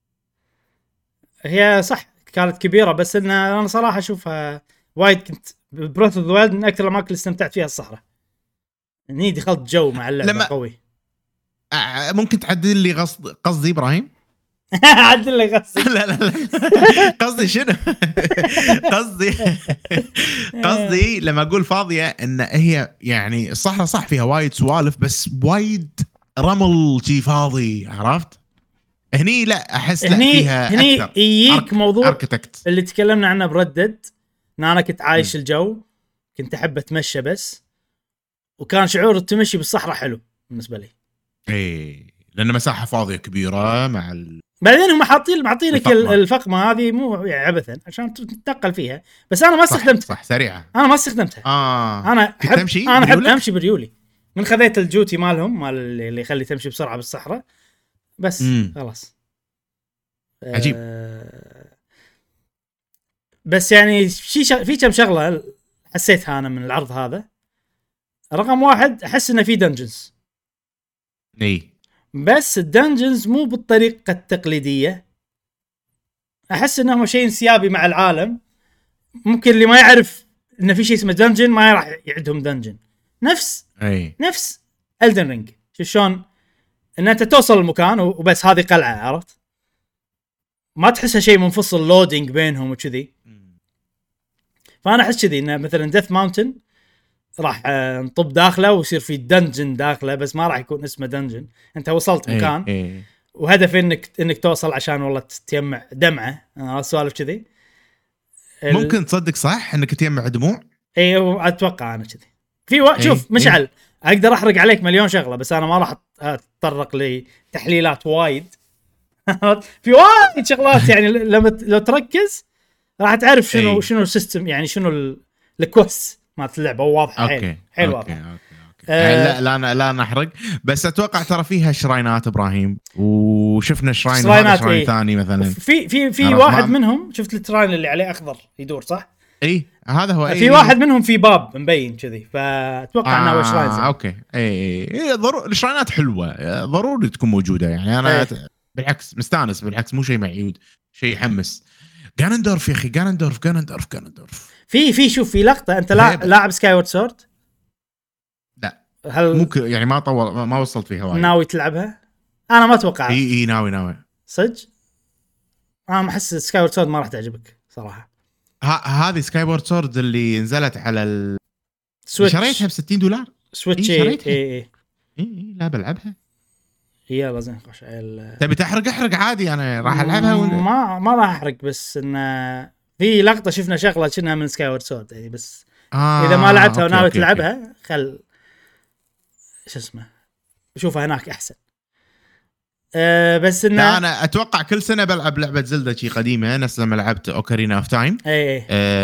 هي صح كانت كبيره، بس ان انا صراحه اشوفها وايد. كنت بروث اوف ذا وايلد من اكثر الاماكن اللي استمتعت فيها الصحراء. اني دخلت جو مع اللعبه لما- قوي. آه ممكن تعدل لي قصد قصدي ابراهيم؟ عدل لي قصدي. لا لا لا قصدي شنو؟ قصدي قصدي لما اقول فاضيه ان هي يعني الصحراء صح فيها وايد سوالف بس وايد رمل شي فاضي، عرفت؟ هني لا احس لا هني فيها هني اكثر يجيك موضوع اركتكت. اللي تكلمنا عنه بردد، ان انا كنت عايش م. الجو، كنت احب اتمشى بس، وكان شعور التمشي بالصحراء حلو بالنسبه لي. اي لان مساحه فاضيه كبيره مع ال... بعدين هم حاطين معطينك الفقمة. الفقمه هذه مو يعني عبثا عشان تتنقل فيها، بس انا ما استخدمتها. صح سريعه. انا ما استخدمتها. اه انا احب تمشي انا احب بريولك؟ امشي بريولي. من خذيت الجوتي مالهم مال اللي يخلي تمشي بسرعه بالصحراء بس. مم. خلاص عجيب. آه بس يعني في ش... في كم شغله حسيتها انا من العرض هذا. رقم واحد، احس انه في دنجنز، اي بس الدنجنز مو بالطريقه التقليديه. احس انهم شيء انسيابي مع العالم. ممكن اللي ما يعرف ان في شيء اسمه دنجن ما راح يعدهم دنجن. نفس اي نفس Elden Ring. شو شلون ان انت توصل المكان وبس، هذه قلعه، عرفت؟ ما تحسها شيء منفصل لودينج بينهم وكذي. فانا احس كذي ان مثلا ديث ماونتن راح نطب داخله ويصير في دنجن داخله، بس ما راح يكون اسمه دنجن. انت وصلت مكان اي اي وهدف انك انك توصل عشان والله تتجمع دمعه. آه سوالف كذي. ال... ممكن تصدق صح انك تجمع دموع. اي اتوقع انا كذي. في و... شوف مشعل إيه؟ اقدر احرق عليك مليون شغله، بس انا ما راح اتطرق لتحليلات وايد. في وايد شغلات يعني لما لو تركز راح تعرف شنو أي. شنو السيستم، يعني شنو الكوست مالت اللعبه واضحه. حيل حيل واضحه. أوكي. أوكي. أه لا لا أنا لا نحرق، بس اتوقع ترى فيها شراينات ابراهيم، وشفنا شراين هذا شراين ايه. ثاني مثلا في في في واحد ما... منهم شفت التراين اللي عليه اخضر يدور صح؟ اي هذا هو. في واحد منهم في باب مبين كذي، فاتوقع آه انه هو شراين. اوكي اي اي ضروري الشراينات حلوه، ضروري تكون موجوده يعني. انا ايه. بالعكس مستانس، بالعكس مو شيء معيود، شيء يحمس. غانندورف يا اخي، غانندورف غانندورف غانندورف في في شوف في لقطه انت لا لاعب سكاي وورد سورد. لا هل ممكن يعني ما طول ما وصلت فيها وايد. ناوي تلعبها؟ انا ما اتوقع. اي اي ناوي ناوي صدق. انا ما احس سكاي وورد سورد ما راح تعجبك صراحه. هذه سكاي وورد سورد اللي نزلت على السويتش، شريتها ب ستين دولار سويتش. اي اي اي اي لا بلعبها. يلا زين خش ال... تبي تحرق احرق عادي، انا راح العبها ولا ما ما راح احرق، بس ان في لقطه شفنا شغله كأنها من سكاي وورد سورد يعني. بس آه اذا ما لعبتها وناوي تلعبها خل شو اسمه شوفها هناك احسن. أه بس إن انا اتوقع كل سنه بلعب لعبه زلدة شي قديمه نفس لما لعبت اوكارينا اوف تايم. اي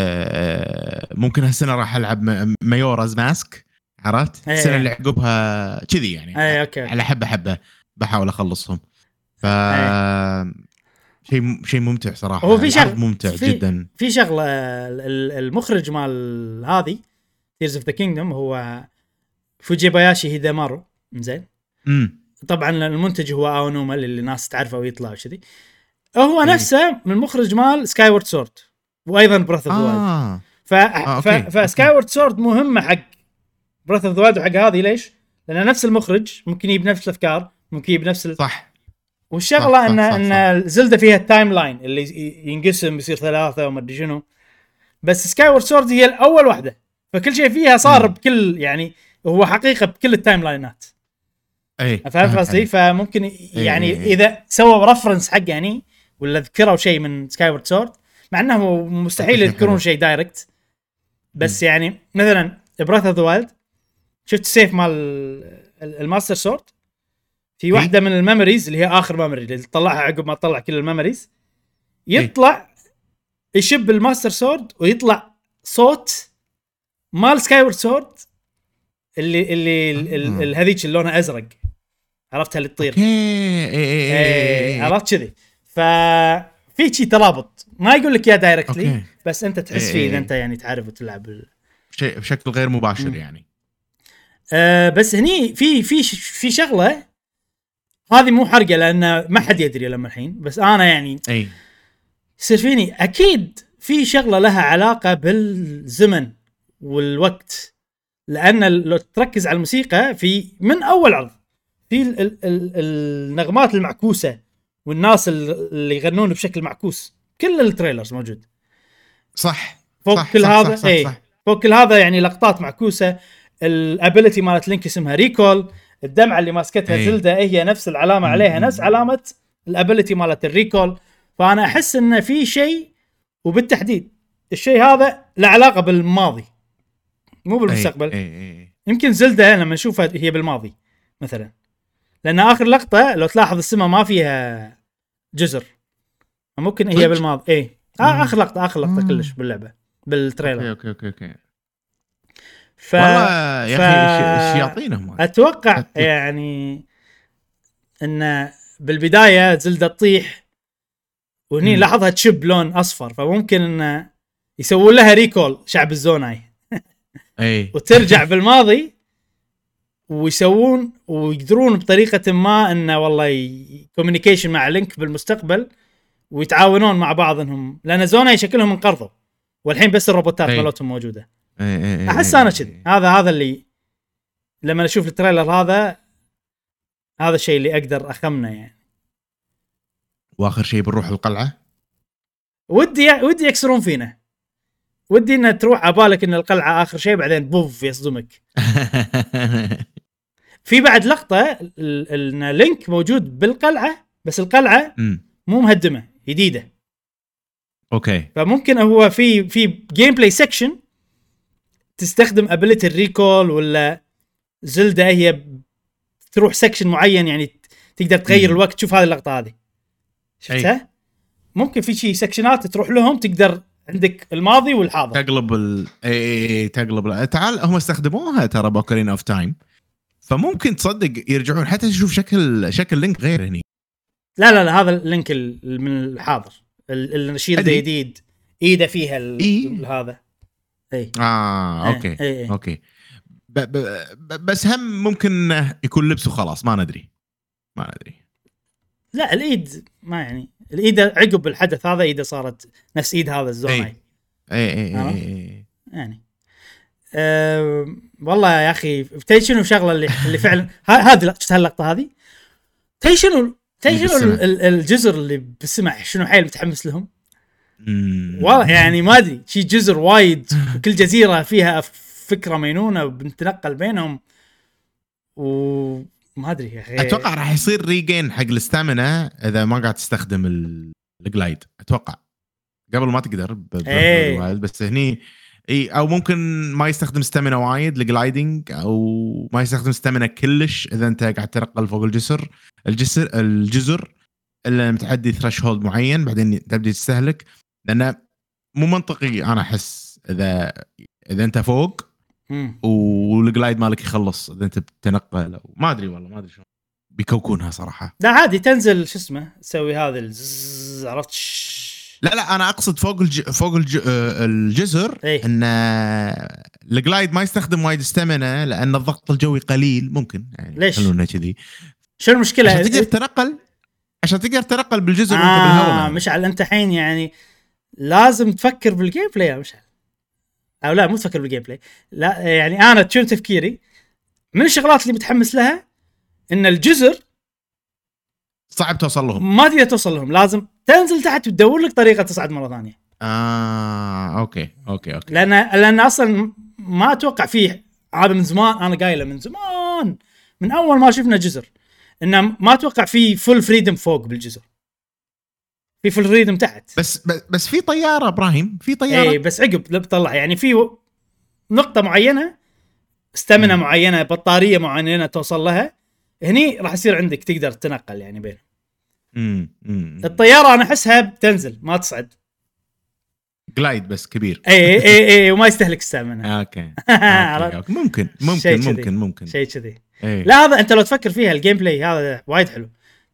أه ممكن هالسنه راح العب مايورز ماسك، عرفت؟ أي السنه اللي عقبها كذي يعني. اي اوكي على حبه حبه بحاول اخلصهم. ف شيء شيء ممتع صراحه. هو في شغله ممتع في جدا. في شغله المخرج مال هذه تيرز اوف ذا كينجدوم هو فوجيباياشي هيدامارو. زين. امم طبعا المنتج هو اونوما اللي الناس تعرفه ويطلع وكذي. هو نفسه من المخرج مال سكاي وورد سورد وايضا براث اوف ذا وايلد. ف آه، فسكاي وورد سورد مهمه حق براث اوف ذا وايلد وحق هذه. ليش؟ لان نفس المخرج ممكن يجيب نفس الافكار، ممكن يجيب نفس ال... صح. والشغله ان ان زلدة فيها التايم لاين اللي ينقسم يصير ثلاثه وما ادري شنو، بس سكاي وورد سورد هي الاول واحده، فكل شيء فيها صار م. بكل يعني هو حقيقه بكل التايم لاينات. اي فاهم قصدي؟ فممكن يعني أي. اذا سووا رفرنس حق يعني ولا ذكروا شيء من سكاي وورد سورد، مع انه مستحيل يذكرون شيء دايركت، بس م. يعني مثلا براث اوف ذا وايلد شفت السيف مال الماستر سورد في واحده من الميموريز اللي هي اخر ميموري اللي تطلعها عقب ما تطلع كل الميموريز، يطلع يشب الماستر سورد ويطلع صوت مال سكاي وورد سورد اللي اللي الهذيك اللي لونها ازرق، عرفتها اللي تطير. اي عرفت كذي. ف في شيء ترابط ما يقول لك يا دايركتلي أوكي. بس انت تحس إيه فيه إيه. اذا انت يعني تعرف وتلعب ال... شيء بشكل غير مباشر يعني. آه بس هني في في في شغله هذه مو حرقه لان ما حد يدري لما الحين، بس انا يعني اي يصير فيني اكيد في شغله لها علاقه بالزمن والوقت، لان لو تركز على الموسيقى في من اول عرض في ال ال ال النغمات المعكوسه والناس اللي يغنون بشكل معكوس، كل التريلرز موجود صح فوق صح كل صح هذا. صح صح اي صح. فوق كل هذا يعني لقطات معكوسه. الابيلتي مالت لينك اسمها ريكول، الدمعه اللي ماسكتها أي. زلدة هي نفس العلامه عليها نفس علامه الابيلتي مالت الريكول. فانا احس ان في شيء، وبالتحديد الشيء هذا له علاقه بالماضي مو بالمستقبل. أي أي أي. يمكن زلدة لما نشوفها هي بالماضي مثلا، لان اخر لقطه لو تلاحظ السماء ما فيها جزر، ممكن هي صدق؟ بالماضي. اي آه اخر لقطه اخر لقطه كلش باللعبه بالتريلر. اوكي اوكي اوكي. ف... والله يا ف... اخي الشياطين اتوقع أت- يعني ان بالبدايه زلدة تطيح وهني مم. لاحظها تشب لون اصفر، فممكن ان يسوون لها ريكول شعب الزوناي اي وترجع بالماضي ويسوون ويقدرون بطريقه ما انه والله كوميونيكيشن مع لينك بالمستقبل ويتعاونون مع بعض انهم، لان زوناي شكلهم انقرضوا والحين بس الروبوتات أي. مالتهم موجوده. أي أي أي احس أي انا أي. كذي، هذا هذا اللي لما اشوف التريلر هذا هذا الشيء اللي اقدر اخمنه يعني. واخر شيء بنروح القلعه. ودي ودي يكسرون فينا، ودي ان تروح عبالك ان القلعه اخر شيء بعدين بوف يصدمك. في بعد لقطه ال- ان لينك موجود بالقلعه بس القلعه أمم. مو مهدمه جديده، اوكي فممكن هو في في جيم بلاي سيكشن تستخدم ابيليتي الريكول ولا زلدة هي تروح سيكشن معين يعني تقدر تغير مم. الوقت. تشوف هذه اللقطه هذه شفتها؟ ممكن في شيء سكشنات تروح لهم تقدر عندك الماضي والحاضر تقلب ال اي تقلب ال... تعال هم استخدموها ترى بوكرين اوف تايم، فممكن تصدق يرجعون حتى تشوف شكل شكل لينك غير هني. لا لا لا هذا اللينك ال- من الحاضر الشيلد أدري. جديد ايده فيها ال- إيه؟ هذا اي اه اوكي إيه، إيه. اوكي ب... ب... ب... بس هم ممكن يكون لبسه خلاص ما ندري ما ندري. لا الايد ما يعني الايد عقب الحدث هذا ايده صارت نفس ايد هذا الزوناي اي اي اي, عرفت؟ أي. يعني أه والله يا اخي تدري شنو الشغله اللي اللي فعلا ه- هذه شفت هاللقطه هذه تدري شنو تدري شنو بالسمع. ال- ال- الجزر اللي بالسمع شنو حيل متحمس لهم مم. والله يعني ما ادري شي جزر وايد وكل جزيره فيها فكره مينونه وبنتنقل بينهم وما ادري يا اخي اتوقع راح يصير ريجين حق الاستامينا اذا ما قاعد تستخدم ال- الجلايد. اتوقع قبل ما تقدر ب- ب- إيه. بالوايد، بس هني اي او ممكن ما يستخدم ستامينا وايد الجلايدنج او ما يستخدم ستامينا كلش اذا انت قاعد ترقل فوق الجسر الجسر الجزر الا متعدي ثريشولد معين بعدين تبدي تستهلك، لانه مو منطقي انا احس اذا اذا انت فوق مم. والجلايد مالك يخلص اذا انت بتنقل او ما ادري والله ما ادري شلون بيكوكونها صراحه. لا عادي تنزل شو اسمه تسوي هذا الزز عرفت شش. لا لا انا اقصد فوق الج... فوق الج... آه، الجزر إيه. ان الجلايد ما يستخدم وايد ستامينا لان الضغط الجوي قليل ممكن يعني ليش؟ خلونا كذي شنو المشكله عشان تقدر تنقل عشان تقدر تنقل بالجزر وانت آه بالهواء. مشعل انت الحين يعني لازم تفكر بالجيم بلاي يا مشعل، او لا مو تفكر بالجيم بلاي، لا يعني انا شنو تفكيري من الشغلات اللي متحمس لها ان الجزر صعب توصل لهم. ما تقدر توصل لهم، لازم تنزل تحت وتدور لك طريقه تصعد مره ثانيه. اه اوكي اوكي اوكي لان لان اصلا ما اتوقع فيه هذا من زمان، انا قايله من زمان من اول ما شفنا جزر انه ما اتوقع فيه فول فريدم فوق بالجزر، في فول فريدم تحت. بس بس في طياره ابراهيم في طياره اي بس عقب لا بتطلع يعني في نقطه معينه استمنة معينه بطاريه معينه توصل لها هني راح يصير عندك تقدر تنقل يعني بين امم امم الطياره. انا احسها بتنزل ما تصعد جلايد بس كبير. اي اي اي وما يستهلك استمنة. اوكي أوكي. أوكي. ممكن ممكن شيء ممكن كذي. ممكن شيء كذي. إيه. لا هذا انت لو تفكر فيها الجيم بلاي هذا وايد حلو،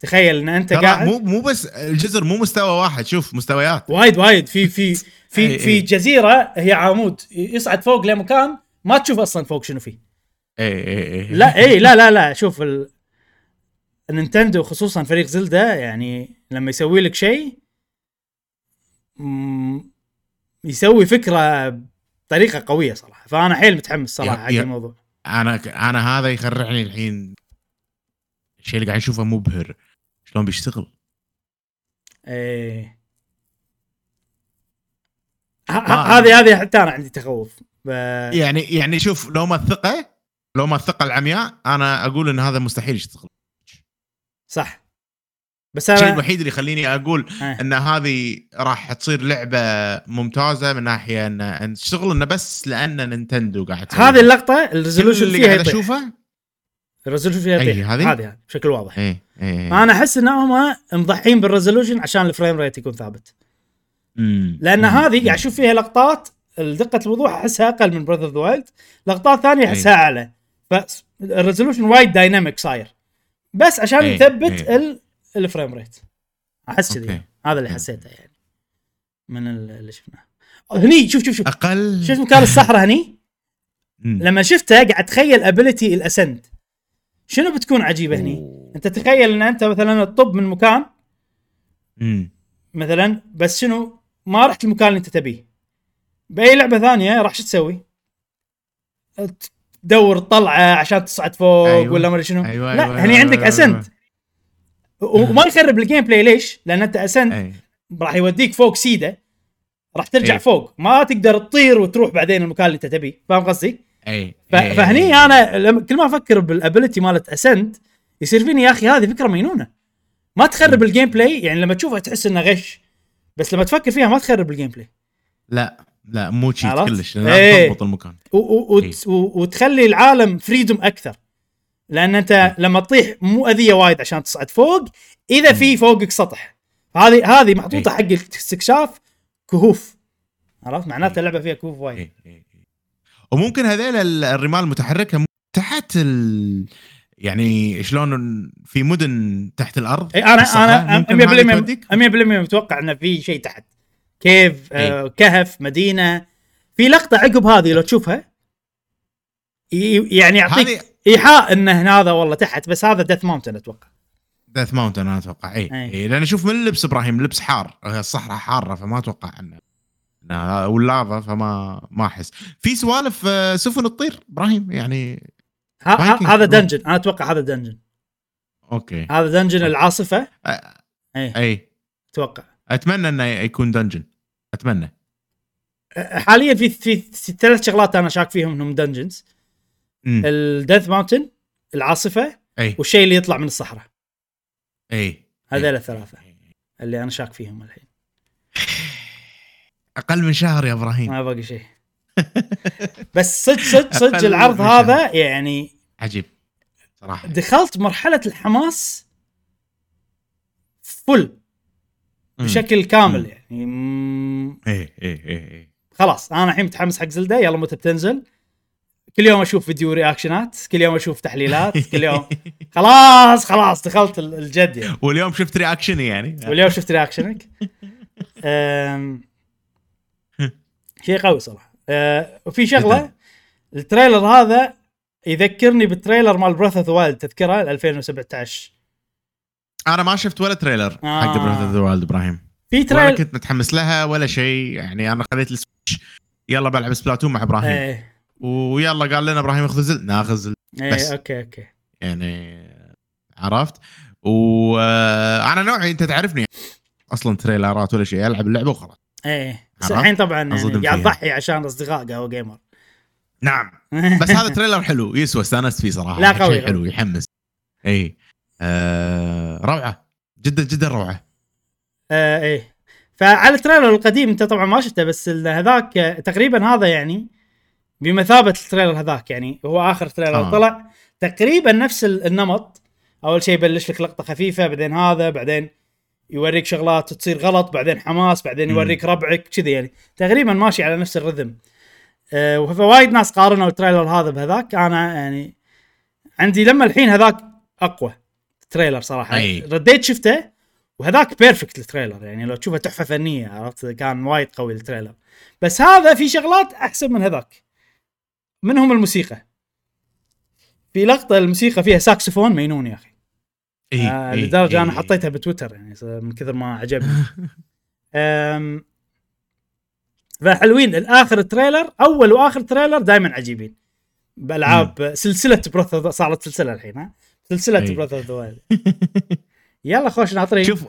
تخيل ان انت ترى قاعد مو مو بس الجزر مو مستوى واحد، شوف مستويات وايد وايد في في في إيه في إيه. جزيره هي عمود يصعد فوق لمكان ما تشوف اصلا فوق شنو فيه. اي اي اي لا اي لا لا لا شوف ال... النينتندو خصوصا فريق زلدة يعني لما يسوي لك شيء م... يسوي فكره بطريقه قويه صراحه. فانا حيل متحمس صراحه حق الموضوع. انا انا هذا يخرعني الحين، الشيء اللي قاعد اشوفه مبهر شلون بيشتغل. ايه هذه هذه حتى انا عندي تخوف ب... يعني يعني شوف لو ما الثقه لو ما الثقه العمياء انا اقول ان هذا مستحيل يشتغل صح. بس انا الشيء الوحيد اللي يخليني اقول اه. ان هذه راح تصير لعبه ممتازه من ناحيه ان تشتغل انه بس لان نينتندو قاعد تسوي هذه اللقطه الريزولوشن اللي فيها قاعد يطيح. اشوفه الريزولوشن فيها يطيح هذه هذه بشكل واضح. ايه ايه. انا احس انهم مضحين بالريزولوشن عشان الفريم ريت يكون ثابت. مم. لان مم. هذه قاعد اشوف فيها لقطات دقه الوضوح احسها اقل من براذر اوف ذا وايلد، لقطات ثانيه احسها اعلى، فالريزولوشن وايد دايناميك صاير بس عشان ايه. يثبت ايه. الفريم ريت. احس كذي هذا اللي حسيته يعني من اللي شفناه هني. شوف شوف شوف اقل شوف مكان الصحراء هني مم. لما شفتها قاعد تخيل ابيليتي الاسند شنو بتكون عجيبه هني. أوه. انت تخيل ان انت مثلا تطب من مكان مم. مثلا بس شنو ما رحت المكان اللي انت تبيه. باي لعبه ثانيه راح شو تسوي؟ تدور طلعه عشان تصعد فوق. أيوة. ولا ما شنو. أيوة. لا أيوة. هني أيوة. عندك أيوة. اسند وما يخرب الجيم بلاي. ليش؟ لان انت اسند أيوة. راح يوديك فوق سيده، راح ترجع أيوة. فوق ما تقدر تطير وتروح بعدين المكان اللي انت تبيه. فاهم قصدي؟ اي ف... فهني انا لما كل ما افكر بالابيلتي مالت اسند يصير فيني يا اخي هذه فكره مينونه ما تخرب الجيم بلاي. يعني لما تشوفها تحس انه غش، بس لما تفكر فيها ما تخرب الجيم بلاي. لا لا مو شيء كلش لازم ايه. تضبط المكان و... و... ايه. و... وتخلي العالم فريدوم اكثر، لان انت ايه. لما تطيح مو اذيه وايد عشان تصعد فوق اذا في فوقك سطح. هذه هذه محطوطه ايه. حق استكشاف كهوف. عرفت معناته اللعبه فيها كهوف وايد. ايه. ايه. وممكن هذيل الرمال المتحركه تحت ال... يعني شلون في مدن تحت الارض. انا انا مية بالمية متوقع انه في شيء تحت كيف. آه كهف مدينه. في لقطه عقب هذه لو تشوفها يعني يعطيك ايحاء انه هذا والله تحت، بس هذا ديث ماونتن اتوقع. ديث ماونتن انا اتوقع اي اي, اي. لان اشوف من اللبس ابراهيم لبس حار، الصحراء حاره فما اتوقع انه واللافا فما ما احس في سوالف سفن تطير ابراهيم يعني. هذا دنجن انا اتوقع هذا دنجن. اوكي هذا دنجن العاصفه. أ... اي اي اتوقع. اتمنى انه يكون دنجن اتمنى. حاليا في في ثلاث شغلات انا شاك فيهم انهم دنجنز. الديث ماونتن، العاصفه، أي. والشيء اللي يطلع من الصحراء. اي هذول الثلاثه اللي انا شاك فيهم الحين. اقل من شهر يا ابراهيم ما باقي شيء. بس صدق صدق صدق العرض هذا يعني عجيب صراحه. دخلت مرحله الحماس فل بشكل كامل. يعني ايه ايه ايه خلاص انا الحين متحمس حق زلدة. يلا متى بتنزل؟ كل يوم اشوف فيديو رياكشنات، كل يوم اشوف تحليلات، كل يوم خلاص خلاص دخلت الجد يعني. واليوم شفت رياكشني يعني. واليوم شفت رياكشنك. أم... شيء قوي صراحه. أه... وفي شغله التريلر هذا يذكرني بالتريلر مال براذر اوف ذا وايلد، تذكره ألفين وسبعة عشر. انا ما شفت ولا تريلر آه. حق براذر اوف ذا وايلد ابراهيم. في تريلر ولا كنت متحمس لها ولا شيء يعني. انا خذيت السويتش يلا بلعب سبلاتون مع ابراهيم. ايه. ويلا قال لنا ابراهيم اخذ زل ناخذ ايه. بس اوكي اوكي يعني عرفت. وانا نوعي انت تعرفني اصلا تريلرات ولا شيء، العب اللعبه وخلاص. ايه الحين طبعا يعني قاعد ضحي عشان اصدقاء قهوه جيمر. نعم بس هذا تريلر حلو يسوى، استانست فيه صراحه. لا قوي حلو يحمس. اي آه روعه جدا جدا روعه. آه ايه. فعلى التريلر القديم انت طبعا ما شفته، بس هذاك تقريبا هذا يعني بمثابه التريلر هذاك، يعني هو اخر تريلر آه. طلع تقريبا نفس النمط. اول شيء يبلش لك لقطه خفيفه، بعدين هذا، بعدين يوريك شغلات تصير غلط، بعدين حماس، بعدين يوريك ربعك كذي، يعني تقريبا ماشي على نفس الرذم. أه وفوايد ناس قارنوا التريلر هذا بهذاك. انا يعني عندي لما الحين هذاك اقوى تريلر صراحه أي. رديت شفته وهذاك بيرفكت التريلر يعني لو تشوفه تحفه فنيه عرفت كان وايد قوي التريلر بس هذا في شغلات احسن من هذاك منهم الموسيقى في لقطه الموسيقى فيها ساكسفون مينون يا اخي إيه آه إيه لدرجه إيه انا حطيتها بتويتر يعني من كثر ما عجبني امم فحلوين الاخر التريلر اول واخر تريلر دائما عجيبين بالعاب مم. سلسله بروث صارت سلسله الحين ها سلسله بروث اوف ذا وايلد يلا خوش ناطرين شوف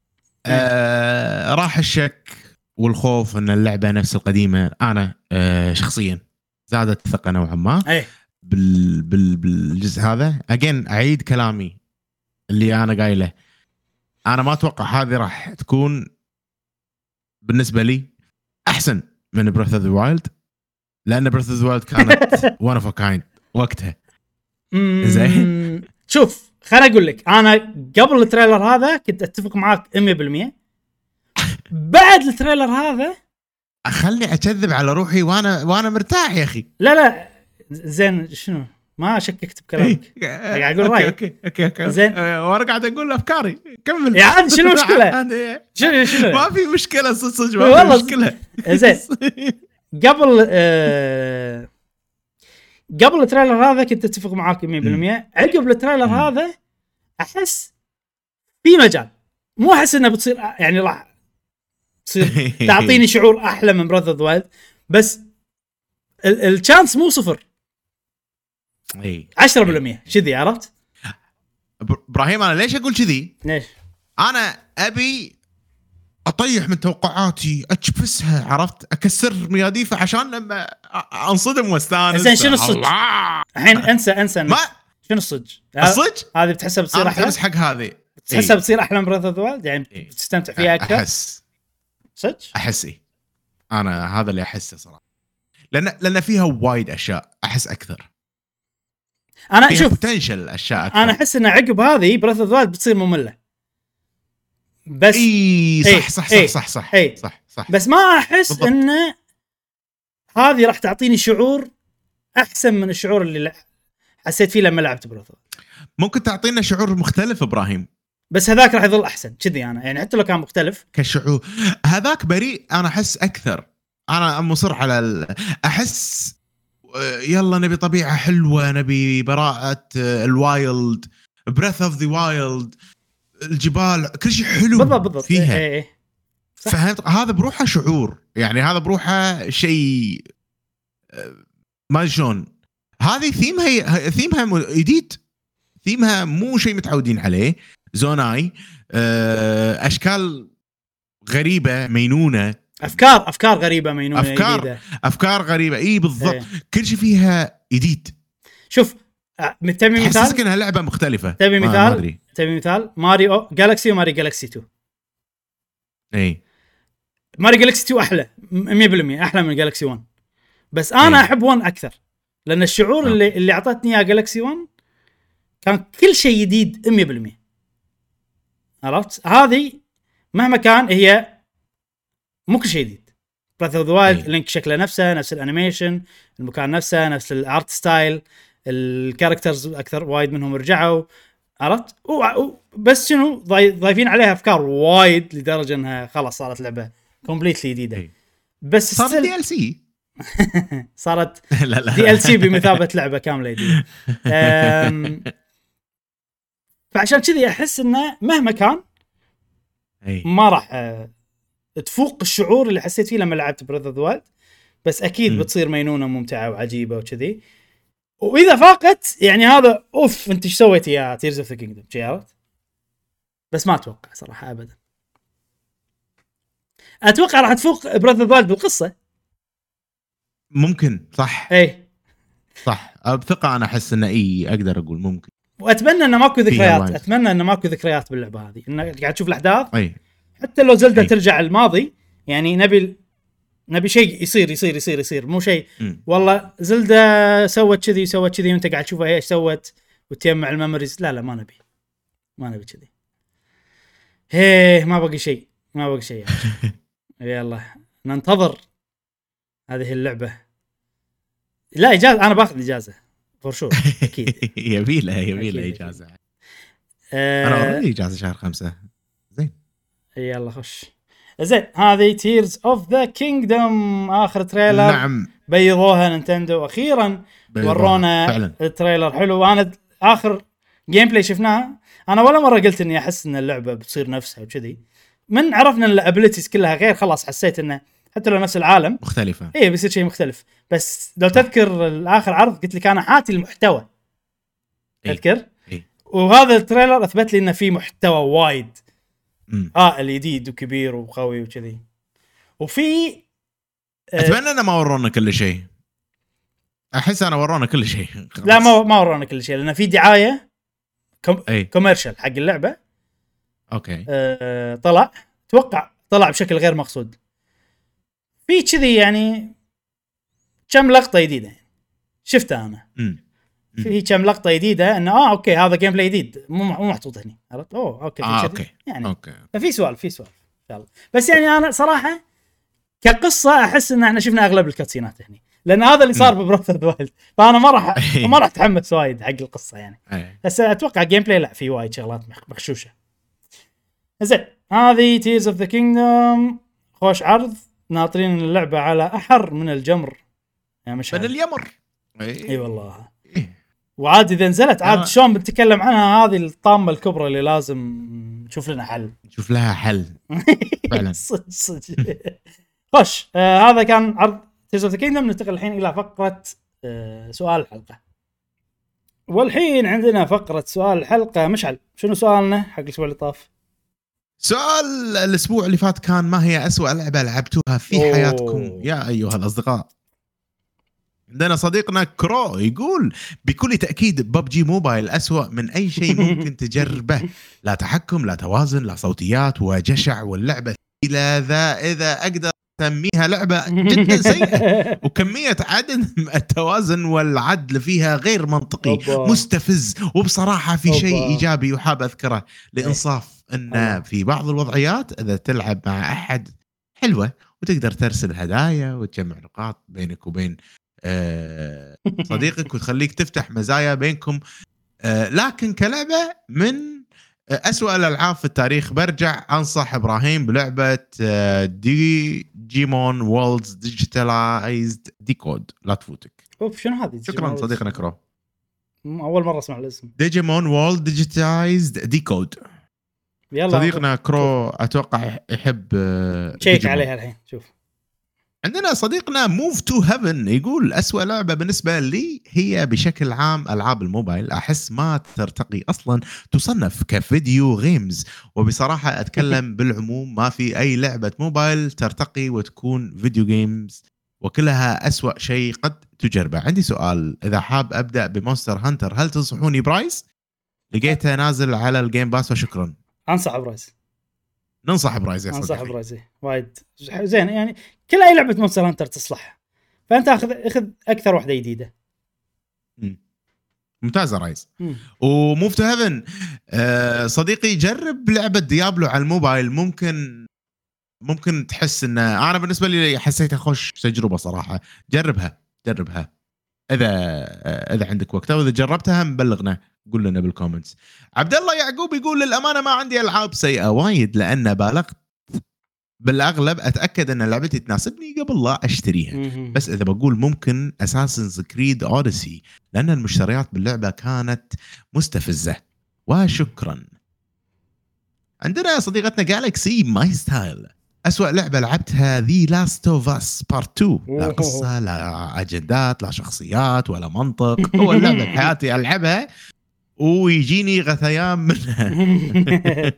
آه راح الشك والخوف ان اللعبه نفس القديمه انا آه شخصيا زادت الثقه نوعا ما أي. بال بال بالجزء هذا اجين اعيد كلامي اللي انا قايله انا ما اتوقع هذه راح تكون بالنسبه لي احسن من بريث اوف ذا وايلد لان بريث اوف ذا وايلد كانت وان اوف ا كايند وقتها زين شوف خليني اقول لك انا قبل التريلر هذا كنت اتفق معاك مية بالمية بعد التريلر هذا اخلني اكذب على روحي وانا وانا مرتاح يا اخي لا لا زين شنو ما شككت بكلامك قاعد اقول رايي اوكي اوكي اوكي زين وانا قاعد اقول افكاري كمل يا عاد شنو المشكله شنو شنو ما في مشكله صدق صدق ما في مشكله زين قبل آه قبل التريلر هذا كنت اتفق معاك مية بالمية عقب التريلر هذا احس في مجال مو احس انه بتصير يعني راح تصير تعطيني شعور احلى من براذر اوف ذا وايلد بس الشانس مو صفر اي عشرة بالمية كذي عرفت ابراهيم انا ليش اقول كذي ليش انا ابي اطيح من توقعاتي اتشبسها عرفت اكسر مياديفه عشان لما انصدم واستانس زين شنو الصج الحين انسى انسى ما شنو الصج الصج هذه بتحسب تصير احلى بس حق هذه تحسها بتصير احلى من براذر اوف ذا وايلد يعني إيه؟ تستمتع فيها اكثر احس صدق احس إيه؟ انا هذا اللي احسه صراحه لان لان فيها وايد اشياء احس اكثر انا شوف بوتنشل اشياء أكثر. انا احس ان عقب هذه براذر اوف ذا وايلد بتصير ممله بس اي صح, إيه صح, إيه صح صح صح إيه صح صح بس ما احس بالضبط. ان هذه راح تعطيني شعور احسن من الشعور اللي حسيت فيه لما لعبت براذر ممكن تعطينا شعور مختلف ابراهيم بس هذاك راح يظل احسن كذي انا يعني حتى لو كان مختلف كشعور هذاك بريء انا احس اكثر انا مصر على ال... احس يلا نبي طبيعه حلوه نبي براءه الوايلد بريث اوف ذا وايلد الجبال كل شيء حلو بالضبط بالضبط فيها إيه إيه. فهمت هذا بروحه شعور يعني هذا بروحه شيء ما شلون هذه ثيمها ثيمها جديد ثيمها مو شيء متعودين عليه زوناي اشكال غريبه مينونه افكار افكار غريبه مينونه افكار جديدة. افكار غريبه اي بالضبط إيه. كل شيء فيها جديد شوف تبي مثال حسسك انها لعبه مختلفه تبي مثال تبي مثال ماريو جالكسي وماريو جالكسي تو اي ماريو جالكسي تو احلى مية بالمية احلى من جالكسي ون بس انا أي. احب ون اكثر لان الشعور أوه. اللي اللي اعطتني اياه جالكسي ون كان كل شيء جديد مية بالمية عرفت هذه مهما كان هي مو كل شيء جديد براذ اوف ذا وايلد لينك شكله نفسه نفس الانيميشن المكان نفسه نفس الارت ستايل الكاركترز اكثر وايد منهم رجعوا عرفت بس شنو ضايفين عليها افكار وايد لدرجه انها خلاص صارت لعبه كومبليتلي جديده بس صارت دي ال سي صارت دي ال سي بمثابه لعبه كامله جديده فعشان كذي احس انه مهما كان ما راح تفوق الشعور اللي حسيت فيه لما لعبت براذر اوف ذا وايلد بس اكيد م. بتصير مينونه ممتعه وعجيبه وكذي واذا فاقت يعني هذا اوف انت ايش سويتي يا تيرز اوف ذا كينجدم شي عرفت بس ما اتوقع صراحه ابدا اتوقع راح تفوق براذر اوف ذا وايلد بالقصه ممكن صح اي صح بثقه انا احس انه اي اقدر اقول ممكن واتمنى انه ماكو ذكريات اتمنى انه ماكو ذكريات باللعبه هذه انك قاعد تشوف الاحداث اي حتى لو زلدة ترجع الماضي يعني نبي نبي شيء يصير يصير يصير يصير مو شيء والله زلدة سوت كذي سوت كذي وانت قاعد تشوفها ايش سوت وتجمع الميموريز لا لا ما نبي ما نبي كذي هيه ما بقي شيء ما بقي شيء يلا ننتظر هذه اللعبة لا إجازة أنا باخذ إجازة فور شور أكيد يبي له يبي له إجازة آه انا اوريدي جاهز شهر خمسة. زين يلا خش. زين هذه تيرز اوف ذا كينجدوم اخر تريلر نعم بيضوها نينتندو اخيرا، بيضوها. ورونا فعلا. التريلر حلو. وانا اخر جيم بلاي شفناها انا ولا مره قلت اني احس ان اللعبه بتصير نفسها وكذي، من عرفنا ان الابيليتيز كلها غير خلاص حسيت انه حتى لو نفس العالم مختلفة. ايه بيصير شيء مختلف. بس لو تذكر الاخر عرض قلت لك انا حاتي المحتوى تذكر إيه. وهذا التريلر اثبت لي انه في محتوى وايد مم. اه الجديد وكبير وقوي وكذي. وفي اتمنى انه ما ورونا كل شيء. احس انا ورونا كل شيء. لا ما ما ورونا كل شيء لان في دعايه كوم... أي. كوميرشال حق اللعبه. اوكي آه طلع توقع طلع بشكل غير مقصود في كذي يعني كم لقطه جديده شفتها انا. مم. في كم لقطه جديده انه اه اوكي هذا جيم بلاي جديد مو مو محطوط هنا عرفت. اوه اوكي في اه كذي. اوكي يعني اوكي ففي سؤال في سؤال ان شاء الله. بس يعني انا صراحه كقصه احس ان احنا شفنا اغلب الكاتسينات هنا لان هذا اللي صار ببروث اوف ذا وايلد، فانا ما راح ما راح اتحمس وايد حق القصه يعني. أي. بس اتوقع جيم بلاي لا في وايد شغلات مخشوشه. زين هذه تيرز اوف ذا كينجدوم خوش عرض، ناطرين اللعبه على احر من الجمر يا مش من اليمر. اي أي والله. إيه. وعاد اذا نزلت عاد آه. شلون بنتكلم عنها، هذه الطامه الكبرى اللي لازم نشوف لنا حل. نشوف لها حل فعلا. صدق صدق. خش آه هذا كان عرض تيرز اوف ذا كينجدوم. ننتقل الحين الى فقره آه سؤال الحلقه. والحين عندنا فقره سؤال الحلقه. مشعل شنو سؤالنا حق الاسبوع اللي طاف؟ سؤال الاسبوع اللي فات كان ما هي أسوأ لعبه لعبتوها في أوه. حياتكم يا ايها الاصدقاء؟ عندنا صديقنا كرو يقول بكل تاكيد ببجي موبايل أسوأ من اي شيء ممكن تجربه. لا تحكم لا توازن لا صوتيات وجشع، واللعبه الى ذا اذا اقدر اسميها لعبه جدا سيئه، وكميه عدم التوازن والعدل فيها غير منطقي أوبا. مستفز. وبصراحه في شيء أوبا. ايجابي وحاب اذكره لانصاف ان الله. في بعض الوضعيات اذا تلعب مع احد حلوه وتقدر ترسل هدايا وتجمع نقاط بينك وبين آه صديقك وتخليك تفتح مزايا بينكم. آه لكن كلعبه من أسوأ الألعاب في التاريخ برجع أنصح إبراهيم بلعبة دي جيمون وولدز ديجيتالايزد ديكود. لا تفوتك. اوف شنو هذه؟ شكرا صديقنا كرو. اول مره اسمع الاسم. ديجيمون وولد ديجيتايزد ديكود. يلا صديقنا كرو اتوقع يحب شيك ديجيمون. عليها الحين شوف. عندنا صديقنا موف تو هيفن يقول أسوأ لعبة بالنسبة لي هي بشكل عام ألعاب الموبايل، أحس ما ترتقي أصلا تصنف كفيديو جيمز، وبصراحة أتكلم بالعموم ما في أي لعبة موبايل ترتقي وتكون فيديو جيمز، وكلها أسوأ شيء قد تجربه. عندي سؤال، إذا حاب أبدأ بمونستر هانتر هل تنصحوني برايس؟ لقيته نازل على الجيم باس وشكرا. انصح برايز. ننصح برايز يا انصح صديقي. برايز وايد زين يعني كل اي لعبه مونستر هانتر تصلح، فانت اخذ اخذ اكثر واحده جديده. ممتازه رايز. وموف تو هيفن آه صديقي جرب لعبه ديابلو على الموبايل، ممكن ممكن تحس ان انا بالنسبه لي حسيت اخش تجربه صراحه. جربها جربها اذا اذا عندك وقت، او اذا جربتها مبلغنا قول لنا بالكومنتس. عبد الله يعقوب يقول للامانه ما عندي العاب سيئه وايد لان بالغت بالاغلب اتاكد ان لعبتي تناسبني قبل لا اشتريها، بس اذا بقول ممكن اساسنز كريد اوديسي لان المشتريات باللعبه كانت مستفزه. وشكرا. عندنا صديقتنا جالكسي ماي ستايل، أسوأ لعبة لعبتها ذي لاست اوف اس بارت تو. لا قصة لا أجندات لا شخصيات ولا منطق، هو اللعبة بحياتي ألعبها ويجيني غثيان منها.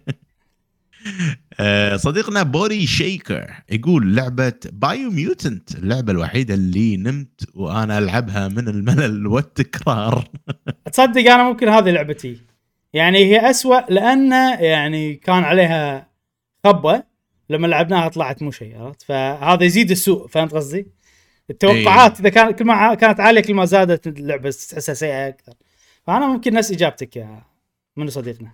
صديقنا بوري شيكر يقول لعبة بايو ميوتنت اللعبة الوحيدة اللي نمت وأنا ألعبها من الملل والتكرار. تصدق أنا ممكن هذه لعبتي، يعني هي أسوأ لأن يعني كان عليها خبة لما لعبناها طلعت مو شيء، عرفت؟ فهذا يزيد السوء، فهمت قصدي؟ التوقعات إذا كان كل ما كانت عالية كل ما زادت اللعبة تحسها سيئة أكثر. فأنا ممكن نفس إجابتك يا منو صديقنا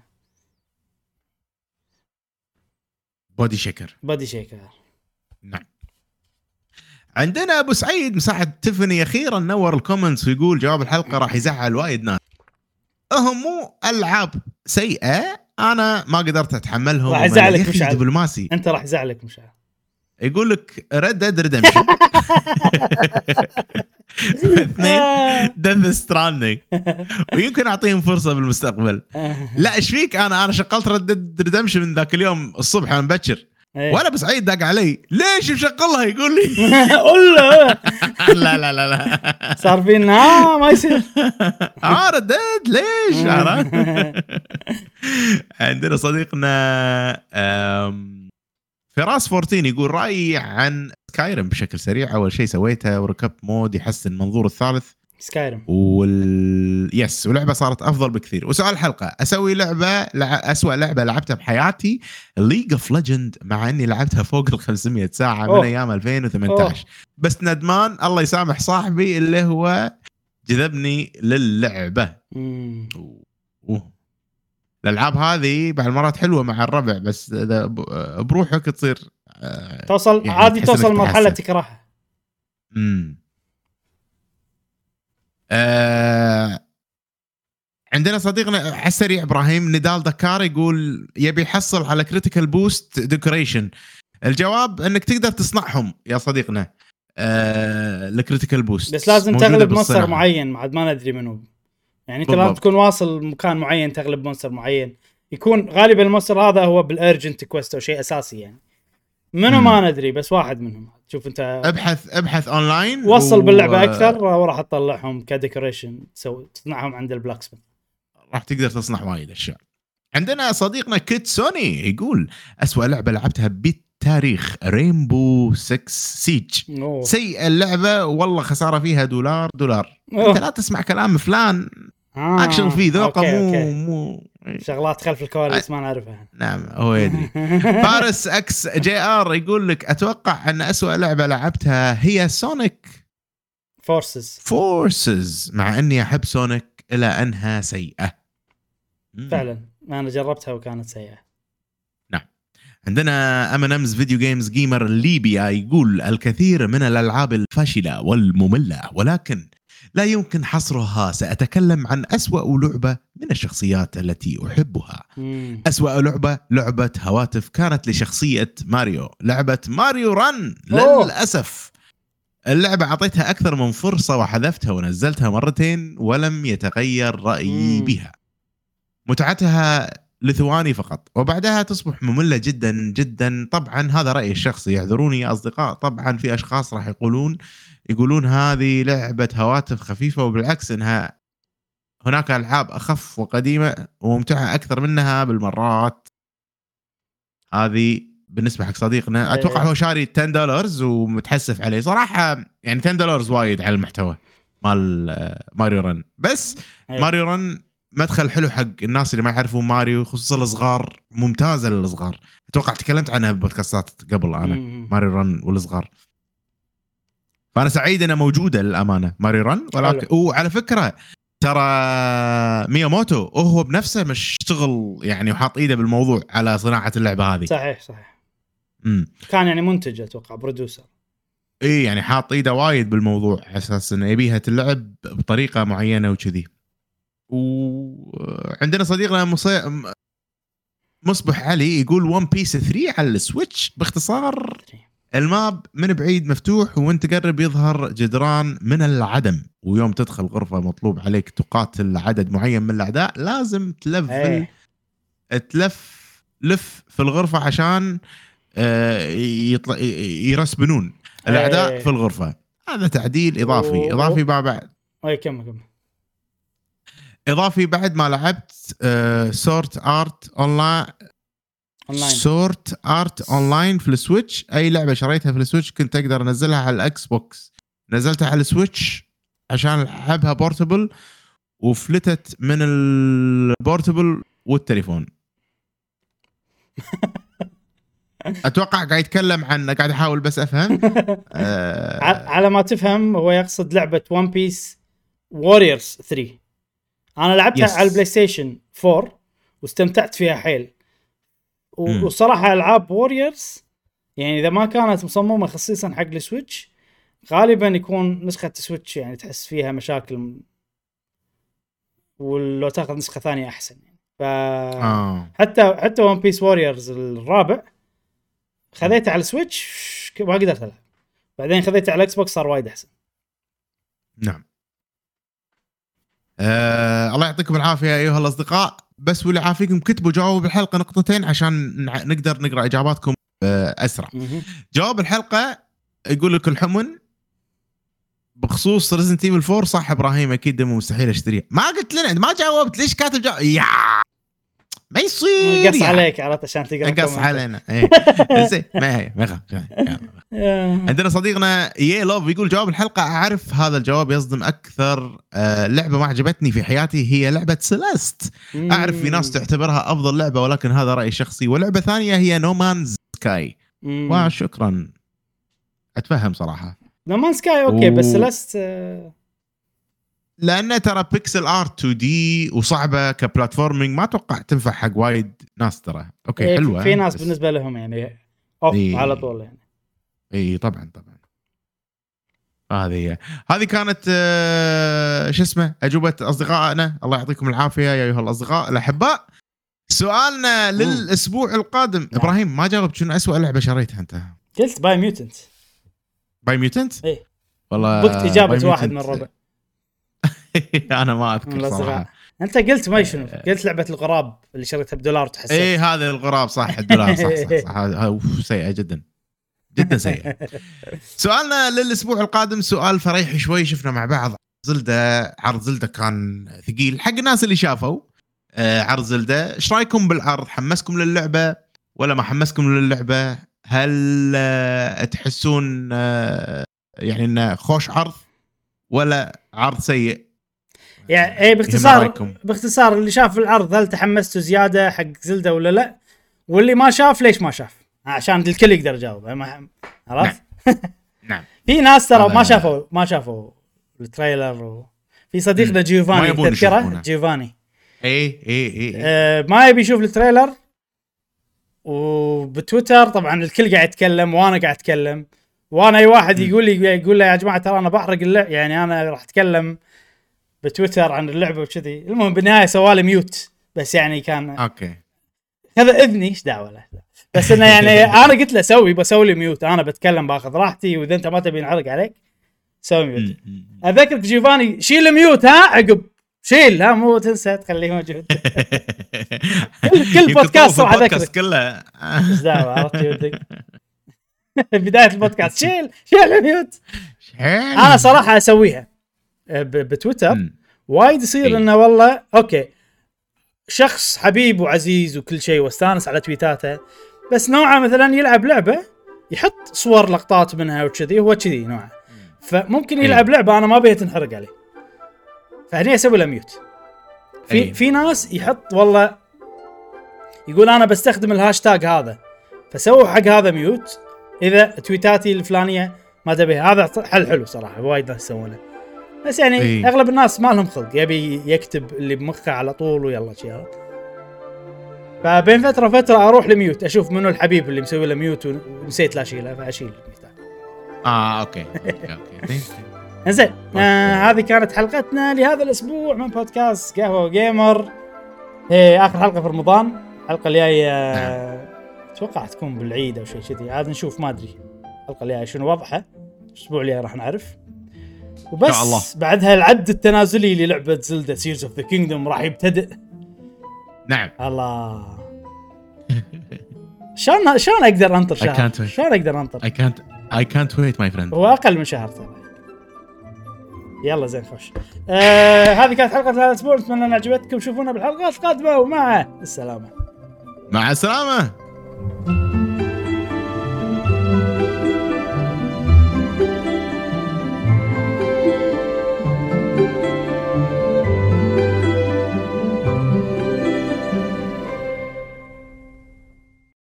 بودي شيكر. بودي شيكر نعم. عندنا ابو سعيد مساعد تيفني اخيرا نور الكومنتس ويقول جواب الحلقه راح يزعل وايد ناس. هم مو العاب سيئه انا ما قدرت اتحملهم. راح يزعلك يا أخي مشعل. دبلوماسي انت راح يزعلك مشعل. يقول لك ريد ديد ريدمشن اثنين ديث ستراندينج ويمكن اعطيهم فرصه بالمستقبل. لا ايش فيك؟ انا انا شغلت ريد ديد ريدمشن من ذاك اليوم الصبح انا مبكر وانا بس عيد داق علي ليش مشغلها يقول لي قول له لا لا لا لا صار فينا ما يصير اه رديت ليش. عندنا صديقنا فراس فورتين يقول رأيي عن سكايرم بشكل سريع. أول شيء سويته وركبت مود يحسن المنظور الثالث سكايرم وال... يس ولعبة صارت أفضل بكثير. وسؤال الحلقة أسوي لعبة لع... أسوأ لعبة لعبتها بحياتي ليج اوف ليجند مع أني لعبتها فوق ال خمسمية ساعة أوه. من أيام ألفين وثمانية عشر. أوه. بس ندمان الله يسامح صاحبي اللي هو جذبني للعبة. أوه. الألعاب هذه بعض المرات حلوة مع الربع بس إذا بروحك تصير توصل يعني عادي توصل مرحلة تكرهها. امم آه عندنا صديقنا على السريع ابراهيم ندال دكار يقول يبي يحصل على كريتيكال بوست ديكوريشن. الجواب انك تقدر تصنعهم يا صديقنا آه الكريتيكال بوست بس لازم تغلب مونستر معين عاد ما ندري منه. يعني انت لازم تكون واصل مكان معين تغلب مونستر معين يكون غالبا المونستر هذا هو بالارجنت كويست او شيء اساسي يعني منو ما ندري بس واحد منهم. شوف انت ابحث ابحث اونلاين وصل و... باللعبه اكثر وراح تطلعهم كديكوريشن تسوي تصنعهم عند البلاك سميث راح تقدر تصنع وايد اشياء. عندنا صديقنا كيت سوني يقول أسوأ لعبه لعبتها بالتاريخ رينبو ستة سيج. سيء اللعبه والله خساره فيها دولار دولار. أوه. انت لا تسمع كلام فلان آه. اكشن فيه ذوقه مو أوكي. مو شغلات خلف الكواليس ما نعرفها. نعم هو يدري. فارس اكس جي ار يقول لك اتوقع ان أسوأ لعبه لعبتها هي سونيك فورسز فورسز مع اني احب سونيك الى انها سيئه. فعلا انا جربتها وكانت سيئه. نعم. عندنا ام ان امز فيديو جيمز جيمر ليبيا يقول الكثير من الالعاب الفاشله والممله ولكن لا يمكن حصرها. سأتكلم عن أسوأ لعبة من الشخصيات التي أحبها. مم. أسوأ لعبة لعبة هواتف كانت لشخصية ماريو لعبة ماريو رن. للأسف اللعبة أعطيتها أكثر من فرصة وحذفتها ونزلتها مرتين ولم يتغير رأيي مم. بها. متعتها لثواني فقط وبعدها تصبح مملة جدا جدا. طبعا هذا رأيي الشخصي يعذروني يا أصدقاء. طبعا في أشخاص راح يقولون يقولون هذه لعبة هواتف خفيفة وبالعكس انها هناك العاب اخف وقديمة وممتعة اكثر منها بالمرات. هذه بالنسبة حق صديقنا اتوقع هو شاري عشرة دولار ومتحسف عليه صراحة. يعني عشرة دولار وايد على المحتوى مال ماريو رن. بس ماريو رن مدخل حلو حق الناس اللي ما يعرفون ماريو خصوصا الصغار. ممتازة للصغار. اتوقع تكلمت عنها ببودكاستات قبل انا ماريو رن والصغار. فأنا سعيد أنها موجودة للأمانة ماريو رن. ولكن وعلى فكرة ترى مياموتو وهو بنفسه مشتغل يعني وحاط إيده بالموضوع على صناعة اللعبة هذه. صحيح صحيح. مم. كان يعني منتج أتوقع برودوسر. إيه يعني حاط إيده وايد بالموضوع على أساس إنه يبيها تلعب بطريقة معينة وكذي. وعندنا صديقنا مصي... مصبح علي يقول ون بيس ثري على السويتش. باختصار الماب من بعيد مفتوح وانت قرب يظهر جدران من العدم ويوم تدخل غرفة مطلوب عليك تقاتل عدد معين من الأعداء لازم تلفل ايه. تلف لف في الغرفة عشان يطلع يرسبنون الأعداء ايه. في الغرفة. هذا تعديل إضافي أوه. إضافي بعد أي كم كم إضافي بعد ما لعبت سورت آرت أونلاين سورت آرت أونلاين في السويتش. أي لعبة شريتها في السويتش كنت أقدر أنزلها على الأكس بوكس. نزلتها على السويتش عشان ألعبها بورتبل وفلتت من البورتبل والتليفون. أتوقع قاعد يتكلم عن قاعد أحاول بس أفهم. آه... على ما تفهم هو يقصد لعبة ون بيس ووريرز ثري. أنا لعبتها على البلاي ستيشن فور واستمتعت فيها حيل. وصراحة ألعاب ووريرز يعني إذا ما كانت مصممة خصيصا حق السويتش غالبا يكون نسخة السويتش يعني تحس فيها مشاكل ولو تاخذ نسخه ثانيه احسن يعني. ف آه. حتى حتى ون بيس ووريرز الرابع خذيته على السويتش ما قدرت العب، بعدين خذيته على الاكس بوكس صار وايد احسن. نعم. آه، الله يعطيكم العافيه ايها الاصدقاء، بس واللي عافيكم كتبوا جواب الحلقه نقطتين عشان نقدر نقرا اجاباتكم آه اسرع. جواب الحلقه يقول لك الحمن بخصوص ريزنت ايفل فور. صح ابراهيم اكيد دمه مستحيل اشتريها. ما قلت لنا ما جاوبت ليش كاتب جواب يا ما يصير قص عليك عرفت عشان تقرا قص علينا ايه زين ما هي ما عندنا صديقنا يي لوف يقول جواب الحلقه اعرف هذا الجواب يصدم اكثر آه لعبه ما عجبتني في حياتي هي لعبه سيليست. اعرف في ناس تعتبرها افضل لعبه ولكن هذا رايي شخصي. ولعبه ثانيه هي نو مان سكاي. وشكرا اتفهم صراحه نو مان سكاي اوكي و... بس سيليست آه... لأنه ترى بيكسل آرت تو دي وصعبة كبلاتفورمينج ما أتوقع تنفع حق وايد ناس ترى. أوكي إيه حلوة في ناس بالنسبة لهم يعني أوف إيه على طول يعني. إيه طبعا طبعا. هذه هذه كانت آه شو اسمه أجوبة أصدقائنا. الله يعطيكم العافية يا أيها الأصدقاء الأحباء. سؤالنا مم. للأسبوع القادم نعم. إبراهيم ما جاوبت شنو أسوأ لعبة شريتها أنت؟ قلت باي ميوتنت. باي ميوتنت؟ إيه والله بقت إجابة واحد من الربع. انا ما اذكر صراحه. انت قلت ما شنو قلت لعبه الغراب اللي شريتها بدولار تحسن. ايه هذا الغراب صح الدولار صح صح, صح. هذا سيئه جدا جدا سيئه. سؤالنا للاسبوع القادم سؤال فريح شوي. شفنا مع بعض زلدة، عرض زلدة كان ثقيل حق الناس اللي شافوا آه عرض زلدة. ايش رايكم بالعرض؟ حمسكم للعبه ولا ما حمسكم للعبه؟ هل آه تحسون آه يعني انه خوش عرض ولا عرض سيء؟ يعني ايه باختصار باختصار اللي شاف العرض هل تحمستوا زياده حق زلدة ولا لا؟ واللي ما شاف ليش ما شاف؟ عشان الكل يقدر يجاوب. ما عرفت؟ نعم, نعم. في ناس ترى ما شافوا ما شافوا التريلر و... في صديقنا جيوفاني تذكره جيوفاني اي اي اي آه ما يبي يشوف التريلر. وبتويتر طبعا الكل قاعد يتكلم وانا قاعد اتكلم وانا اي واحد يقول لي يقول له يا جماعه ترى انا بحرق اللعبه يعني انا راح اتكلم بتويتر عن اللعبه وكذي. المهم بالنهايه سوالي ميوت بس يعني كان اوكي هذا اذني ايش دعوه له بس انه يعني انا قلت له سوي بسوي لي ميوت انا بتكلم باخذ راحتي واذا انت ما تبي نعرق عليك سوي ميوت. اذكرك جيفاني شيل ميوت ها عقب شيل ها مو تنسى تخليه موجود. كل بودكاست راح اذكرك كله ايش دعوه عرفت ودك بدايه البودكاست شيل شيل ميوت. انا صراحه اسويها بتويتر وايد يصير إيه؟ انه والله اوكي شخص حبيب وعزيز وكل شيء واستانس على تويتاته بس نوعه مثلا يلعب لعبه يحط صور لقطات منها وكذي هو كذي نوعه فممكن يلعب إيه؟ لعبه انا ما بيت تنحرق عليه فهني اسوي له ميوت. في إيه؟ في ناس يحط والله يقول انا بستخدم الهاشتاج هذا فسووا حق هذا ميوت اذا تويتاتي الفلانيه ما تبي. هذا حل حلو صراحه وايد ناس يسوونه بس يعني إيه؟ اغلب الناس ما لهم خلق يبي يكتب اللي بمخه على طول ويلا شيء. فبين فتره فتره اروح لميوت اشوف منو الحبيب اللي مسوي له ميوت ونسيت لا اشيله فاشيل اه اوكي اوكي اوكي زين. آه هذه كانت حلقتنا لهذا الاسبوع من بودكاست قهوه جيمر. هي اخر حلقه في رمضان. الحلقه الجايه اتوقع تكون بالعيد او شيء كذي عاد نشوف ما ادري الحلقه الجايه شنو وضعها. الاسبوع الجاي راح نعرف وبس. الله. بعدها العد التنازلي للعبه زلدة سيرز اوف ذا كينجدوم راح يبتدئ. نعم الله شلون شلون اقدر انطر شهر شلون اقدر انطر I can't I can't wait my friend. هو اقل من شهر ترى. يلا زين خوش. آه هذه كانت حلقه هذا الاسبوع اتمنى ان عجبتكم. شوفونا بالحلقات القادمه ومع السلامه. مع السلامه.